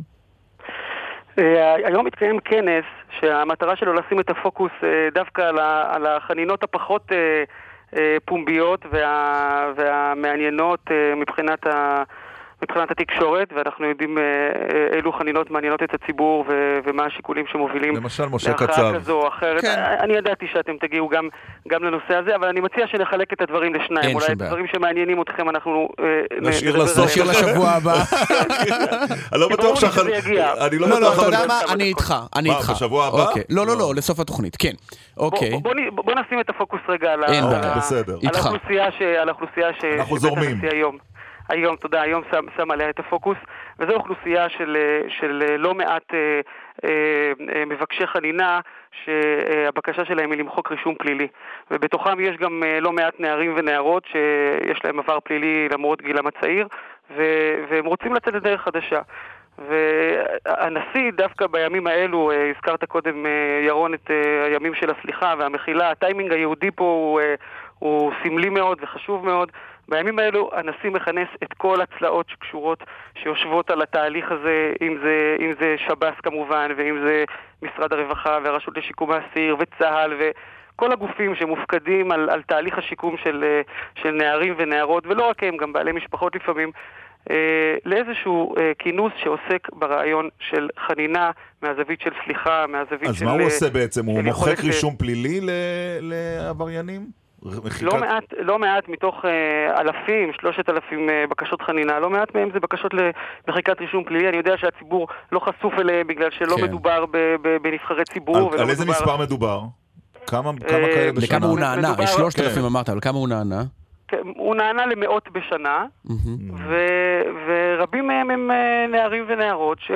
היום מתקיים כנס שהמטרה שלו לשים את הפוקוס דווקא על החנינות הפחות פומביות והמעניינות מבחינת ה... מבחינת התקשורת, ואנחנו יודעים אילו חנינות מעניינות את הציבור ו- ומה השיקולים שמובילים למשל משה קצב כזו או אחרת. כן. אני ידעתי שאתם תגיעו גם, גם לנושא הזה, אבל אני מציע שנחלק את הדברים לשניים. אולי את הדברים שמעניינים אתכם אנחנו נשאיר לסוף נשאיר לשבוע הבא. אני לא בטוח שאחד... אני לא בטוח, אתה יודע מה? אני איתך, אני איתך. מה, בשבוע הבא? לא, לא, לא, לסוף התוכנית, כן. אוקיי. בוא נשים את הפוקוס רגע על האוכלוסייה אנחנו זורמים. היום, תודה, היום שם, שם עליה את הפוקוס, וזו אוכלוסייה של, של לא מעט אה, אה, מבקשי חנינה, שהבקשה שלהם היא למחוק רישום פלילי. ובתוכם יש גם אה, לא מעט נערים ונערות שיש להם עבר פלילי למרות גילם הצעיר, ו- והם רוצים לצאת לדרך חדשה. והנשיא דווקא בימים האלו, הזכרת קודם ירון את הימים של הסליחה והמחילה, הטיימינג היהודי פה הוא, הוא סמלי מאוד וחשוב מאוד. בימים האלו הנשיא מכנס את כל הצלעות שקשורות, שיושבות על התהליך הזה, אם זה, אם זה שב"ס כמובן, ואם זה משרד הרווחה והרשות לשיקום האסיר וצה"ל וכל הגופים שמופקדים על, על תהליך השיקום של, של נערים ונערות, ולא רק הם, גם בעלי משפחות לפעמים, לאיזשהו כינוס שעוסק ברעיון של חנינה מהזווית של סליחה, מהזווית אז של... אז מה הוא עושה בעצם? הוא מוחק ש... רישום פלילי לעבריינים? לא מעט, לא מעט מתוך uh, אלפים, שלושת אלפים uh, בקשות חנינה, לא מעט מהם זה בקשות למחיקת רישום פלילי. אני יודע שהציבור לא חשוף אליהם בגלל שלא כן. מדובר ב- ב- בנבחרי ציבור. על, על איזה מדובר... מספר מדובר? כמה, כמה uh, כאלה בשנה? לכמה הוא נענה? מדובר... שלושת אלפים אמרת, אבל כמה הוא נענה? הוא נענה למאות בשנה, ו- ורבים מהם הם נערים ונערות ש...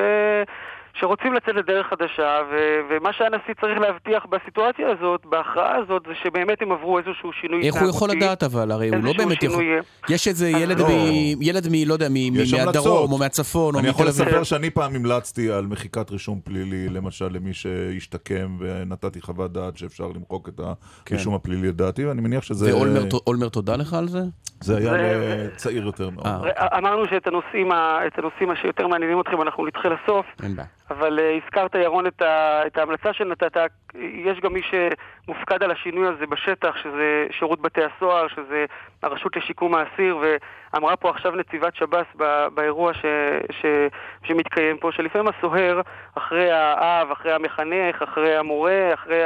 שרוצים לצאת לדרך חדשה, ו- ומה שהנשיא צריך להבטיח בסיטואציה הזאת, בהכרעה הזאת, זה שבאמת הם עברו איזשהו שינוי התנהגותי. איך הוא יכול לדעת אבל? הרי הוא לא באמת יכול... יש איזה ילד, לא. מ... ילד מ... לא יודע, מ... מהדרום או מהצפון או אני יכול מתל אביב. לספר שאני פעם המלצתי על מחיקת רישום פלילי, למשל למי שהשתקם, ונתתי חוות דעת שאפשר למחוק את הרישום כן. הפלילי לדעתי, ואני מניח שזה... ואולמר תודה לך על זה? זה היה זה... צעיר יותר מאוד. אמרנו שאת הנושאים, את הנושאים שיותר מעניינים אתכם אנחנו נדחה לסוף. אין בעיה. אבל uh, הזכרת ירון את, ה, את ההמלצה שנתת, יש גם מי שמופקד על השינוי הזה בשטח, שזה שירות בתי הסוהר, שזה הרשות לשיקום האסיר, ואמרה פה עכשיו נציבת שב"ס בא, באירוע ש, ש, שמתקיים פה, שלפעמים הסוהר, אחרי האב, אחרי המחנך, אחרי המורה, אחרי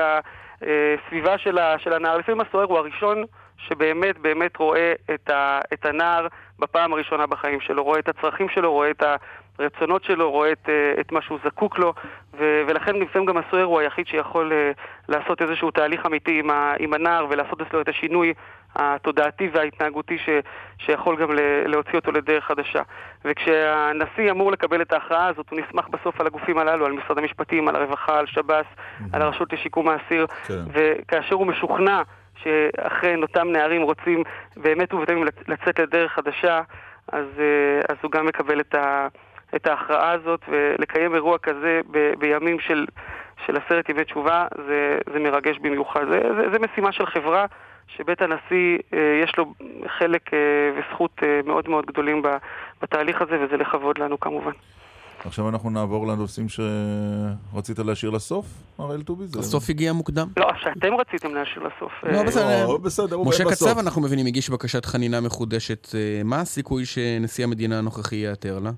הסביבה של, ה, של הנער, לפעמים הסוהר הוא הראשון שבאמת באמת רואה את, ה, את הנער בפעם הראשונה בחיים שלו, רואה את הצרכים שלו, רואה את ה... רצונות שלו, רואה את, את מה שהוא זקוק לו, ו, ולכן לפעמים גם הסוהר הוא היחיד שיכול לעשות איזשהו תהליך אמיתי עם, ה, עם הנער, ולעשות אצלו את השינוי התודעתי וההתנהגותי ש, שיכול גם להוציא אותו לדרך חדשה. וכשהנשיא אמור לקבל את ההכרעה הזאת, הוא נסמך בסוף על הגופים הללו, על משרד המשפטים, על הרווחה, על שב"ס, mm-hmm. על הרשות לשיקום האסיר, כן. וכאשר הוא משוכנע שאכן אותם נערים רוצים באמת ובתמים לצאת לדרך חדשה, אז, אז הוא גם מקבל את ה... את ההכרעה הזאת, ולקיים אירוע כזה ב, בימים של, של עשרת ימי תשובה, זה, זה מרגש במיוחד. זה, זה, זה משימה של חברה שבית הנשיא יש לו חלק וזכות מאוד מאוד גדולים בתהליך הזה, וזה לכבוד לנו כמובן. עכשיו אנחנו נעבור לנושאים שרצית להשאיר לסוף, הראל טובי? הסוף הגיע מוקדם. לא, שאתם רציתם להשאיר לסוף. לא, בסדר. בסדר, משה קצב, אנחנו מבינים, הגיש בקשת חנינה מחודשת. מה הסיכוי שנשיא המדינה הנוכחי יאתר לה?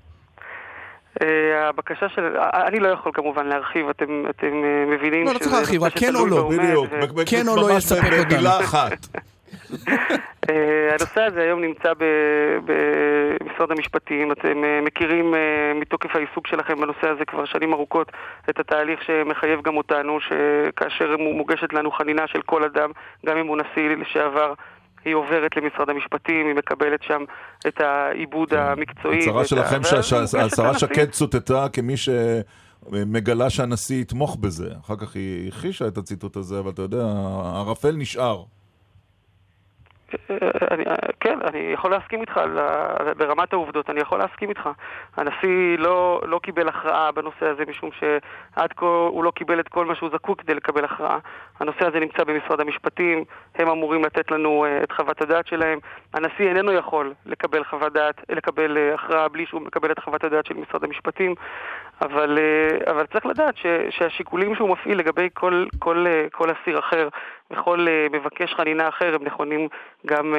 הבקשה של... אני לא יכול כמובן להרחיב, אתם מבינים... לא, לא צריך להרחיב, רק כן או לא. בדיוק. כן או לא יספק אותנו. במילה אחת. הנושא הזה היום נמצא במשרד המשפטים. אתם מכירים מתוקף העיסוק שלכם בנושא הזה כבר שנים ארוכות את התהליך שמחייב גם אותנו, שכאשר מוגשת לנו חנינה של כל אדם, גם אם הוא נשיא לשעבר, היא עוברת למשרד המשפטים, היא מקבלת שם את העיבוד המקצועי. הצהרה שלכם שהשרה שקד צוטטה כמי שמגלה שהנשיא יתמוך בזה. אחר כך היא הכחישה את הציטוט הזה, אבל אתה יודע, הרפל נשאר. אני, כן, אני יכול להסכים איתך ברמת העובדות, אני יכול להסכים איתך. הנשיא לא, לא קיבל הכרעה בנושא הזה, משום שעד כה הוא לא קיבל את כל מה שהוא זקוק כדי לקבל הכרעה. הנושא הזה נמצא במשרד המשפטים, הם אמורים לתת לנו את חוות הדעת שלהם. הנשיא איננו יכול לקבל חוות דעת, לקבל הכרעה בלי שהוא מקבל את חוות הדעת של משרד המשפטים, אבל, אבל צריך לדעת ש, שהשיקולים שהוא מפעיל לגבי כל, כל, כל אסיר אחר וכל מבקש חנינה אחר הם נכונים גם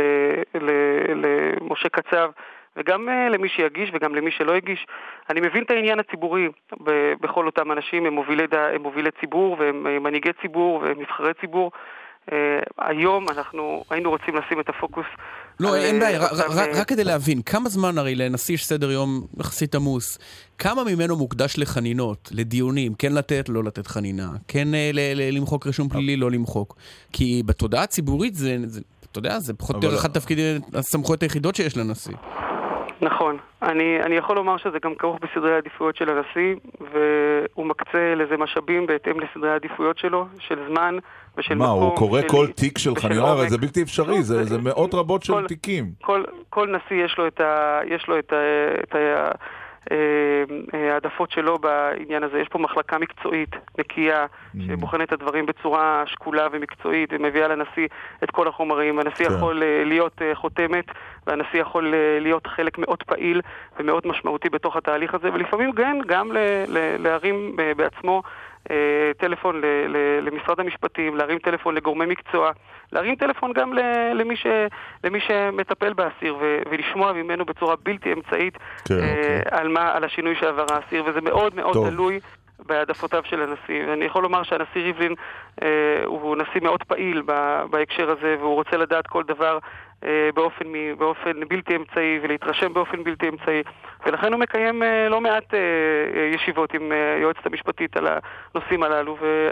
למשה קצב וגם למי שיגיש וגם למי שלא יגיש. אני מבין את העניין הציבורי בכל אותם אנשים, הם מובילי, הם מובילי ציבור והם מנהיגי ציבור והם נבחרי ציבור. היום אנחנו היינו רוצים לשים את הפוקוס. לא, אין בעיה, רק כדי להבין, כמה זמן הרי לנשיא יש סדר יום יחסית עמוס, כמה ממנו מוקדש לחנינות, לדיונים, כן לתת, לא לתת חנינה, כן למחוק רישום פלילי, לא למחוק, כי בתודעה הציבורית זה, אתה יודע, זה פחות או אחד תפקיד הסמכויות היחידות שיש לנשיא. נכון. אני, אני יכול לומר שזה גם כרוך בסדרי העדיפויות של הנשיא, והוא מקצה לזה משאבים בהתאם לסדרי העדיפויות שלו, של זמן ושל מה, מקום. מה, הוא קורא של, כל תיק של חנינה? הרי זה בלתי אפשרי, לא, זה, זה מאות רבות של כל, תיקים. כל, כל נשיא יש לו את ה... יש לו את ה... את ה העדפות שלו בעניין הזה. יש פה מחלקה מקצועית, נקייה, שבוחנת את הדברים בצורה שקולה ומקצועית, ומביאה לנשיא את כל החומרים. הנשיא יכול להיות חותמת, והנשיא יכול להיות חלק מאוד פעיל ומאוד משמעותי בתוך התהליך הזה, ולפעמים גם, גם להרים בעצמו טלפון למשרד המשפטים, להרים טלפון לגורמי מקצוע, להרים טלפון גם למי, ש, למי שמטפל באסיר ולשמוע ממנו בצורה בלתי אמצעית כן, אוקיי. על, מה, על השינוי שעבר האסיר, וזה מאוד מאוד טוב. תלוי בהעדפותיו של הנשיא. ואני יכול לומר שהנשיא ריבלין אה, הוא נשיא מאוד פעיל בהקשר הזה, והוא רוצה לדעת כל דבר אה, באופן, באופן בלתי אמצעי ולהתרשם באופן בלתי אמצעי, ולכן הוא מקיים אה, לא מעט אה, ישיבות עם אה, יועצת המשפטית על הנושאים הללו,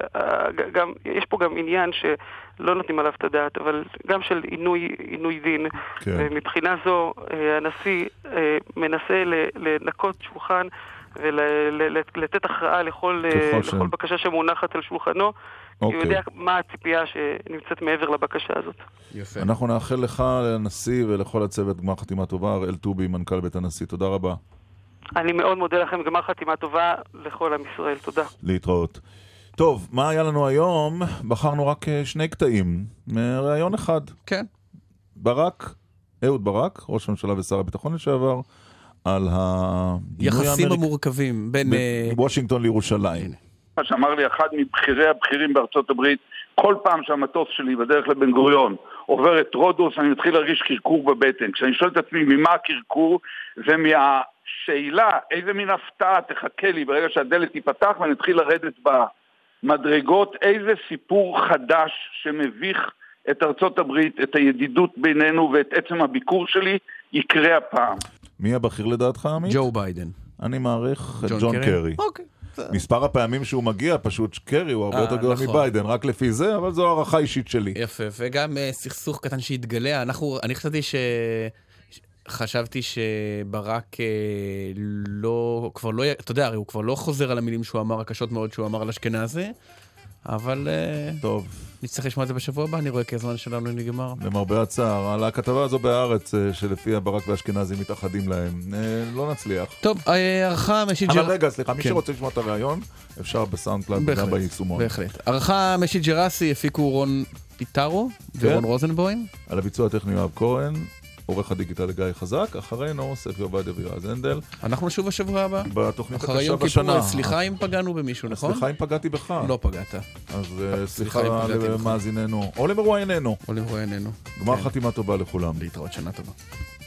ויש פה גם עניין שלא נותנים עליו את הדעת, אבל גם של עינוי, עינוי דין. כן. מבחינה זו אה, הנשיא אה, מנסה לנקות שולחן ולתת הכרעה לכל, לכל בקשה שמונחת על שולחנו, כי הוא יודע מה הציפייה שנמצאת מעבר לבקשה הזאת. יפה. אנחנו נאחל לך, לנשיא ולכל הצוות, גמר חתימה טובה. אראל טובי, מנכ"ל בית הנשיא, תודה רבה. אני מאוד מודה לכם, גמר חתימה טובה לכל עם ישראל, תודה. להתראות. טוב, מה היה לנו היום? בחרנו רק שני קטעים, מראיון אחד. כן. ברק, אהוד ברק, ראש הממשלה ושר הביטחון לשעבר, על היחסים המורכבים בין וושינגטון לירושלים. מה שאמר לי אחד מבחירי הבכירים בארצות הברית, כל פעם שהמטוס שלי בדרך לבן גוריון עובר את רודוס, אני מתחיל להרגיש קרקור בבטן. כשאני שואל את עצמי ממה הקרקור, זה מהשאלה איזה מין הפתעה תחכה לי ברגע שהדלת תיפתח ואני אתחיל לרדת במדרגות, איזה סיפור חדש שמביך את ארצות הברית, את הידידות בינינו ואת עצם הביקור שלי, יקרה הפעם. מי הבכיר לדעתך, עמית? ג'ו ביידן. אני מעריך את ג'ון קרי. אוקיי. מספר הפעמים שהוא מגיע, פשט קרי הוא הרבה יותר גדול מביידן, רק לפי זה, אבל זו הערכה אישית שלי. יפה, וגם סכסוך קטן שהתגלה, אני חשבתי ש... חשבתי שברק לא... כבר לא... אתה יודע, הוא כבר לא חוזר על המילים שהוא אמר, הקשות מאוד שהוא אמר על אשכנזי, אבל... טוב. נצטרך לשמוע את זה בשבוע הבא, אני רואה כי הזמן שלנו נגמר. למרבה הצער, על הכתבה הזו בארץ, שלפיה ברק ואשכנזי מתאחדים להם, לא נצליח. טוב, ערכה משית ג'רסי... אבל רגע, סליחה, מי שרוצה לשמוע את הרעיון, אפשר בסאונדקלאוד וגם ביישומון. בהחלט. ערכה משית ג'רסי, הפיקו רון פיטרו ורון רוזנבוים. על הביצוע הטכני יואב כהן. עורך הדיגיטל גיא חזק, אחרינו ספי עובדיה ויועז הנדל. אנחנו שוב השבוע הבא. בתוכנית הקשה בשנה. סליחה אם פגענו במישהו, נכון? סליחה אם פגעתי בך. לא פגעת. אז סליחה למאזיננו, או למרואייננו. או למרואייננו. גמר חתימה טובה לכולם. להתראות, שנה טובה.